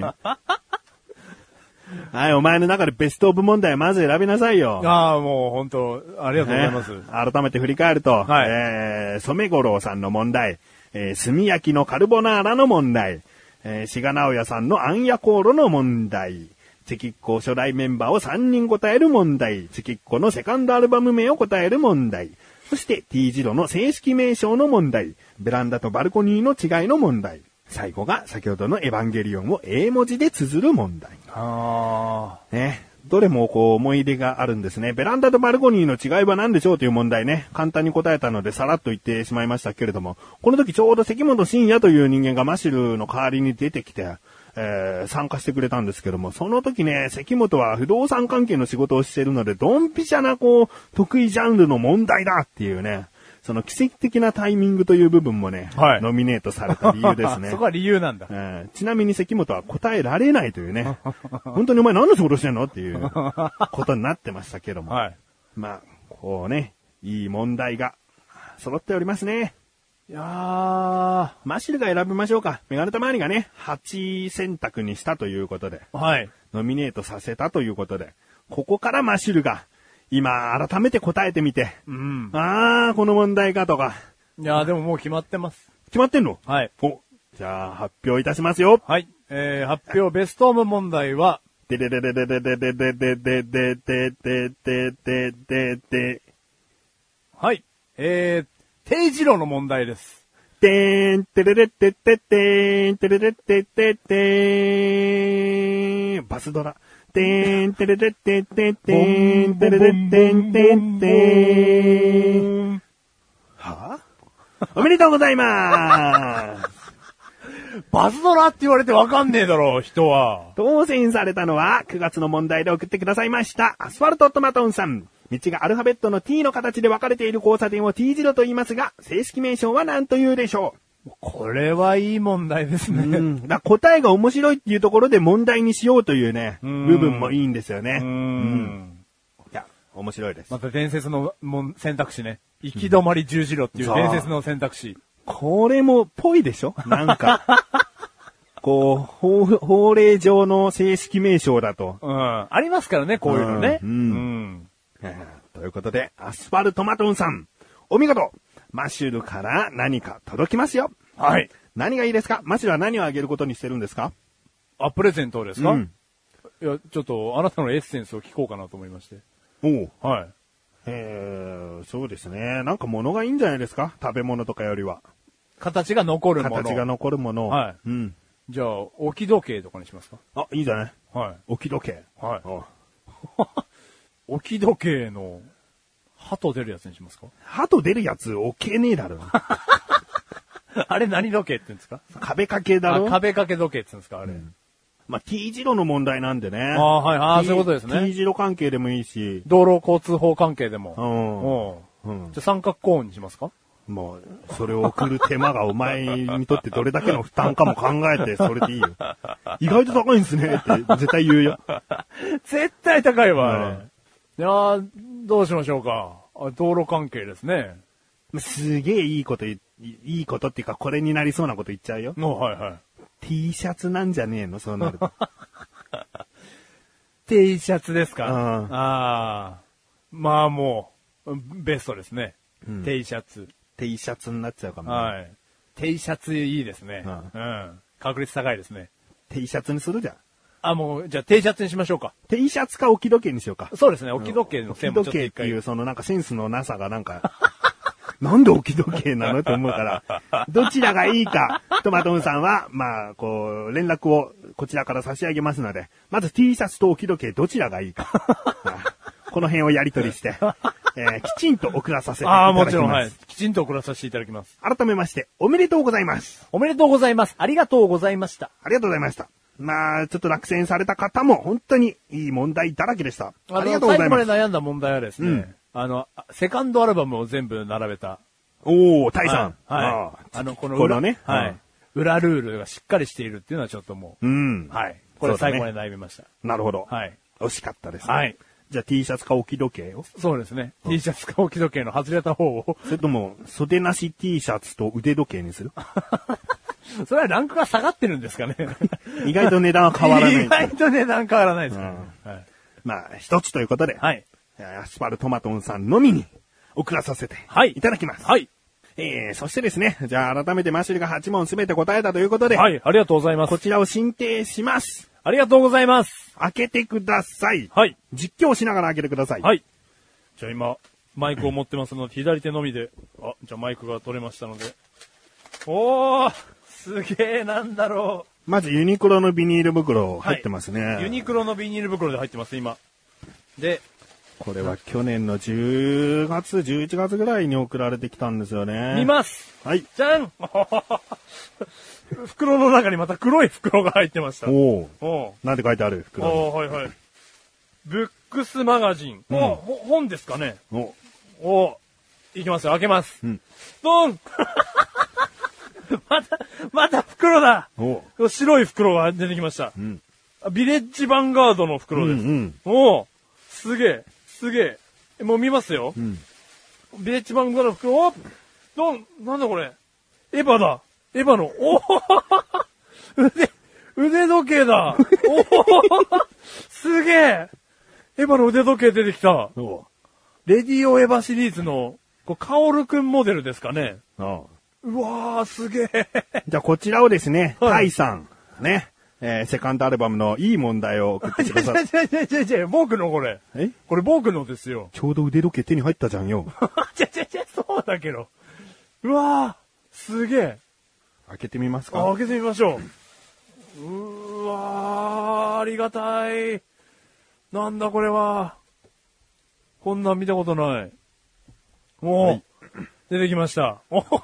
[SPEAKER 2] はい、お前の中でベストオブ問題まず選びなさいよ。
[SPEAKER 1] ああ、もう本当、ありがとうございます。
[SPEAKER 2] ね、改めて振り返ると、はい、えー、染五郎さんの問題、えー、炭焼きのカルボナーラの問題、えー、志賀直哉さんのあんやこうろの問題、チェキッコ初代メンバーをさんにん答える問題、チェキッコのセカンドアルバム名を答える問題、そして T 字路の正式名称の問題、ベランダとバルコニーの違いの問題、最後が先ほどのエヴァンゲリオンを英文字で綴る問題。ああ。ね。どれもこう思い出があるんですね。ベランダとバルコニーの違いは何でしょうという問題ね。簡単に答えたのでさらっと言ってしまいましたけれども、この時ちょうど関本慎也という人間がマシルの代わりに出てきて、えー、参加してくれたんですけども、その時ね、関本は不動産関係の仕事をしているので、ドンピシャなこう、得意ジャンルの問題だっていうね、 その奇跡的なタイミングという部分もね、はい、ノミネートされた理由ですね。
[SPEAKER 1] そこは理由なんだ。
[SPEAKER 2] えー、ちなみに関本は答えられないというね、本当にお前何の仕事してんのっていうことになってましたけども。はい、まあ、こうね、いい問題が揃っておりますね。いやー、マシルが選びましょうか。メガネたまわりがね、はち選択にしたということで、はい。ノミネートさせたということで、ここからマシルが、今、改めて答えてみて、うん。あー、この問題かとか。
[SPEAKER 1] いやー、でももう決まってます。
[SPEAKER 2] 決まってんの？
[SPEAKER 1] はい。
[SPEAKER 2] お、じゃあ、発表いたしますよ。
[SPEAKER 1] はい。えー、発表ベストオブ問題は、
[SPEAKER 2] ででででででででででででででででで
[SPEAKER 1] はい。えー、定時路の問題です。
[SPEAKER 2] てーん、てれれってってってーん、てれれってってってーん、バスドラ。てーん、てれれってってってーん、てれれってんてんてーん。はぁ、おめでとうございまーす。
[SPEAKER 1] バスドラって言われてわかんねえだろ、人は。
[SPEAKER 2] 当選されたのはくがつの問題で送ってくださいました。アスファルトトマトンさん。道がアルファベットの T の形で分かれている交差点を T 字路と言いますが、正式名称は何と言うでしょ
[SPEAKER 1] う？これはいい問題ですね。
[SPEAKER 2] うん、だ答えが面白いっていうところで問題にしようというね、部分もいいんですよね。うんうん、いや、面白いです。
[SPEAKER 1] また伝説の選択肢ね。行き止まり十字路っていう伝説の選択肢。
[SPEAKER 2] これもぽいでしょ？なんか。こう法、法令上の正式名称だと。
[SPEAKER 1] うん。ありますからね、こういうのね。うん。
[SPEAKER 2] うんうん、ということで、アスファルトマトンさん、お見事！マシュルから何か届きますよ。
[SPEAKER 1] はい。
[SPEAKER 2] 何がいいですか？マシュルは何をあげることにしてるんですか？
[SPEAKER 1] あ、プレゼントですか？うん。いや、ちょっと、あなたのエッセンスを聞こうかなと思いまして。
[SPEAKER 2] おう。
[SPEAKER 1] はい。
[SPEAKER 2] えー、そうですね。なんか物がいいんじゃないですか？食べ物とかよりは。
[SPEAKER 1] 形が残るもの。
[SPEAKER 2] 形が残るもの。
[SPEAKER 1] はい。うん。じゃあ、置き時計とかにしますか？
[SPEAKER 2] あ、いいじゃない？
[SPEAKER 1] はい。
[SPEAKER 2] 置き時計。
[SPEAKER 1] はい。置き時計の、鳩出るやつにしますか？
[SPEAKER 2] 鳩出るやつ置けねえだろ。
[SPEAKER 1] あれ何時計って言うんですか？
[SPEAKER 2] 壁掛けだろ？
[SPEAKER 1] 壁掛け時計って言うんですかあれ。うん、
[SPEAKER 2] まあ、T 字路の問題なんでね。
[SPEAKER 1] ああ、はい。ああ、そういうことですね。
[SPEAKER 2] T 字路関係でもいいし。
[SPEAKER 1] 道路交通法関係でも。うん。うん。じゃあ三角コーンにしますか？
[SPEAKER 2] もう、それを送る手間がお前にとってどれだけの負担かも考えて、それでいいよ。意外と高いんですねって絶対言うよ。
[SPEAKER 1] 絶対高いわ、あれ。いやー、どうしましょうか。道路関係ですね。
[SPEAKER 2] すげえいいことい、いいことっていうか、これになりそうなこと言っちゃうよ。
[SPEAKER 1] お、はいはい。
[SPEAKER 2] T シャツなんじゃねえの、そうなると。
[SPEAKER 1] T シャツですか。
[SPEAKER 2] うん、
[SPEAKER 1] ああ。まあもう、ベストですね。うん、T シャツ。
[SPEAKER 2] T シャツになっちゃうかも、
[SPEAKER 1] ね。はい。T シャツいいですね。うん。うん、確率高いですね。
[SPEAKER 2] T シャツにするじゃん。
[SPEAKER 1] あ、もう、じゃあ T シャツにしましょうか。
[SPEAKER 2] T シャツか置き時計にしようか。
[SPEAKER 1] そうですね、置き時計の線もちょっと一回。
[SPEAKER 2] 置き時計っていう、そのなんかセンスのなさがなんか、なんで置き時計なのと思うから、どちらがいいか、トマトンさんは、まあ、こう、連絡をこちらから差し上げますので、まず T シャツと置き時計どちらがいいか。この辺をやり取りして、えー、きちんと送らさせていただきます。ああ、もちろん、はい。
[SPEAKER 1] きちんと送らさせていただきます。
[SPEAKER 2] 改めまして、おめでとうございます。
[SPEAKER 1] おめでとうございます。ありがとうございました。
[SPEAKER 2] ありがとうございました。まあ、ちょっと落選された方も本当にいい問題だらけでした。ありがとうございます。最後ま
[SPEAKER 1] で悩んだ問題はですね、うん、あの、セカンドアルバムを全部並べた。
[SPEAKER 2] おー、タイさん。
[SPEAKER 1] はい。はい、あの、この裏、
[SPEAKER 2] このね、
[SPEAKER 1] はい、うん。裏ルールがしっかりしているっていうのはちょっともう。うん。はい。これ最後まで悩みました。ね、
[SPEAKER 2] なるほど。
[SPEAKER 1] はい。
[SPEAKER 2] 惜しかったですね。
[SPEAKER 1] はい。
[SPEAKER 2] じゃあ T シャツか置き時計を
[SPEAKER 1] そうですね。うん、T シャツか置き時計の外れた方を。
[SPEAKER 2] それとも、袖なし T シャツと腕時計にする
[SPEAKER 1] それはランクが下がってるんですかね。
[SPEAKER 2] 意外と値段は変わらない。
[SPEAKER 1] 意外と値段変わらないですか、ね
[SPEAKER 2] うんはい、まあ、一つということで、
[SPEAKER 1] はい、
[SPEAKER 2] アスファルトマトンさんのみに送らさせていただきます。
[SPEAKER 1] はい。
[SPEAKER 2] えー、そしてですね、じゃあ改めてマシュルがはち問すべて答えたということで、
[SPEAKER 1] はい、ありがとうございます。
[SPEAKER 2] こちらを申請します。
[SPEAKER 1] ありがとうございます。
[SPEAKER 2] 開けてください。
[SPEAKER 1] はい。
[SPEAKER 2] 実況しながら開けてください。
[SPEAKER 1] はい。じゃあ今、マイクを持ってますので、左手のみで、あ、じゃあマイクが取れましたので。おーすげえ、なんだろ
[SPEAKER 2] う。まずユニクロのビニール袋入ってますね、
[SPEAKER 1] はい。ユニクロのビニール袋で入ってます、今。で、
[SPEAKER 2] これは去年のじゅうがつ、じゅういちがつぐらいに送られてきたんですよね。
[SPEAKER 1] 見ます。
[SPEAKER 2] はい。
[SPEAKER 1] じゃん袋の中にまた黒い袋が入ってました。
[SPEAKER 2] おお。なんて書いてある袋。
[SPEAKER 1] おはいはい。ブックスマガジン。うん、お本ですかね。
[SPEAKER 2] お
[SPEAKER 1] おいきますよ、開けます。
[SPEAKER 2] うん。
[SPEAKER 1] ドンまた、また袋だ。
[SPEAKER 2] お
[SPEAKER 1] 白い袋が出てきました。
[SPEAKER 2] うん。
[SPEAKER 1] ビレッジヴァンガードの袋です。うんうん、おすげえ、すげえ。もう見ますよ。
[SPEAKER 2] うん、
[SPEAKER 1] ビレッジヴァンガードの袋、おドンなんだこれ。エヴァだ。エヴァの、お腕、腕時計だ。おすげえ。エヴァの腕時計出てきた。レディオエヴァシリーズの、こうカオルくんモデルですかね。
[SPEAKER 2] ああ
[SPEAKER 1] うわー、すげえ。
[SPEAKER 2] じゃあこちらをですね、はい、タイさん、ね、えー、セカンドアルバムのいい問題を送ってください。
[SPEAKER 1] ちゃちゃちゃちゃ、僕のこれ。
[SPEAKER 2] え
[SPEAKER 1] これ僕のですよ。
[SPEAKER 2] ちょうど腕時計手に入ったじゃんよ。
[SPEAKER 1] ちゃちゃちゃ、そうだけど。うわー、すげえ。
[SPEAKER 2] 開けてみますか？
[SPEAKER 1] あ、開けてみましょう。うわー、ありがたい。なんだこれは。こんなん見たことない。おー、はい、出てきました。おか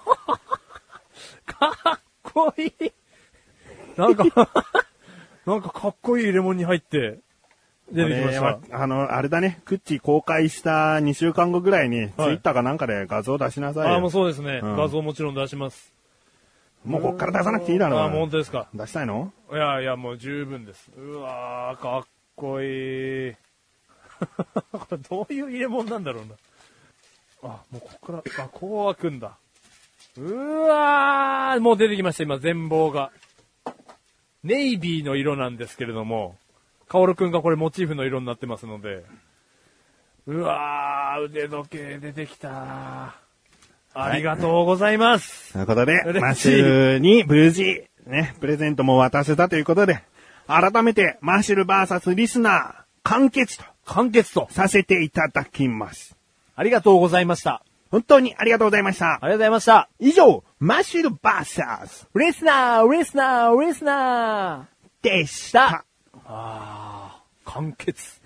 [SPEAKER 1] っこいい。なんか、なんかかっこいい入れ物に入って出てきました。
[SPEAKER 2] あの、あれだね、クッチー公開したにしゅうかんごぐらいに、はい、ツイッターかなんかで画像出しなさいよ。
[SPEAKER 1] ああ、もうそうですね、うん。画像もちろん出します。
[SPEAKER 2] もうこっから出さなくていいだろう。
[SPEAKER 1] ああ、もう本当ですか。
[SPEAKER 2] 出したいの？
[SPEAKER 1] いやいや、もう十分です。うわー、かっこいい。これどういう入れ物なんだろうな。あ、もうここから、あ、こう開くんだ。うわー、もう出てきました、今、全貌が。ネイビーの色なんですけれども、カオルくんがこれモチーフの色になってますので。うわー、腕時計出てきた。ありがとうございます。
[SPEAKER 2] ということで、マッシュルに無事、ね、プレゼントも渡せたということで、改めて、マッシュル ブイエス リスナー、完結と。
[SPEAKER 1] 完結と。
[SPEAKER 2] させていただきます。
[SPEAKER 1] ありがとうございました。
[SPEAKER 2] 本当にありがとうございました。
[SPEAKER 1] ありがとうございました。
[SPEAKER 2] 以上、マッシュル ブイエス
[SPEAKER 1] リスナー、リスナー、リスナ
[SPEAKER 2] ーでした。
[SPEAKER 1] あー、完結。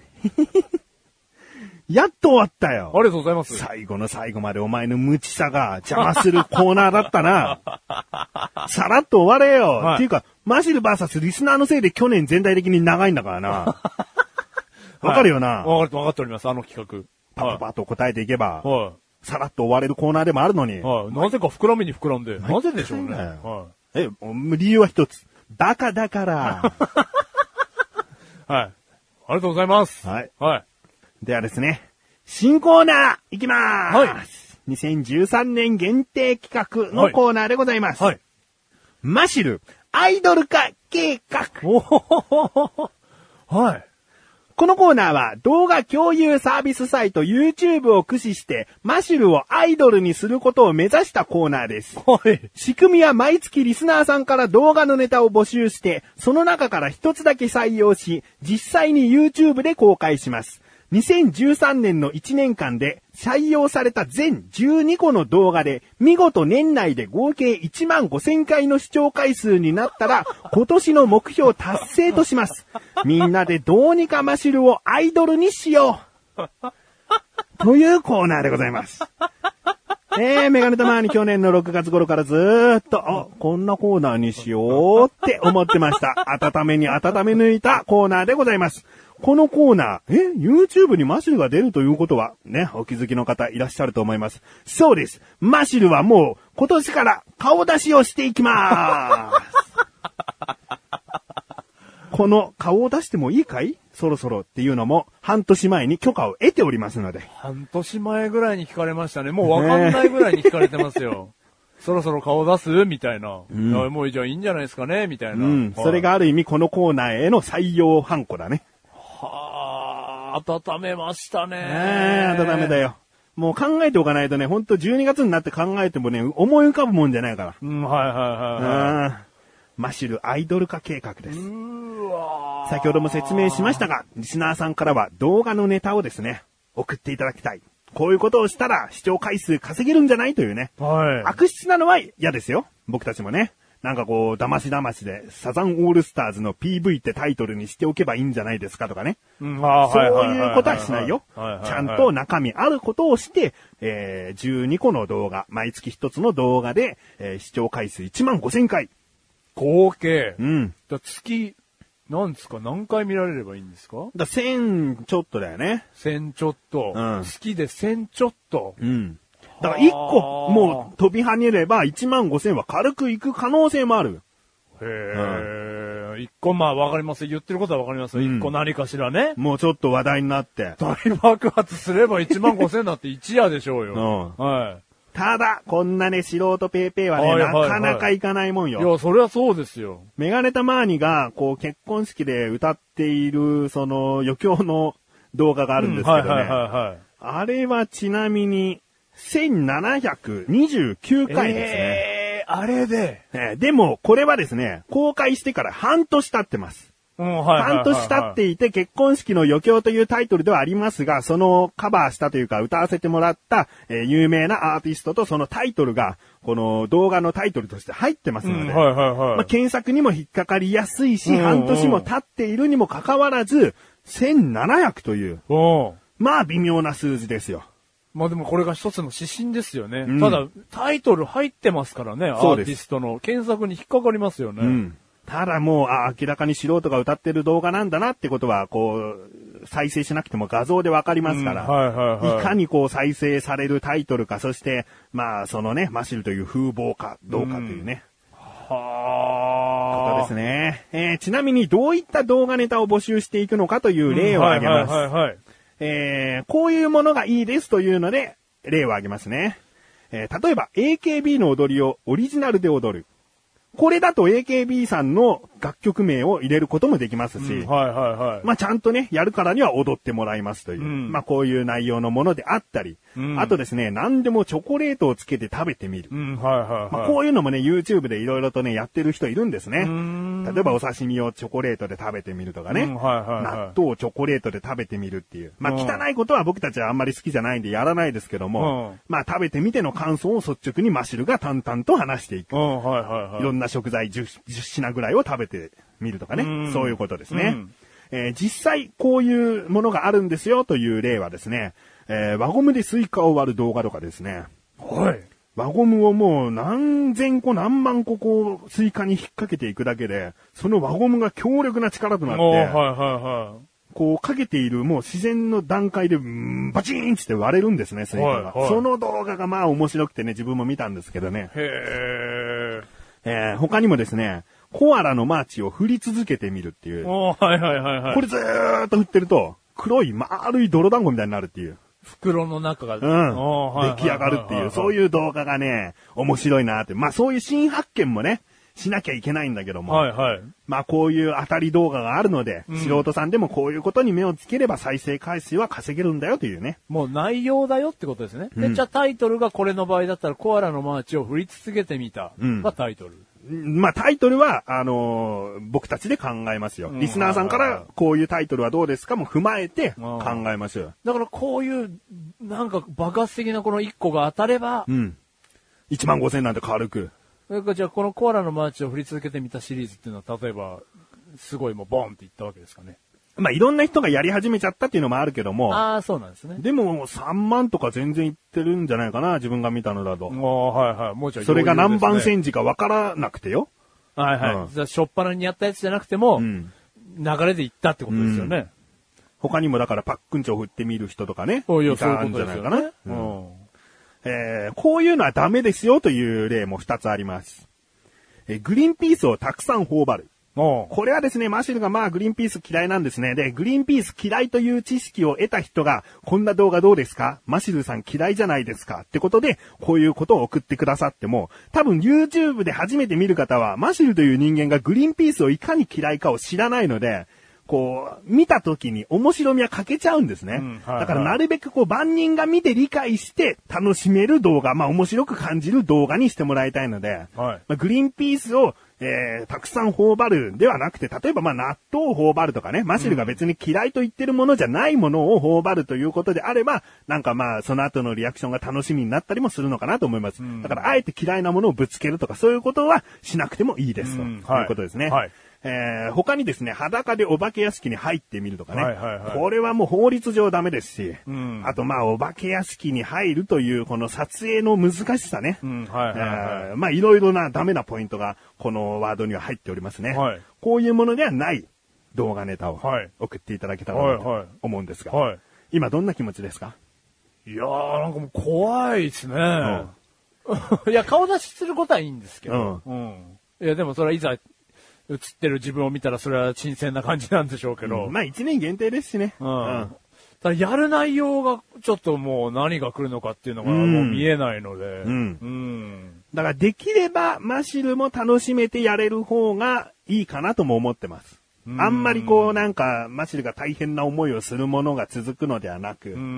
[SPEAKER 2] やっと終わったよ。
[SPEAKER 1] ありがとうございます。
[SPEAKER 2] 最後の最後までお前の無知さが邪魔するコーナーだったな。さらっと終われよ。はい、っていうか、マシル ブイエス リスナーのせいで去年全体的に長いんだからな。わかるよな。
[SPEAKER 1] わ、はい、かっております、あの企画。
[SPEAKER 2] パパパッと答えていけば、
[SPEAKER 1] はい、
[SPEAKER 2] さらっと終われるコーナーでもあるのに。
[SPEAKER 1] はい、なぜか膨らみに膨らんで。なぜでしょうね。
[SPEAKER 2] はい、え、理由は一つ。バカだから。
[SPEAKER 1] はい。ありがとうございます。
[SPEAKER 2] はい。
[SPEAKER 1] はい。
[SPEAKER 2] ではですね、新コーナーいきまーす。
[SPEAKER 1] はい。
[SPEAKER 2] にせんじゅうさんねん限定企画のコーナーでございます。
[SPEAKER 1] はい。
[SPEAKER 2] マシル、アイドル化計画。
[SPEAKER 1] おほほほほ。はい。
[SPEAKER 2] このコーナーは動画共有サービスサイト YouTube を駆使してマシルをアイドルにすることを目指したコーナーです。
[SPEAKER 1] はい。
[SPEAKER 2] 仕組みは毎月リスナーさんから動画のネタを募集して、その中から一つだけ採用し、実際に YouTube で公開します。にせんじゅうさんねんのいちねんかんで採用された全じゅうにこの動画で見事年内で合計いちまんごせんかいの視聴回数になったら今年の目標達成とします。みんなでどうにかマシルをアイドルにしようというコーナーでございます。えー、メガネたまに去年のろくがつ頃からずーっと、あ、こんなコーナーにしようって思ってました。温めに温め抜いたコーナーでございます。このコーナー、え ?YouTube にマシルが出るということは、ね、お気づきの方いらっしゃると思います。そうです。マシルはもう、今年から顔出しをしていきまーす。この顔を出してもいいかいそろそろっていうのも、半年前に許可を得ておりますので。
[SPEAKER 1] 半年前ぐらいに聞かれましたね。もうわかんないぐらいに聞かれてますよ。そろそろ顔出すみたいな。うん、もうじゃあいいんじゃないですかねみたいな。
[SPEAKER 2] うん。それがある意味このコーナーへの採用ハンコだね。
[SPEAKER 1] はぁ、温めましたね。
[SPEAKER 2] ねえ、温めだよ。もう考えておかないとね、ほんとじゅうにがつになって考えてもね、思い浮かぶもんじゃないから。
[SPEAKER 1] うん、はいはいはい、はい。
[SPEAKER 2] マシルアイドル化計画です。うわ先ほども説明しましたが、リスナーさんからは動画のネタをですね、送っていただきたい。こういうことをしたら視聴回数稼げるんじゃないというね。
[SPEAKER 1] はい。
[SPEAKER 2] 悪質なのは嫌ですよ。僕たちもね。なんかこう、騙し騙しで、サザンオールスターズの ピーブイ ってタイトルにしておけばいいんじゃないですかとかね。うん、あそういうことはしないよ。ちゃんと中身あることをして、えー、じゅうにこの動画、毎月一つの動画で、えー、視聴回数いちまんごせんかい。
[SPEAKER 1] 合計。
[SPEAKER 2] うん。
[SPEAKER 1] だ月、なんですか何回見られればいいんですか
[SPEAKER 2] だせんちょっとだよね。
[SPEAKER 1] せんちょっと。うん。月でせんちょっと。
[SPEAKER 2] うん。 だからいっこもう飛び跳ねればいちまんごせんは軽くいく可能性もある。
[SPEAKER 1] へー。いっこ、まあわかります。言ってることはわかります。いっこ何かしらね。
[SPEAKER 2] もうちょっと話題になって。
[SPEAKER 1] 大爆発すればいちまんごせんだって一夜でしょうよ。うん。はい。
[SPEAKER 2] ただ、こんなね、素人ペーペーはね、はいはいはい、なかなかいかないもんよ。
[SPEAKER 1] いや、それはそうですよ。
[SPEAKER 2] メガネタマーニが、こう、結婚式で歌っている、その、余興の動画があるんですけどね。うん、はいはいはいはい。あれはちなみに、せんななひゃくにじゅうきゅうかいですね。
[SPEAKER 1] えー、あれで、
[SPEAKER 2] えー。でも、これはですね、公開してから半年経ってます。
[SPEAKER 1] うん、はいはいはいはい、
[SPEAKER 2] 半年経っていて、結婚式の余興というタイトルではありますが、そのカバーしたというか歌わせてもらった、えー、有名なアーティストとそのタイトルが、この動画のタイトルとして入ってますので、
[SPEAKER 1] うん、はいはいはい。
[SPEAKER 2] まあ、検索にも引っかかりやすいし、うんうん、半年も経っているにもかかわらず、せんななひゃくという、まあ微妙な数字ですよ。
[SPEAKER 1] まあでもこれが一つの指針ですよね。うん、ただ、タイトル入ってますからね、アーティストの検索に引っかかりますよね。
[SPEAKER 2] うんただもう、あ、明らかに素人が歌ってる動画なんだなってことは、こう、再生しなくても画像でわかりますから、うんはいはいはい、いかにこう再生されるタイトルか、そして、まあ、そのね、マシルという風貌かどうかというね。うん、はあ。ことですね。えー、ちなみにどういった動画ネタを募集していくのかという例を挙げます。はいはいはいはい、えー、こういうものがいいですというので、例を挙げますね。えー、例えば、エーケービー の踊りをオリジナルで踊る。これだと エーケービー さんの楽曲名を入れることもできますし、うん、はいはいはい。まあちゃんとね、やるからには踊ってもらいますという、うん、まあこういう内容のものであったり、うん、あとですね、何でもチョコレートをつけて食べてみる。うん、はいはいはい。まあ、こういうのもね、YouTube でいろいろとね、やってる人いるんですね。例えばお刺身をチョコレートで食べてみるとかね、うんはいはいはい、納豆をチョコレートで食べてみるっていう。まあ汚いことは僕たちはあんまり好きじゃないんでやらないですけども、うん、まあ食べてみての感想を率直にマシルが淡々と話していく。うんはいはいはい、いろんな食材 10, じゅっ品ぐらいを食べてみるとかね、うん、そういうことですね、うんえー。実際こういうものがあるんですよという例はですね、えー、輪ゴムでスイカを割る動画とかですね。はい。輪ゴムをもう何千個何万個こうスイカに引っ掛けていくだけで、その輪ゴムが強力な力となって、はいはいはい、こうかけているもう自然の段階でバチーンって割れるんですね、スイカが、はいはい。その動画がまあ面白くてね、自分も見たんですけどね。へー。えー、他にもですね、コアラのマーチを振り続けてみるっていう。はいはいはいはい。これずーっと振ってると、黒い丸い泥団子みたいになるっていう。
[SPEAKER 1] 袋の中が、うん、
[SPEAKER 2] 出来上がるっていう、そういう動画がね、面白いなって。まあそういう新発見もね、しなきゃいけないんだけども。はいはい。まあこういう当たり動画があるので、うん、素人さんでもこういうことに目をつければ再生回数は稼げるんだよというね。
[SPEAKER 1] もう内容だよってことですね。うん、で、じゃあタイトルがこれの場合だったらコアラのマーチを振り続けてみたがタイトル。
[SPEAKER 2] うん、まあタイトルは、あのー、僕たちで考えますよ。リスナーさんからこういうタイトルはどうですかも踏まえて考えますよ。
[SPEAKER 1] だからこういう、なんか爆発的なこのいっこが当たれば、うん。
[SPEAKER 2] いちまんごせんなんて軽く。
[SPEAKER 1] それからじゃあこのコアラのマーチを振り続けてみたシリーズっていうのは例えば、すごいもうボンっていったわけですかね。
[SPEAKER 2] まあいろんな人がやり始めちゃったっていうのもあるけども。
[SPEAKER 1] ああ、そうなんですね。
[SPEAKER 2] でもさんまんとか全然いってるんじゃないかな、自分が見たのだと。あ
[SPEAKER 1] あ、はいはい。もうちょい、ね。
[SPEAKER 2] それが何番線時かわからなくてよ。
[SPEAKER 1] はいはい。うん、じゃあ、しょっぱなにやったやつじゃなくても、うん、流れでいったってことですよね。うん、
[SPEAKER 2] 他にもだからパックンチョ振ってみる人とかね。そういうことなんじゃないかな。ねうんえー。こういうのはダメですよという例もふたつあります。えー、グリーンピースをたくさん頬張る。これはですね、マシルがまあグリーンピース嫌いなんですね。で、グリーンピース嫌いという知識を得た人が、こんな動画どうですか？マシルさん嫌いじゃないですか？ってことで、こういうことを送ってくださっても、多分 YouTube で初めて見る方は、マシルという人間がグリーンピースをいかに嫌いかを知らないので、こう、見た時に面白みは欠けちゃうんですね。うんはいはい、だからなるべくこう万人が見て理解して楽しめる動画、まあ面白く感じる動画にしてもらいたいので、はいまあ、グリーンピースをえー、たくさん頬張るではなくて、例えばまあ納豆を頬張るとかね、マシルが別に嫌いと言ってるものじゃないものを頬張るということであれば、なんかまあその後のリアクションが楽しみになったりもするのかなと思います。うん、だからあえて嫌いなものをぶつけるとかそういうことはしなくてもいいですと、うん、いうことですね。はいはいえー、他にですね、裸でお化け屋敷に入ってみるとかね。はいはいはい、これはもう法律上ダメですし、うん、あとまあお化け屋敷に入るというこの撮影の難しさね。うんはいはいはいえー、まあいろいろなダメなポイントがこのワードには入っておりますね。はい、こういうものではない動画ネタを送っていただけたらなと思うんですが、はいはいはい、今どんな気持ちですか？
[SPEAKER 1] いやー、なんかもう怖いですね。
[SPEAKER 2] うん、
[SPEAKER 1] いや、顔出しすることはいいんですけど。うん。うん、いや、でもそれはいざ、映ってる自分を見たらそれは新鮮な感じなんでしょうけど。
[SPEAKER 2] うん、まあ一年限定ですしね。
[SPEAKER 1] うん。うん、ただやる内容がちょっともう何が来るのかっていうのがもう見えないので。うん。うん。
[SPEAKER 2] だからできればマシルも楽しめてやれる方がいいかなとも思ってます。あんまりこうなんかマシルが大変な思いをするものが続くのではなく、うん、うん、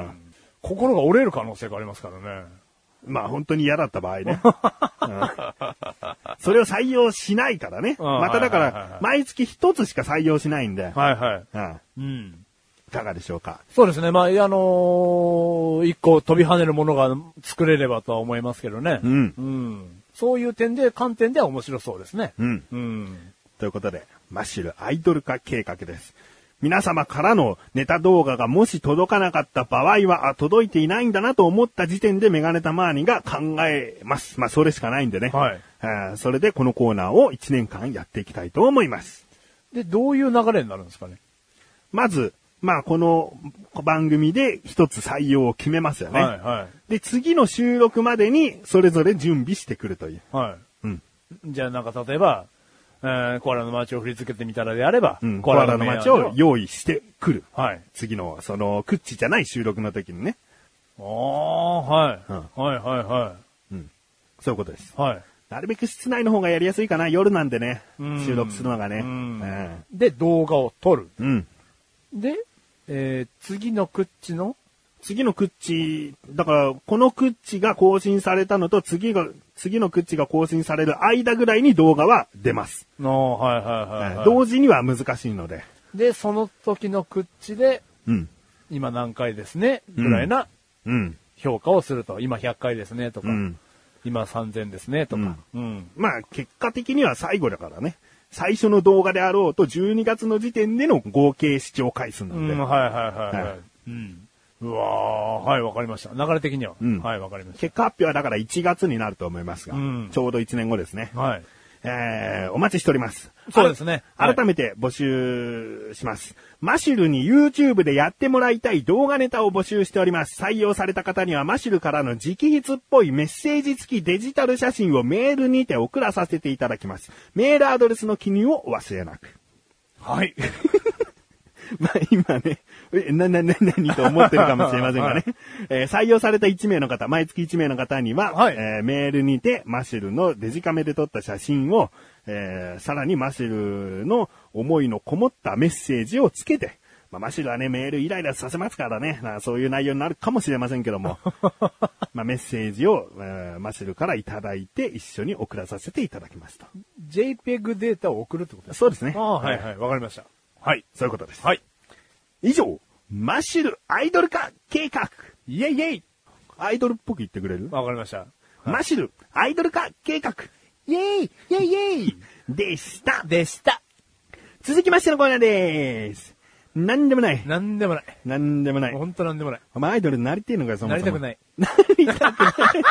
[SPEAKER 1] 心が折れる可能性がありますからね。
[SPEAKER 2] まあ本当に嫌だった場合ね。うん、それを採用しないからね。まただから毎月一つしか採用しないんで。
[SPEAKER 1] はいはい。
[SPEAKER 2] うん。うん、いかがでしょうか。
[SPEAKER 1] そうですね。まあ、あのー、一個飛び跳ねるものが作れればとは思いますけどね。うん。うん。そういう点で、観点では面白そうですね。うん。うん。
[SPEAKER 2] ということで、マッシュルアイドル化計画です。皆様からのネタ動画がもし届かなかった場合は、あ、届いていないんだなと思った時点でメガネタマーニが考えます。まあ、それしかないんでね。はい。あ、それでこのコーナーをいちねんかんやっていきたいと思います。
[SPEAKER 1] で、どういう流れになるんですかね。
[SPEAKER 2] まず、まあ、この番組で一つ採用を決めますよね。はいはい。で、次の収録までにそれぞれ準備してくるという。はい。うん。
[SPEAKER 1] じゃあなんか例えば、えー、コアラの街を振り付けてみたらであれば、
[SPEAKER 2] うん、コアラの街を用意してくる。はい。次の、その、クッチじゃない収録の時にね。
[SPEAKER 1] ああ、はい、うん。はいはいはい。
[SPEAKER 2] うん。そういうことです。はい。なるべく室内の方がやりやすいかな。夜なんでね。収録するのがね。うん。
[SPEAKER 1] うん、で、動画を撮る。うん。で、えー、次のクッチの
[SPEAKER 2] 次のクッチ、だから、このクッチが更新されたのと、次が、次のクッチが更新される間ぐらいに動画は出ます。
[SPEAKER 1] ああ、はいはいはい、はい。
[SPEAKER 2] 同時には難しいので。
[SPEAKER 1] で、その時のクッチで、うん。今何回ですね、ぐらいな、うん。評価をすると。今ひゃっかいですね、とか。うん。今さんぜんですね、とか。うん。うん、
[SPEAKER 2] まあ、結果的には最後だからね。最初の動画であろうと、じゅうにがつの時点での合計視聴回数なんで。うん、
[SPEAKER 1] はいはいはい、はい。うん。うわー、はい、わかりました。流れ的には。うん、はい、わかりました。
[SPEAKER 2] 結果発表はだからいちがつになると思いますが、うん、ちょうどいちねんごですね。はい。えー、お待ちしております。
[SPEAKER 1] そうですね。
[SPEAKER 2] 改めて募集します。はい、マシュルに YouTube でやってもらいたい動画ネタを募集しております。採用された方にはマシュルからの直筆っぽいメッセージ付きデジタル写真をメールにて送らさせていただきます。メールアドレスの記入をお忘れなく。
[SPEAKER 1] はい。
[SPEAKER 2] まあ今ね、な、な、な、なにと思ってるかもしれませんがね、はい、えー、採用されたいちめいの方、毎月いちめいの方には、はい、えー、メールにてマシュルのデジカメで撮った写真を、えー、さらにマシュルの思いのこもったメッセージをつけて、まあ、マシュルはね、メールイライラさせますからね、そういう内容になるかもしれませんけども、まあ、メッセージを、えー、マシュルからいただいて一緒に送らさせていただきますと。
[SPEAKER 1] ジェイペグ データを送るってことですか？
[SPEAKER 2] そうですね。
[SPEAKER 1] ああ、はいはい、わかりました。
[SPEAKER 2] はい、そういうことです。はい。以上、マシュルアイドル化計画。
[SPEAKER 1] イェイイェイ。
[SPEAKER 2] アイドルっぽく言ってくれる？
[SPEAKER 1] わかりました。はい、
[SPEAKER 2] マシュルアイドル化計画。
[SPEAKER 1] イェイイェイイェイ
[SPEAKER 2] でした。
[SPEAKER 1] でした。
[SPEAKER 2] 続きましてのコーナーでーす。なんでもない。
[SPEAKER 1] なんでもない。
[SPEAKER 2] なんでもない。
[SPEAKER 1] ほんとなんでもない。
[SPEAKER 2] お前アイドルになりてえのかよ、そもそも。
[SPEAKER 1] なりたくない。
[SPEAKER 2] なりたくない。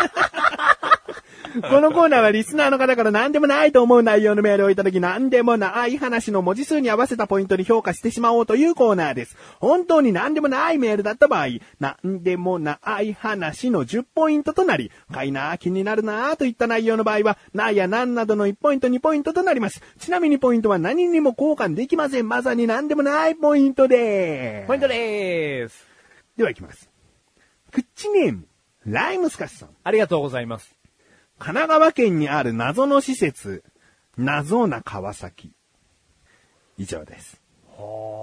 [SPEAKER 2] このコーナーはリスナーの方から何でもないと思う内容のメールをいただき、何でもない話の文字数に合わせたポイントに評価してしまおうというコーナーです。本当に何でもないメールだった場合、何でもない話のじゅっポイントとなり、かいなー気になるなーといった内容の場合は、なやなんなどのいちポイントにポイントとなります。ちなみにポイントは何にも交換できません。まさに何でもないポイントでーす。
[SPEAKER 1] ポイントでーす。
[SPEAKER 2] では行きます。クッチネーム、ライムスカシさん。
[SPEAKER 1] ありがとうございます。
[SPEAKER 2] 神奈川県にある謎の施設、謎な川崎。以上です。はあ。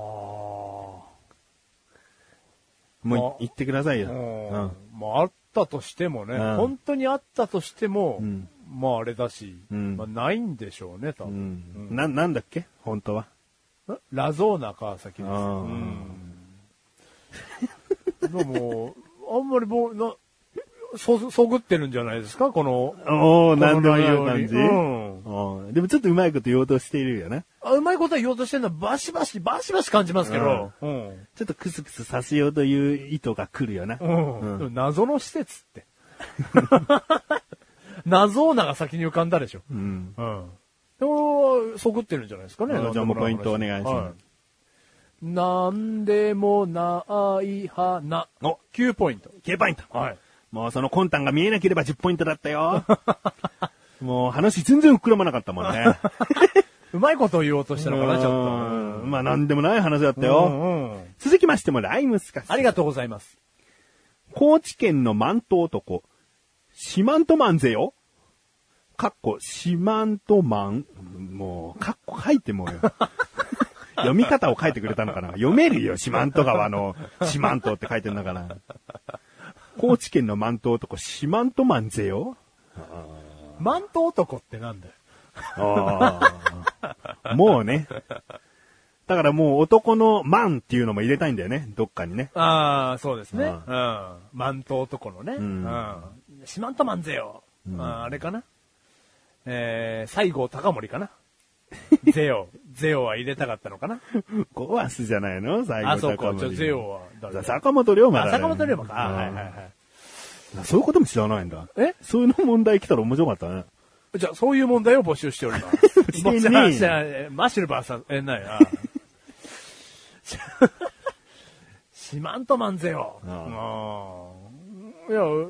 [SPEAKER 2] もう言ってくださいよ。
[SPEAKER 1] うん、まあ、あったとしてもね、うん、本当にあったとしても、うん、まああれだし、うん、まあ、ないんでしょうね、多分。
[SPEAKER 2] うんうん、な、なんだっけ本当は。
[SPEAKER 1] ラゾーナ川崎です。うん、でも、あんまりもう、な、そ、そぐってるんじゃないですかこの、
[SPEAKER 2] おー、なんでもない感じ、うん、でもちょっとうまいこと言おうとしているよね。
[SPEAKER 1] あ、うまいこと言おうとしてるのはバシバシ、バシバシ感じますけど、
[SPEAKER 2] うんうん、ちょっとクスクスさせようという意図が来るよな。
[SPEAKER 1] うんうん、謎の施設って。謎なが先に浮かんだでしょ。うん。うん。そぐってるんじゃないですかね。
[SPEAKER 2] じゃあもうポイントお願いします。はい、
[SPEAKER 1] なんでもない花。
[SPEAKER 2] お、
[SPEAKER 1] きゅうポイント。
[SPEAKER 2] きゅうポイント。
[SPEAKER 1] はい。
[SPEAKER 2] もうその魂胆が見えなければじゅっポイントだったよ。もう話全然膨らまなかったもんね。
[SPEAKER 1] うまいことを言おうとしたのかな、ちょっと。
[SPEAKER 2] まあなんでもない話だったよ。
[SPEAKER 1] うんうん、
[SPEAKER 2] 続きましてもライムスカッシュ。
[SPEAKER 1] ありがとうございます。
[SPEAKER 2] 高知県のマント男、シマントマンぜよ。かっこ、シマントマン。もう、かっこ書いてもよ。読み方を書いてくれたのかな。読めるよ、四万十川の四万十って書いてるんだから。高知県のマント男、四万十マンぜよ。
[SPEAKER 1] マント男ってなんだよ。
[SPEAKER 2] あもうね。だからもう男のマンっていうのも入れたいんだよね、どっかにね。
[SPEAKER 1] ああ、そうですね。
[SPEAKER 2] う
[SPEAKER 1] うんん。マント男のね。うん。四万十マンぜよ。うん、あ, あれかな。えー、西郷隆盛かな。ゼオ。ゼオは入れたかったのかな。
[SPEAKER 2] ゴアスじゃないの西郷隆盛。
[SPEAKER 1] あ、そうか。ちょ、ゼオは誰だ。
[SPEAKER 2] 坂本龍馬だ、ね。
[SPEAKER 1] あ、坂本龍馬か。はいはいはい。
[SPEAKER 2] そういうことも知らないんだ。
[SPEAKER 1] え
[SPEAKER 2] そういうの問題来たら面白かったね。
[SPEAKER 1] じゃあ、そういう問題を募集しております。じゃあ、じゃあ、マシルバーさん、え、ないな。四万十マンぜよ。ああ。いや、うん。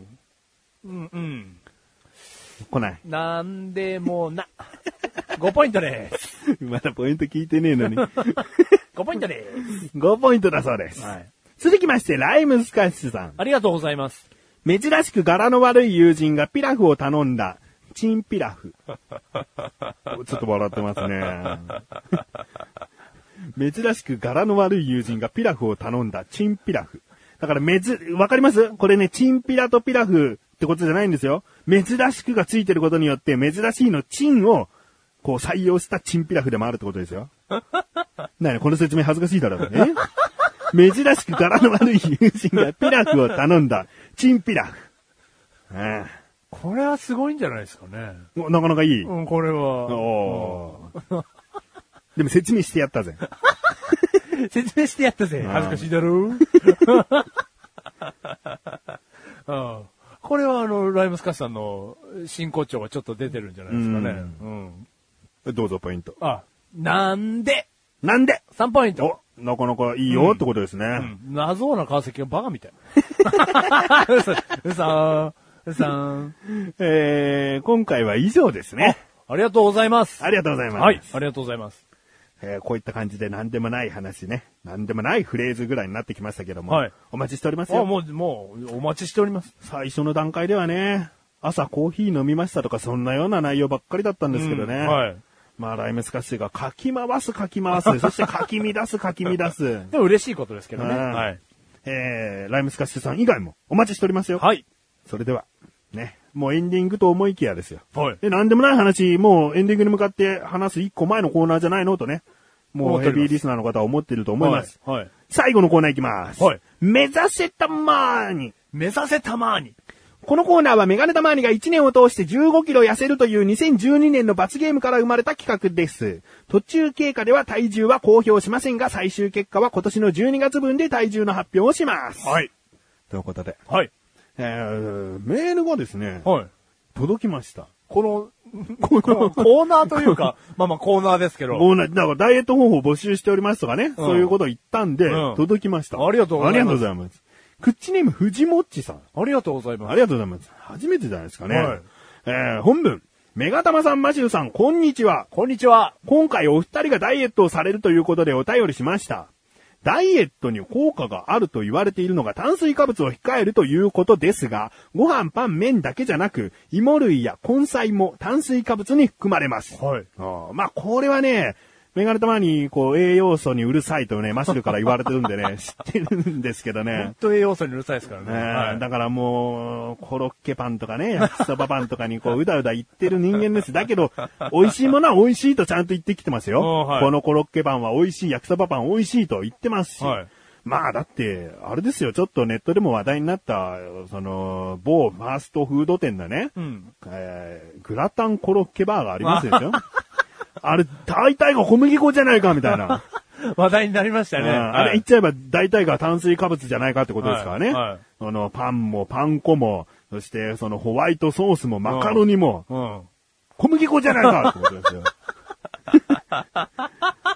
[SPEAKER 1] うん、うん。
[SPEAKER 2] 来ない。
[SPEAKER 1] なんでもな。ごポイントです。
[SPEAKER 2] まだポイント聞いてねえのに。
[SPEAKER 1] ごポイントです。
[SPEAKER 2] ごポイントだそうです。はい。続きまして、ライムスカッシュさん。
[SPEAKER 1] ありがとうございます。
[SPEAKER 2] 珍しく柄の悪い友人がピラフを頼んだ。チンピラフ。ちょっと笑ってますね。珍しく柄の悪い友人がピラフを頼んだ。チンピラフ。だからめず、わかります？これね、チンピラとピラフってことじゃないんですよ。珍しくがついてることによって、珍しいのチンを、こう採用したチンピラフでもあるってことですよ。なにこの説明恥ずかしいだろうね。珍しく柄の悪い友人がピラフを頼んだ。チンピラフ。ああ、
[SPEAKER 1] これはすごいんじゃないですかね。
[SPEAKER 2] なかなかいい。
[SPEAKER 1] うん、これは。
[SPEAKER 2] おーでも説明してやったぜ。
[SPEAKER 1] 説明してやったぜ。恥ずかしいだろう。ああ、これはあの、ライムスカッシュさんの真骨頂がちょっと出てるんじゃないですかね。うん。
[SPEAKER 2] うん、どうぞポイント。
[SPEAKER 1] あ、なんで
[SPEAKER 2] なんで ?
[SPEAKER 1] さん ポイント。
[SPEAKER 2] お、なかなかいいよってことですね。うん
[SPEAKER 1] うん、謎な川崎がバカみたい。うさ、うさ、うさ
[SPEAKER 2] えー、今回は以上ですね。
[SPEAKER 1] ありがとうございます。
[SPEAKER 2] ありがとうございます。
[SPEAKER 1] はい、ありがとうございます。
[SPEAKER 2] えー、こういった感じで何でもない話ね。何でもないフレーズぐらいになってきましたけども。はい。お待ちしておりますよ。
[SPEAKER 1] あ、もう、もう、お待ちしております。
[SPEAKER 2] 最初の段階ではね、朝コーヒー飲みましたとかそんなような内容ばっかりだったんですけどね。うん、はい。まあ、ライムスカッシュが書き回す書き回す。そして書き乱す書き乱す。
[SPEAKER 1] でも嬉しいことですけどね。はい。
[SPEAKER 2] えー、ライムスカッシュさん以外もお待ちしておりますよ。
[SPEAKER 1] はい。
[SPEAKER 2] それでは、ね。もうエンディングと思いきやですよ。
[SPEAKER 1] はい。
[SPEAKER 2] で、なんでもない話、もうエンディングに向かって話す一個前のコーナーじゃないのとね。もうヘビーリスナーの方は思っていると思います。
[SPEAKER 1] はい。はい、
[SPEAKER 2] 最後のコーナーいきます。
[SPEAKER 1] はい。
[SPEAKER 2] 目指せたまーに。
[SPEAKER 1] 目指せたまーに。
[SPEAKER 2] このコーナーはメガネたまーにがいちねんを通してじゅうごキロ痩せるというにせんじゅうにねんの罰ゲームから生まれた企画です。途中経過では体重は公表しませんが、最終結果は今年のじゅうにがつ分で体重の発表をします。
[SPEAKER 1] はい。
[SPEAKER 2] ということで。
[SPEAKER 1] はい。
[SPEAKER 2] えー、メールがですね。
[SPEAKER 1] はい。
[SPEAKER 2] 届きました。
[SPEAKER 1] この、コーナーというか、まあまあコーナーですけど。
[SPEAKER 2] コーナー、だからダイエット方法募集しておりますとかね、うん、そういうことを言ったんで、うん、届きました。
[SPEAKER 1] ありがとうございます。
[SPEAKER 2] ありがとうございます。クッチネーム藤もっちさん。
[SPEAKER 1] ありがとうございます。
[SPEAKER 2] ありがとうございます。初めてじゃないですかね。
[SPEAKER 1] はい。
[SPEAKER 2] えー、本文。メガタマさん、マシューさん、こんにちは。
[SPEAKER 1] こんにちは。
[SPEAKER 2] 今回お二人がダイエットをされるということでお便りしました。ダイエットに効果があると言われているのが炭水化物を控えるということですが、ご飯、パン、麺だけじゃなく、芋類や根菜も炭水化物に含まれます。
[SPEAKER 1] はい。
[SPEAKER 2] あまあ、これはね、メガネたまに、こう、栄養素にうるさいとね、マシルから言われてるんでね、知ってるんですけどね。
[SPEAKER 1] 本当栄養素にうるさいですからね。
[SPEAKER 2] はい、だからもう、コロッケパンとかね、焼きそばパンとかにこう、うだうだ言ってる人間です。だけど、美味しいものは美味しいとちゃんと言ってきてますよ。はい、このコロッケパンは美味しい、焼きそばパン美味しいと言ってますし。はい、まあ、だって、あれですよ、ちょっとネットでも話題になった、その、某ファーストフード店だね、うんえー、グラタンコロッケバーがありますでしょあれ、大体が小麦粉じゃないかみたいな。
[SPEAKER 1] 話題になりましたね。
[SPEAKER 2] あ, あれ言っちゃえば大体が炭水化物じゃないかってことですからね。はいはい、あの、パンもパン粉も、そしてそのホワイトソースもマカロニも、うんうん、小麦粉じゃないかってことですよ。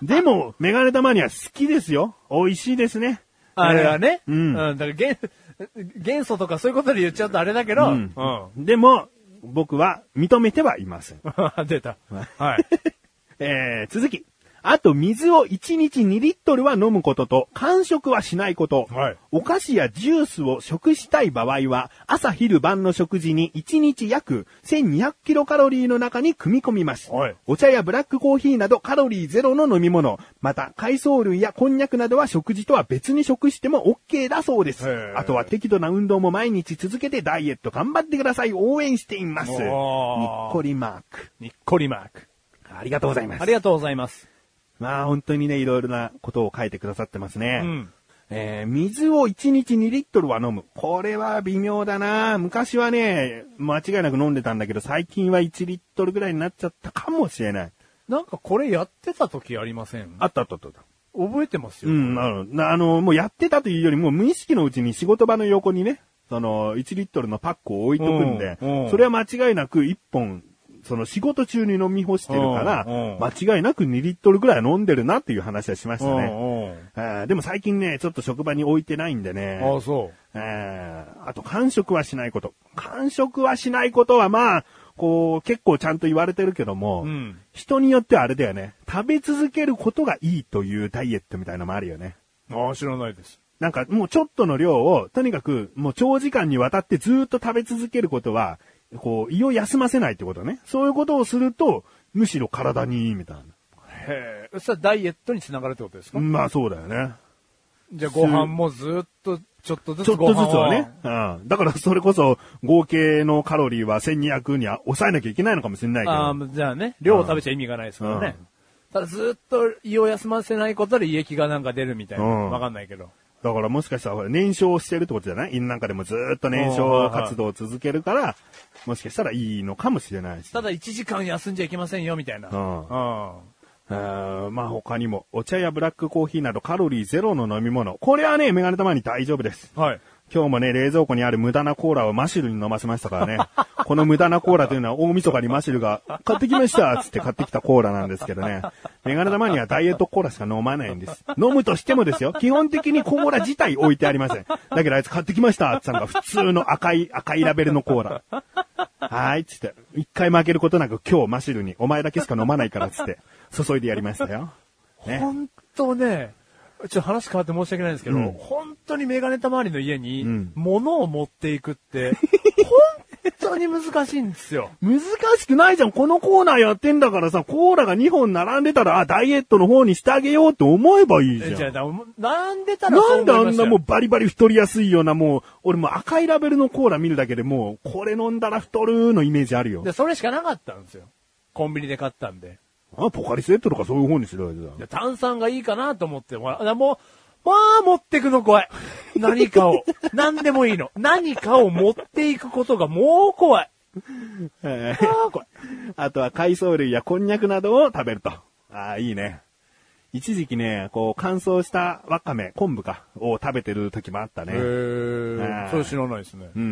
[SPEAKER 2] でも、メガネたまには好きですよ。美味しいですね。
[SPEAKER 1] あれはね。
[SPEAKER 2] うん。
[SPEAKER 1] うん。だから元、元素とかそういうことで言っちゃうとあれだけど。うん。
[SPEAKER 2] うん、でも、僕は認めてはいません。
[SPEAKER 1] 出た。はい。
[SPEAKER 2] えー、続き。あと、水をいちにちにリットルは飲むことと、間食はしないこと。
[SPEAKER 1] はい。
[SPEAKER 2] お菓子やジュースを食したい場合は、朝昼晩の食事にいちにち約せんにひゃくキロカロリーの中に組み込みます。
[SPEAKER 1] はい。
[SPEAKER 2] お茶やブラックコーヒーなどカロリーゼロの飲み物、また海藻類やこんにゃくなどは食事とは別に食しても OK だそうです。あとは適度な運動も毎日続けてダイエット頑張ってください。応援しています。にっこりマーク。
[SPEAKER 1] にっこりマーク。
[SPEAKER 2] ありがとうございます。
[SPEAKER 1] ありがとうございます。
[SPEAKER 2] まあ本当にね、いろいろなことを書いてくださってますね。
[SPEAKER 1] うん。
[SPEAKER 2] えー、水をいちにちにリットルは飲む。これは微妙だな。昔はね、間違いなく飲んでたんだけど、最近はいちリットルぐらいになっちゃったかもしれない。
[SPEAKER 1] なんかこれやってた時ありません？
[SPEAKER 2] あったあったあった。
[SPEAKER 1] 覚えてますよ。
[SPEAKER 2] うん、なるほど。あの、もうやってたというよりも、無意識のうちに仕事場の横にね、その、いちリットルのパックを置いとくんで、うんうん、それは間違いなくいっぽん、その仕事中に飲み干してるから、うんうん、間違いなくにリットルぐらい飲んでるなっていう話はしましたね。うんうん、でも最近ね、ちょっと職場に置いてないんでね。
[SPEAKER 1] ああ、そう。
[SPEAKER 2] えー、あと、間食はしないこと。間食はしないことはまあ、こう、結構ちゃんと言われてるけども、うん、人によってはあれだよね。食べ続けることがいいというダイエットみたいなのもあるよね。
[SPEAKER 1] ああ、知らないです。
[SPEAKER 2] なんかもうちょっとの量を、とにかくもう長時間にわたってずっと食べ続けることは、こう、胃を休ませないってことね。そういうことをすると、むしろ体にいいみたいな。
[SPEAKER 1] へえ。それはダイエットにつながるってことですか？
[SPEAKER 2] まあそうだよね。
[SPEAKER 1] じゃあご飯もずっと、ちょっとずつ
[SPEAKER 2] ご飯を。ちょっとずつはね。うん。だからそれこそ合計のカロリーはせんにひゃくには抑えなきゃいけないのかもしれないけど。
[SPEAKER 1] ああ、じゃあね。量を食べちゃ意味がないですからね。うん、ただずっと胃を休ませないことで胃液がなんか出るみたいな。わ、うん、かんないけど。
[SPEAKER 2] だからもしかしたら燃焼してるってことじゃない？胃の中でもずっと燃焼活動を続けるから、もしかしたらいいのかもしれないし。
[SPEAKER 1] ただいちじかん休んじゃいけませんよ、みたいな。うん。
[SPEAKER 2] うん。まあ他にも、お茶やブラックコーヒーなどカロリーゼロの飲み物。これはね、メガネたまに大丈夫です。
[SPEAKER 1] はい。
[SPEAKER 2] 今日もね、冷蔵庫にある無駄なコーラをマシルに飲ませましたからね。この無駄なコーラというのは大晦日にマシルが買ってきましたつって買ってきたコーラなんですけどね。メガネ玉にはダイエットコーラしか飲まないんです。飲むとしてもですよ。基本的にコーラ自体置いてありません。だけどあいつ買ってきましたつってなんか普通の赤い、赤いラベルのコーラ。はーいつって。一回負けることなく今日マシルにお前だけしか飲まないからつって注いでやりましたよ。
[SPEAKER 1] ね、ほんとね。ちょっと話変わって申し訳ないんですけど、うん、本当にメガネたまりの家に物を持っていくって、本当に難しいんですよ。
[SPEAKER 2] 難しくないじゃん。このコーナーやってんだからさ、コーラがにほん並んでたら、あ、ダイエットの方にしてあげようって思えばいいじゃん。じゃあ、
[SPEAKER 1] 並んでたらそう思いましたよ。
[SPEAKER 2] なんであんなもうバリバリ太りやすいようなもう、俺も赤いラベルのコーラ見るだけでもう、これ飲んだら太るのイメージあるよ。
[SPEAKER 1] で、それしかなかったんですよ。コンビニで買ったんで。
[SPEAKER 2] あ、ポカリスエットとかそういう方にしろよ。
[SPEAKER 1] 炭酸がいいかなと思って、もう、もうまあ、持ってくの怖い。何かを。何でもいいの。何かを持っていくことがもう怖い。
[SPEAKER 2] えー、あ, 怖いあとは海藻類やこんにゃくなどを食べると。ああ、いいね。一時期ね、こう、乾燥したわかめ、昆布か、を食べてる時もあったね。へ
[SPEAKER 1] ー。それ知らないですね。
[SPEAKER 2] うん。うん。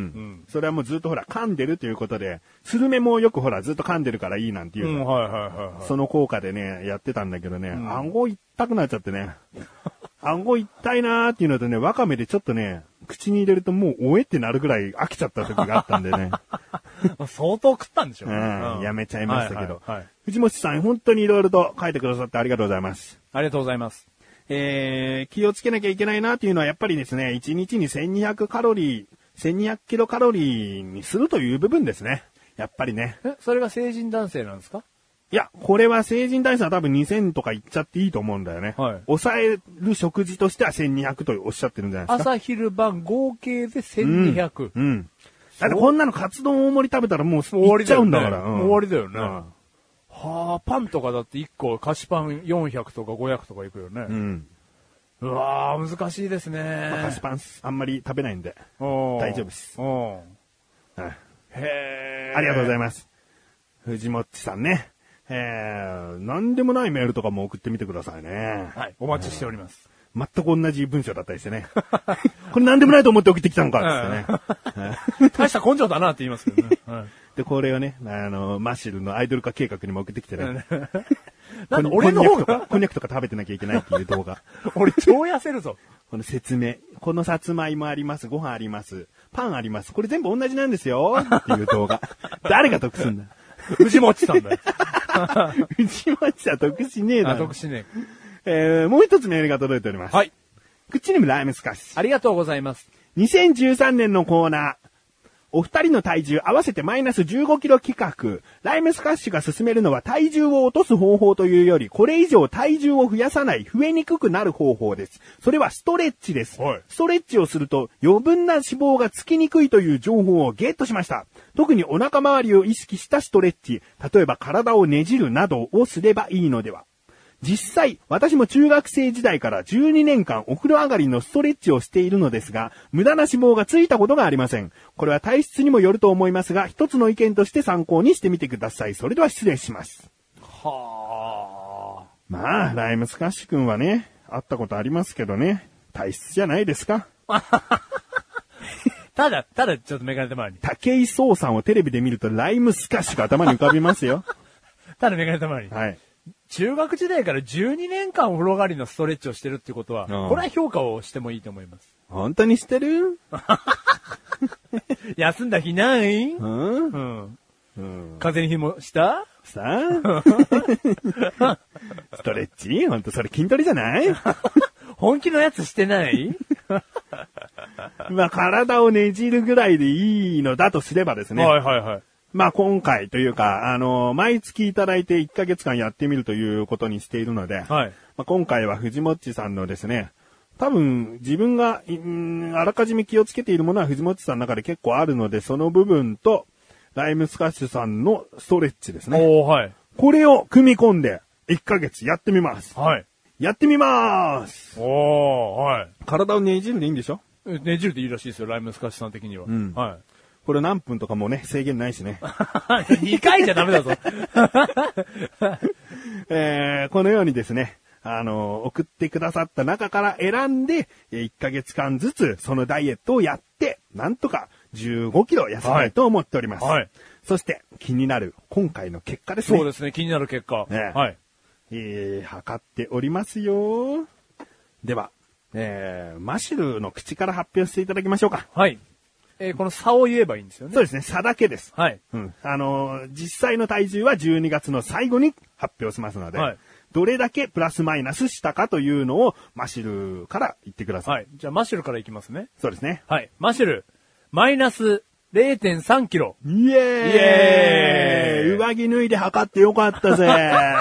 [SPEAKER 2] それはもうずっとほら、噛んでるということで、スルメもよくほら、ずっと噛んでるからいいなんていう、うん、
[SPEAKER 1] はいはいはい、はい。
[SPEAKER 2] その効果でね、やってたんだけどね、うん、顎痛くなっちゃってね。顎痛いなーっていうのとね、わかめでちょっとね、口に入れるともうおえってなるぐらい飽きちゃった時があったんでね。
[SPEAKER 1] 相当食ったんでしょうね。
[SPEAKER 2] うん、やめちゃいましたけど。
[SPEAKER 1] はいはいはい、
[SPEAKER 2] 藤本さん、本当にいろいろと書いてくださってありがとうございます。
[SPEAKER 1] ありがとうございます。
[SPEAKER 2] えー、気をつけなきゃいけないなっていうのはやっぱりですね、いちにちにせんにひゃくカロリー、せんにひゃくキロカロリーにするという部分ですね。やっぱりね。
[SPEAKER 1] え、それが成人男性なんですか？
[SPEAKER 2] いや、これは成人男性は多分にせんとかいっちゃっていいと思うんだよね。はい。抑える食事としてはせんにひゃくとおっしゃってるんじゃないですか。
[SPEAKER 1] 朝昼晩合計でせんにひゃく。
[SPEAKER 2] うん。うん、だってこんなのカツ丼大盛り食べたらもう終わりちゃうんだから。
[SPEAKER 1] 終わりだよね。うん、はあ、パンとかだっていっこ菓子パンよんひゃくとかごひゃくとかいくよね。うん。うわー、難しいですね。
[SPEAKER 2] まあ、菓子パンあんまり食べないんで大丈夫です。おー、はい、
[SPEAKER 1] へー。
[SPEAKER 2] ありがとうございます。藤もっちさんね。えー、なんでもないメールとかも送ってみてくださいね。
[SPEAKER 1] はい、お待ちしております。
[SPEAKER 2] 全く同じ文章だったりしてね。これなんでもないと思って送ってきたのか
[SPEAKER 1] ってね。大した根性だなって言いますけどね。はい、
[SPEAKER 2] で、これをね、あの、マッシュルのアイドル化計画にも送ってきてね。
[SPEAKER 1] なんか俺の方が
[SPEAKER 2] こんにゃくとか食べてなきゃいけないっていう動画。
[SPEAKER 1] 俺超痩せるぞ。
[SPEAKER 2] この説明。このさつまいもあります。ご飯あります。パンあります。これ全部同じなんですよ。っていう動画。誰が得すんだ。
[SPEAKER 1] 藤本さんだよ。
[SPEAKER 2] 藤本さん得しねえだろ。
[SPEAKER 1] 得しね
[SPEAKER 2] え。えー、もう一つメールが届いております。
[SPEAKER 1] はい。
[SPEAKER 2] 口にもライムスカッシュ。
[SPEAKER 1] ありがとうございます。
[SPEAKER 2] にせんじゅうさんねんのコーナー。お二人の体重合わせてマイナスじゅうごキロ企画。ライムスカッシュが進めるのは体重を落とす方法というより、これ以上体重を増やさない、増えにくくなる方法です。それはストレッチです。はい、ストレッチをすると余分な脂肪がつきにくいという情報をゲットしました。特にお腹周りを意識したストレッチ、例えば体をねじるなどをすればいいのでは。実際、私も中学生時代からじゅうにねんかんお風呂上がりのストレッチをしているのですが、無駄な脂肪がついたことがありません。これは体質にもよると思いますが、一つの意見として参考にしてみてください。それでは失礼します。
[SPEAKER 1] はあ。
[SPEAKER 2] まあ、ライムスカッシュ君はね、会ったことありますけどね、体質じゃないですか。
[SPEAKER 1] ただ、ただちょっとメガネたまわり。
[SPEAKER 2] 武井壮さんをテレビで見るとライムスカッシュが頭に浮かびますよ。
[SPEAKER 1] ただメガネたまわり。
[SPEAKER 2] はい。
[SPEAKER 1] 中学時代からじゅうにねんかんお風呂上がりのストレッチをしてるってことは、
[SPEAKER 2] うん、
[SPEAKER 1] これは評価をしてもいいと思います。
[SPEAKER 2] 本当にしてる
[SPEAKER 1] 休んだ日ない、
[SPEAKER 2] うん、
[SPEAKER 1] うんうん、風邪にひもした
[SPEAKER 2] さあストレッチ本当それ筋トレじゃない
[SPEAKER 1] 本気のやつしてない
[SPEAKER 2] まあ体をねじるぐらいでいいのだとすればですね。
[SPEAKER 1] はいはいはい。
[SPEAKER 2] まあ今回というか、あの、毎月いただいていっかげつかんやってみるということにしているので、はい。まあ、今回は藤もっちさんのですね、多分自分が、んあらかじめ気をつけているものは藤もっちさんの中で結構あるので、その部分と、ライムスカッシュさんのストレッチですね。
[SPEAKER 1] おー、はい。
[SPEAKER 2] これを組み込んでいっかげつやってみます。
[SPEAKER 1] はい。
[SPEAKER 2] やってみまーす。
[SPEAKER 1] おー、はい。
[SPEAKER 2] 体をねじるでいいんでしょ？
[SPEAKER 1] ねじるでいいらしいですよ、ライムスカッシュさん的には。
[SPEAKER 2] うん。
[SPEAKER 1] はい。
[SPEAKER 2] これ何分とかもね、制限ないしね。
[SPEAKER 1] にかいじゃダメだぞ。
[SPEAKER 2] えー、このようにですね、あの、送ってくださった中から選んで、いっかげつかんずつそのダイエットをやって、なんとかじゅうごキロ痩せたいと思っております。はい。そして、気になる今回の結果ですね。
[SPEAKER 1] そうですね、気になる結果。
[SPEAKER 2] ね、はい。えー、測っておりますよ。では、えー、マシュルの口から発表していただきましょうか。
[SPEAKER 1] はい。えー、この差を言えばいいんですよね。
[SPEAKER 2] そうですね、差だけです。
[SPEAKER 1] はい。
[SPEAKER 2] うん。あのー、実際の体重はじゅうにがつの最後に発表しますので、はい。どれだけプラスマイナスしたかというのをマシュルから言ってください。はい。
[SPEAKER 1] じゃあマシュルからいきますね。
[SPEAKER 2] そうですね。
[SPEAKER 1] はい。マシュル、マイナス れいてんさんキロ。
[SPEAKER 2] イエーイイエーイ上着脱いで測ってよかったぜ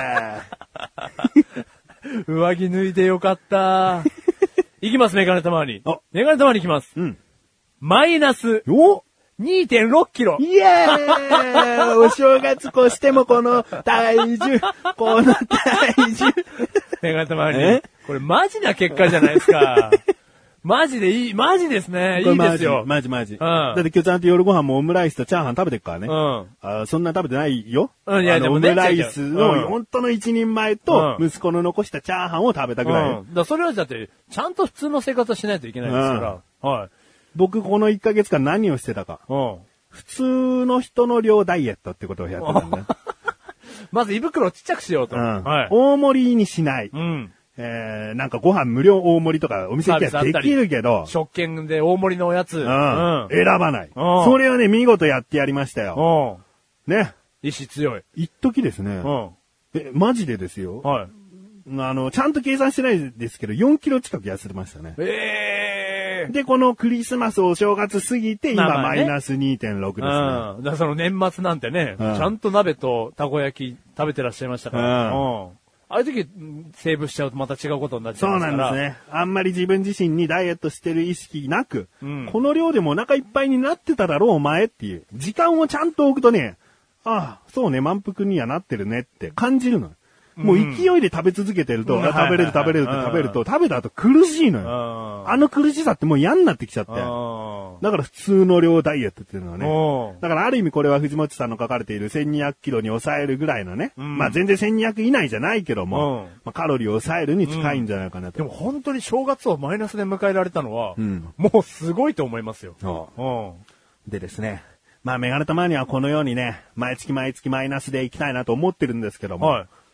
[SPEAKER 1] 上着脱いでよかったいきます、メガネたまわり。メガネたまわりいきます。うん。マイナス にてんろっキロ。
[SPEAKER 2] イエーイお正月越してもこの体重、この体重。
[SPEAKER 1] メガネたまわり。これマジな結果じゃないですか。マジでいい、マジですね。いいですよ。
[SPEAKER 2] マジマジ。うん、だって今日ちゃんと夜ご飯もオムライスとチャーハン食べてるからね。うん。あそんな食べてないよ。うん、いや、でもね。オムライスの本当の一人前と息子の残したチャーハンを食べたぐらい。うん。
[SPEAKER 1] だそれはだって、ちゃんと普通の生活をしないといけないですから。うん、はい。
[SPEAKER 2] 僕このいっかげつかん何をしてたか。うん。普通の人の量ダイエットってことをやってたんだ。
[SPEAKER 1] まず胃袋をちっちゃくしようと。うん。はい。
[SPEAKER 2] 大盛りにしない。うん。えー、なんかご飯無料大盛りとかお店行けばできるけど。
[SPEAKER 1] 食券で大盛りのおやつ。うん。
[SPEAKER 2] うん、選ばない。うん。それをね、見事やってやりましたよ。うん。ね。
[SPEAKER 1] 意志強い。
[SPEAKER 2] 一時ですね。うん。え、マジでですよ。はい。あの、ちゃんと計算してないですけど、よんキロ近く痩せてましたね。ええー。で、このクリスマスお正月過ぎて、今、まあまあね、マイナス にてんろく ですね。うん。
[SPEAKER 1] だからその年末なんてね、うん、ちゃんと鍋とたこ焼き食べてらっしゃいましたから。うん。うんああいう時、セーブしちゃうとまた違うことになっちゃうから。そうなんですね。
[SPEAKER 2] あんまり自分自身にダイエットしてる意識なく、うん、この量でもお腹いっぱいになってただろう、お前っていう。時間をちゃんと置くとね、ああ、そうね、満腹にはなってるねって感じるの。もう勢いで食べ続けてると、うん、食べれる食べれるって食べると、食べた後苦しいのよ。あの苦しさってもう嫌になってきちゃって。だから普通の量ダイエットっていうのはね。だからある意味これは藤本さんの書かれているせんにひゃくキロに抑えるぐらいのね。うん、まあ全然せんにひゃく以内じゃないけども、うんまあ、カロリーを抑えるに近いんじゃないかなと。
[SPEAKER 1] うん、でも本当に正月をマイナスで迎えられたのは、うん、もうすごいと思いますよ。
[SPEAKER 2] うん、でですね。まあメガネたまにはこのようにね、毎月毎月マイナスでいきたいなと思ってるんですけども。はい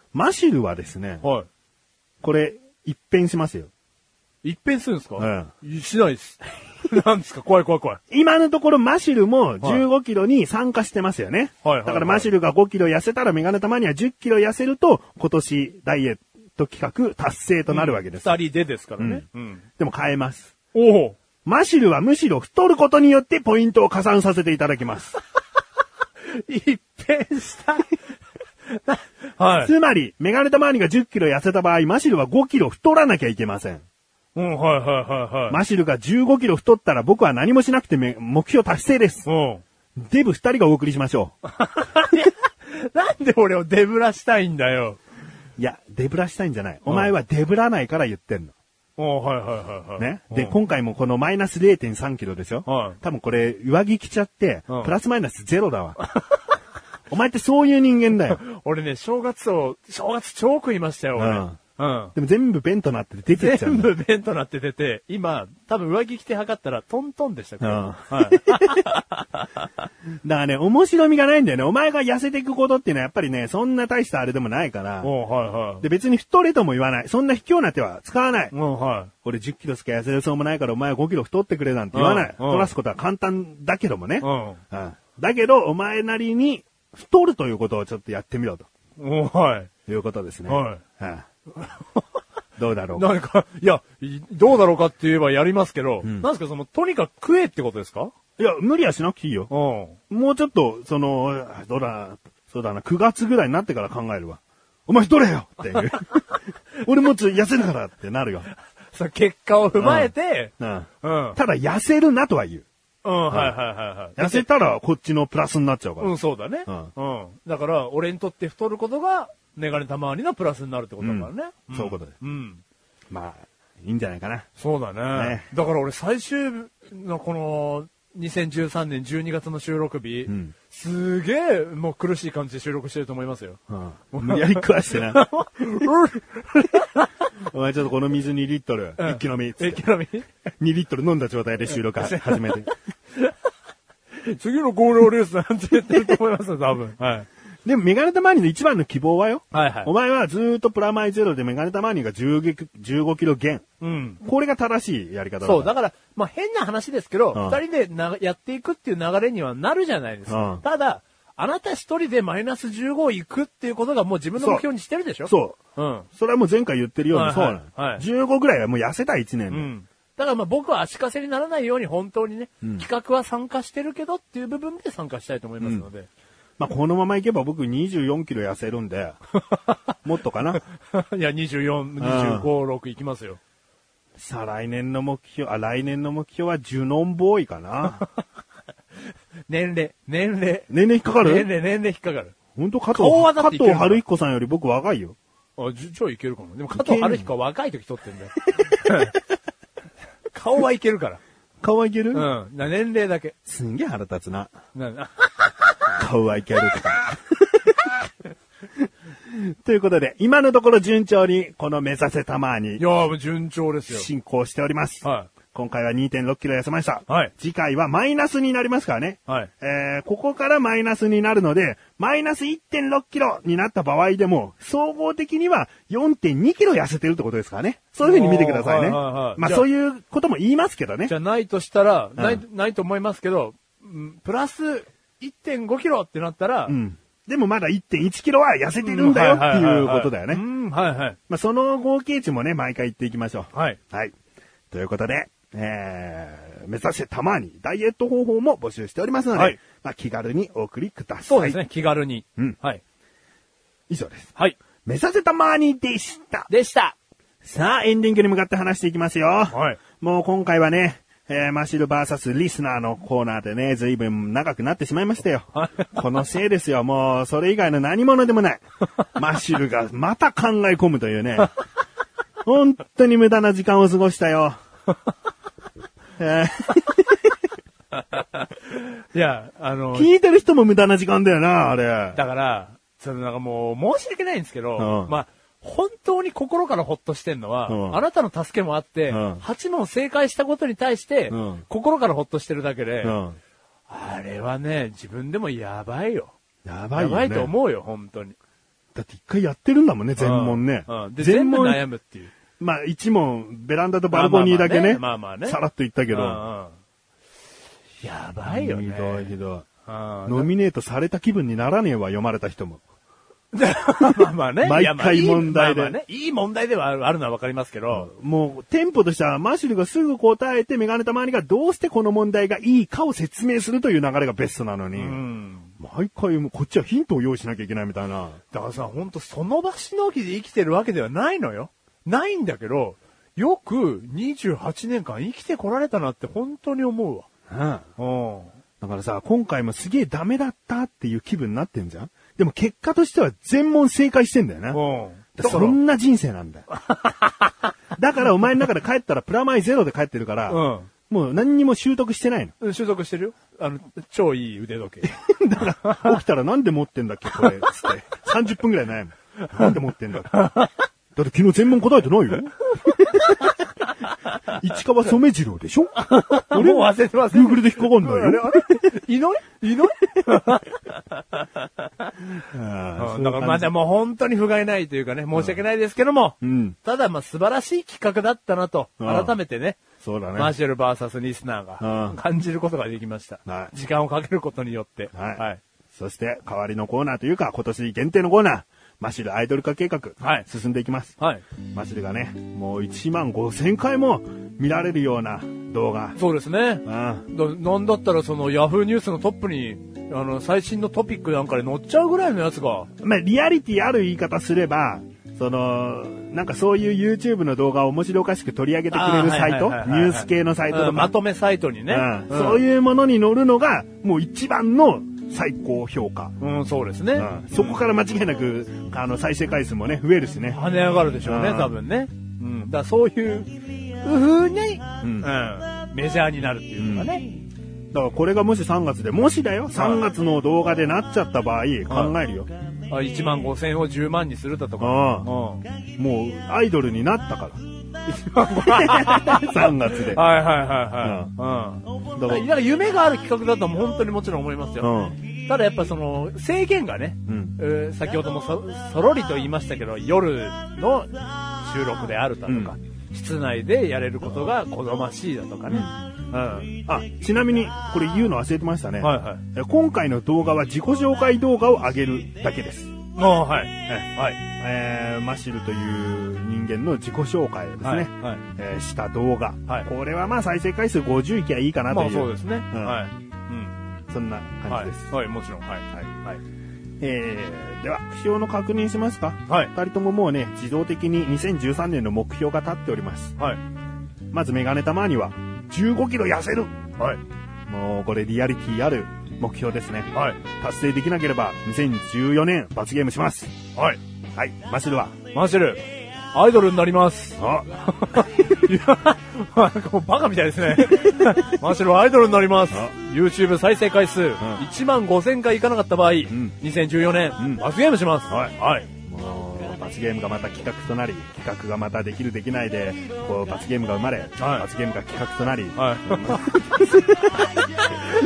[SPEAKER 2] マシルはですね、
[SPEAKER 1] はい。
[SPEAKER 2] これ、一変しますよ。
[SPEAKER 1] 一変するんですか？
[SPEAKER 2] うん。
[SPEAKER 1] しないです。なんですか？怖い怖い怖い。
[SPEAKER 2] 今のところマシルもじゅうごキロに参加してますよね。
[SPEAKER 1] はいはいはい、
[SPEAKER 2] だからマシルがごキロ痩せたらメガネたまにはじゅっキロ痩せると今年ダイエット企画達成となるわけです。
[SPEAKER 1] 二、うん、人でですからね。
[SPEAKER 2] うん。うん、でも変えます。
[SPEAKER 1] おお。
[SPEAKER 2] マシルはむしろ太ることによってポイントを加算させていただきます。
[SPEAKER 1] 一変した。はい。
[SPEAKER 2] つまり、メガネたまにがじゅっキロ痩せた場合、マシルはごキロ太らなきゃいけません。
[SPEAKER 1] うん、はいはいはいはい。
[SPEAKER 2] マシルがじゅうごキロ太ったら僕は何もしなくて目標達成です。
[SPEAKER 1] うん。
[SPEAKER 2] デブ二人がお送りしましょう。
[SPEAKER 1] なんで俺をデブラしたいんだよ。
[SPEAKER 2] いや、デブラしたいんじゃない。お前はデブらないから言ってんの。
[SPEAKER 1] おはいはいはいはい。
[SPEAKER 2] ね。で、今回もこのマイナス れいてんさんキロでしょ。はい。多分これ、上着着ちゃって、プラスマイナスゼロだわ。お前ってそういう人間だよ。
[SPEAKER 1] 俺ね、正月を、正月超食いましたよ、俺。うん
[SPEAKER 2] うん。でも全部弁となって出てっちゃう。
[SPEAKER 1] 全部弁となって出て、今、多分上着着て測ったらトントンでしたから。うん。はい。
[SPEAKER 2] だからね、面白みがないんだよね。お前が痩せていくことっていうのはやっぱりね、そんな大したあれでもないから。
[SPEAKER 1] おはいはい。
[SPEAKER 2] で、別に太れとも言わない。そんな卑怯な手は使わない。
[SPEAKER 1] うん、はい。
[SPEAKER 2] 俺じゅっキロしか痩せるそうもないからお前はごキロ太ってくれなんて言わない。太らすことは簡単だけどもね。うん。うん。だけど、お前なりに太るということをちょっとやってみろと。
[SPEAKER 1] おはい。
[SPEAKER 2] いうことですね。
[SPEAKER 1] はい。
[SPEAKER 2] はあ、どうだろう
[SPEAKER 1] か。なんか、いや、どうだろうかって言えばやりますけど、うん、なんですかその、とにかく食えってことですか？
[SPEAKER 2] いや、無理はしなくていいよ。うん。もうちょっと、その、どうだ、そうだな、くがつぐらいになってから考えるわ。お前太れよっていう。俺もつ痩せるからってなるよ。
[SPEAKER 1] その結果を踏まえて、
[SPEAKER 2] うん。うん。うん、ただ痩せるなとは言う。
[SPEAKER 1] うん、はいはいはいはい。
[SPEAKER 2] 痩せたらこっちのプラスになっちゃうから。
[SPEAKER 1] うん、そうだね。うん。うん。だから、俺にとって太ることが、メガネたまわりのプラスになるってことだからね。
[SPEAKER 2] うん、そういうことで。
[SPEAKER 1] うん。
[SPEAKER 2] まあ、いいんじゃないかな。
[SPEAKER 1] そうだね。ねだから俺最終のこの、にせんじゅうさんねんじゅうにがつの収録日、うん、すげえもう苦しい感じで収録してると思いますよ。
[SPEAKER 2] うん、無理やり食わしてな。お前ちょっとこの水にリットル、うん、一気飲み。
[SPEAKER 1] 一気飲み ?
[SPEAKER 2] に リットル飲んだ状態で収録始めて。
[SPEAKER 1] 次のゴールレースなんて言ってると思いますよ、多分。はい。
[SPEAKER 2] でもメガネたまわりの一番の希望はよ。
[SPEAKER 1] はいはい。
[SPEAKER 2] お前はずーっとプラマイゼロでメガネたまわりがじゅうごキロ減。うん。これが正しいやり方だ。
[SPEAKER 1] そう、だから、まあ変な話ですけど、二、うん、人でなやっていくっていう流れにはなるじゃないですか。うん、ただ、あなた一人でマイナスじゅうごいくっていうことがもう自分の目標にしてるでしょ？
[SPEAKER 2] そう。そう。うん。それはもう前回言ってるように、はいはい、そうなの、はい。じゅうごぐらいはもう痩せたいちねんで。うん。
[SPEAKER 1] だからまあ僕は足かせにならないように本当にね、うん、企画は参加してるけどっていう部分で参加したいと思いますので。うん、
[SPEAKER 2] まあこのままいけば僕にじゅうよんキロ痩せるんで、もっとかな。
[SPEAKER 1] いやにじゅうよん、にじゅうご、ろくいきますよ。
[SPEAKER 2] さあ来年の目標、あ、来年の目標はジュノンボーイかな。
[SPEAKER 1] 年齢、年齢。
[SPEAKER 2] 年齢引っかかる？
[SPEAKER 1] 年齢、年齢引っかかる。
[SPEAKER 2] 本当加藤、加藤春彦さんより僕若いよ。
[SPEAKER 1] あ、じゃあいけるかも。でも加藤春彦は若い時撮ってんだよ。顔はいけるから。
[SPEAKER 2] 顔はいける？
[SPEAKER 1] うん。年齢だけ。
[SPEAKER 2] すんげえ腹立つな。
[SPEAKER 1] なんだ
[SPEAKER 2] 顔はいけるとか。ということで、今のところ順調に、この目指せたまーに。
[SPEAKER 1] いやー、順調ですよ。
[SPEAKER 2] 進行しております。はい。今回は にてんろくキロ痩せました。
[SPEAKER 1] はい。
[SPEAKER 2] 次回はマイナスになりますからね。はい。えー、ここからマイナスになるので、マイナス いってんろくキロになった場合でも、総合的には よんてんにキロ痩せてるってことですからね。そういう風に見てくださいね。はいはいはい、まあそういうことも言いますけどね。
[SPEAKER 1] じゃあないとしたら、ない、うん、ないと思いますけど、プラス いってんごキロってなったら、うん。
[SPEAKER 2] でもまだ いってんいちキロは痩せてるんだよっていうことだよね。
[SPEAKER 1] うん、はいはい。
[SPEAKER 2] まあその合計値もね、毎回言っていきましょう。
[SPEAKER 1] はい。
[SPEAKER 2] はい。ということで、えー、目指せたまにダイエット方法も募集しておりますので、はい、まあ、気軽にお送りください。
[SPEAKER 1] そうですね、気軽に。
[SPEAKER 2] うん。
[SPEAKER 1] はい。
[SPEAKER 2] 以上です。
[SPEAKER 1] はい。
[SPEAKER 2] 目指せたまにでした。
[SPEAKER 1] でした。
[SPEAKER 2] さあ、エンディングに向かって話していきますよ。
[SPEAKER 1] はい。
[SPEAKER 2] もう今回はね、えー、マシルバーサスリスナーのコーナーでね、随分長くなってしまいましたよ。このせいですよ。もう、それ以外の何者でもない。マシルがまた考え込むというね。本当に無駄な時間を過ごしたよ。
[SPEAKER 1] いや、あの、
[SPEAKER 2] 聞いてる人も無駄な時間だよな、あれ。
[SPEAKER 1] だから、そのなんかもう申し訳ないんですけど、うん、まあ、本当に心からほっとしてんのは、うん、あなたの助けもあって、うん、はち問正解したことに対して、うん、心からほっとしてるだけで、うん、あれはね、自分でもやばいよ。
[SPEAKER 2] やばいよね。
[SPEAKER 1] やばいと思うよ、本当に。
[SPEAKER 2] だって一回やってるんだもんね、全問ね。
[SPEAKER 1] うんうん、で全問悩むっていう。
[SPEAKER 2] まあ一問、ベランダとバルコニーだけね、
[SPEAKER 1] まあまあね、
[SPEAKER 2] さらっと言ったけど。
[SPEAKER 1] うんうん、やばいよね。
[SPEAKER 2] ひどいひどい。ノミネートされた気分にならねえわ、読まれた人も。
[SPEAKER 1] まあまあね。
[SPEAKER 2] 毎回問題で。
[SPEAKER 1] いや、まあ、いい、まあまあね、いい問題ではあるのはわかりますけど。
[SPEAKER 2] もう、テンポとしてはマシュルがすぐ答えて、メガネたまわりがどうしてこの問題がいいかを説明するという流れがベストなのに。うん、毎回こっちはヒントを用意しなきゃいけないみたいな。
[SPEAKER 1] だからさ、ほんとその場しのぎで生きてるわけではないのよ。ないんだけど、よくにじゅうはちねんかん生きてこられたなって本当に思うわ。うん。うん。
[SPEAKER 2] だからさ、今回もすげえダメだったっていう気分になってんじゃん。でも結果としては全問正解してんだよね。うん。そんな人生なんだよ。だからお前の中で帰ったらプラマイゼロで帰ってるから、うん、もう何にも習得してないの。
[SPEAKER 1] 習得してるよ。あの、超いい腕時計。
[SPEAKER 2] だから、起きたらなんで持ってんだっけこれ、つって。さんじゅっぷんくらい悩む。なんで持ってんだっけだって昨日全問答えてないよ。市川染次郎でしょ
[SPEAKER 1] 俺も忘れてます。
[SPEAKER 2] Google で引っかかんないよ。
[SPEAKER 1] あれいないいないだからまあじゃあもう本当に不甲斐ないというかね、申し訳ないですけども、うん、ただまあ素晴らしい企画だったなと、改めてね、
[SPEAKER 2] そうだね。
[SPEAKER 1] マーシャル ブイエス リスナーが感じることができました。はい、時間をかけることによって。
[SPEAKER 2] はい。はい、そして代わりのコーナーというか今年限定のコーナー。マシルアイドル化計画、はい、進んでいきます。はい。マシルがね、もういちまんごせんかいも見られるような動画。
[SPEAKER 1] そうですね。うん。だなんだったらそのヤフーニュースのトップに、あの、最新のトピックなんかで載っちゃうぐらいのやつが。
[SPEAKER 2] まあ、リアリティある言い方すれば、その、なんかそういう YouTube の動画を面白おかしく取り上げてくれるサイト、ニュース系のサイトとか、
[SPEAKER 1] うん、まとめサイトにね、
[SPEAKER 2] うんうん。そういうものに載るのが、もう一番の、最高評価。
[SPEAKER 1] うん、そうですね。うん、
[SPEAKER 2] そこから間違いなく、あの、再生回数もね、増えるしね。
[SPEAKER 1] 跳ね上がるでしょうね、多分ね。うん。だからそういう風に、うん、うん、メジャーになるっていうのがね。
[SPEAKER 2] うん、だからこれがもしさんがつで、もしだよ、さんがつの動画でなっちゃった場合、考えるよ。
[SPEAKER 1] あ、いちまんごせんをじゅうまんにするだとか。うん。
[SPEAKER 2] もう、アイドルになったから。さんがつで。
[SPEAKER 1] はいはいはいはい。うん。うん、だから、だから夢がある企画だとも本当にもちろん思いますよ。うん、ただやっぱその制限がね、うんえー、先ほども そ, そろりと言いましたけど、夜の収録であるだとか、うん、室内でやれることが好ましいだとかね。うん。うん、
[SPEAKER 2] あ、ちなみにこれ言うの忘れてましたね。はいはい。今回の動画は自己紹介動画を上げるだけです。
[SPEAKER 1] ああ、はい。はい。
[SPEAKER 2] えー、マシルという人間の自己紹介をですね、はいはいえー、した動画、はい。これはまあ再生回数ごじゅういきゃいいかなという。
[SPEAKER 1] まあそうですね。うん、はい。うん。
[SPEAKER 2] そんな感じです。
[SPEAKER 1] はい、はい、もちろん。はい。はい。はい。
[SPEAKER 2] えー、では、不詳の確認しますか。はい。二人とももうね、自動的ににせんじゅうさんねんの目標が立っております。はい。まずメガネたまには、じゅうごキロ痩せる。はい。もうこれリアリティある目標ですね。はい。達成できなければにせんじゅうよねん罰ゲームします。はい。はい。マシルは
[SPEAKER 1] マシル、アイドルになります。あいや、なんかもうバカみたいですね。マシルはアイドルになります。YouTube 再生回数、うん、いちまんごせんかいいかなかった場合、うん、にせんじゅうよねん、うん、罰ゲームします。はい。はい。
[SPEAKER 2] 罰ゲームがまた企画となり、企画がまたできるできないで、こう罰ゲームが生まれ、はい、罰ゲームが企画となり、はい、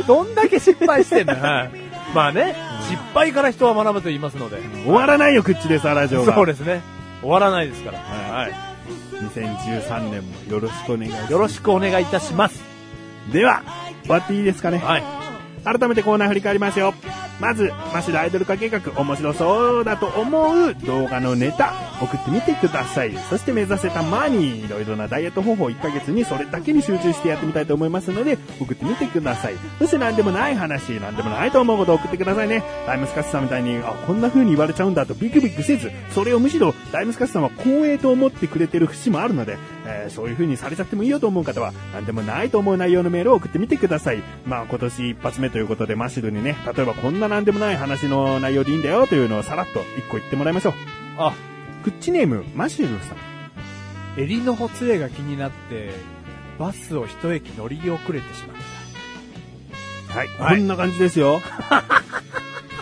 [SPEAKER 1] どんだけ失敗してんだよ。はい、まあね、失敗から人は学ぶと言いますので、
[SPEAKER 2] 終わらないよ口でさラジオが。
[SPEAKER 1] そうですね。終わらないですから。はい。
[SPEAKER 2] にせんじゅうさんねんもよろしくお願いします。
[SPEAKER 1] よろしくお願いいたします。
[SPEAKER 2] では終わっていいですかね。はい。改めてコーナー振り返りますよ。まず、マシルアイドル化計画、面白そうだと思う動画のネタ、送ってみてください。そして目指せたマニー、いろいろなダイエット方法いっかげつにそれだけに集中してやってみたいと思いますので、送ってみてください。そして何でもない話、何でもないと思うことを送ってくださいね。タイムスカッシュさんみたいに、あ、こんな風に言われちゃうんだとビクビクせず、それをむしろタイムスカッシュさんは光栄と思ってくれてる節もあるので、えー、そういう風にされちゃってもいいよと思う方は、何でもないと思う内容のメールを送ってみてください。まあ今年一発目ということで、マシルにね、例えばこんな何でもない話の内容でいいんだよというのをさらっと一個言ってもらいましょう。あ、クッチネームマシルさ
[SPEAKER 1] ん。襟のほつれが気になってバスを一駅乗り遅れてしまった。
[SPEAKER 2] はい、はい、こんな感じですよ。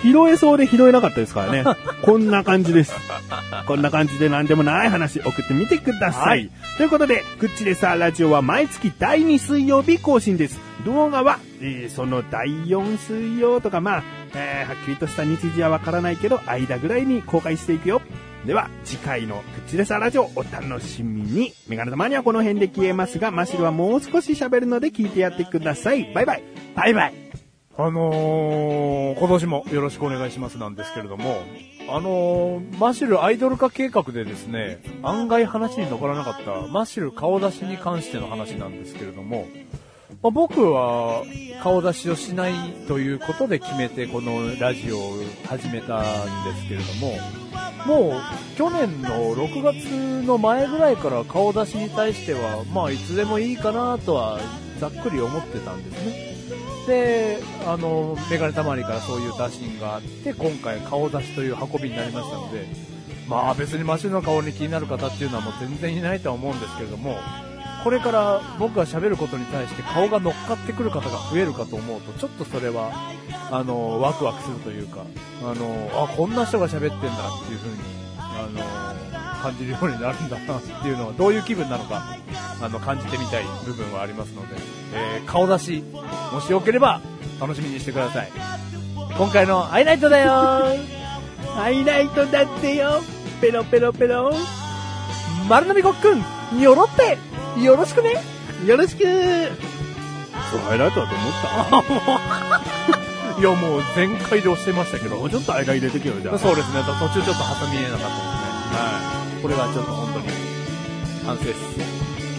[SPEAKER 2] 拾えそうで拾えなかったですからね。こんな感じです。こんな感じで何でもない話送ってみてください。はい、ということで、グッチレサーラジオは毎月だいに水曜日更新です。動画は、えー、そのだいよん水曜とか、まあ、えー、はっきりとした日時はわからないけど、間ぐらいに公開していくよ。では、次回のグッチレサーラジオお楽しみに。メガネたまにはこの辺で消えますが、マシルはもう少し喋るので聞いてやってください。バイバイ。バイバイ。
[SPEAKER 1] あのー、今年もよろしくお願いしますなんですけれども、あのー、マシルアイドル化計画でですね、案外話に残らなかったマシル顔出しに関しての話なんですけれども、まあ、僕は顔出しをしないということで決めてこのラジオを始めたんですけれども、もう去年のろくがつの前ぐらいから顔出しに対しては、まあいつでもいいかなとはざっくり思ってたんですね。で、あの、メガネたまりからそういう打診があって、今回顔出しという運びになりましたので、まあ別にマシュの顔に気になる方っていうのはもう全然いないとは思うんですけれども、これから僕が喋ることに対して顔が乗っかってくる方が増えるかと思うと、ちょっとそれは、あの、ワクワクするというか、あの、あ、こんな人が喋ってんだっていう風に、あの、感じるようになるんだなっていうのは、どういう気分なのか、あの、感じてみたい部分はありますので、えー、顔出し、もしよければ、楽しみにしてください。今回のアイナイトだよー。
[SPEAKER 2] アイナイトだってよ。ペロペロペロ。
[SPEAKER 1] 丸飲みごっくん、よろってよろしくね。
[SPEAKER 2] よろしく。そうハイライトだと思った。
[SPEAKER 1] いやもう全開で押してましたけど、
[SPEAKER 2] もうちょっと間入れてけよじゃあ。
[SPEAKER 1] そうですね。途中ちょっと挟みえなかったですね。はい。これがちょっと本当に反省です。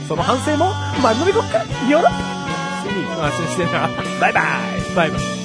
[SPEAKER 1] その反省も丸飲みごっくんよろって。
[SPEAKER 2] 安
[SPEAKER 1] 心してな。
[SPEAKER 2] バイバイ。
[SPEAKER 1] バイバイ。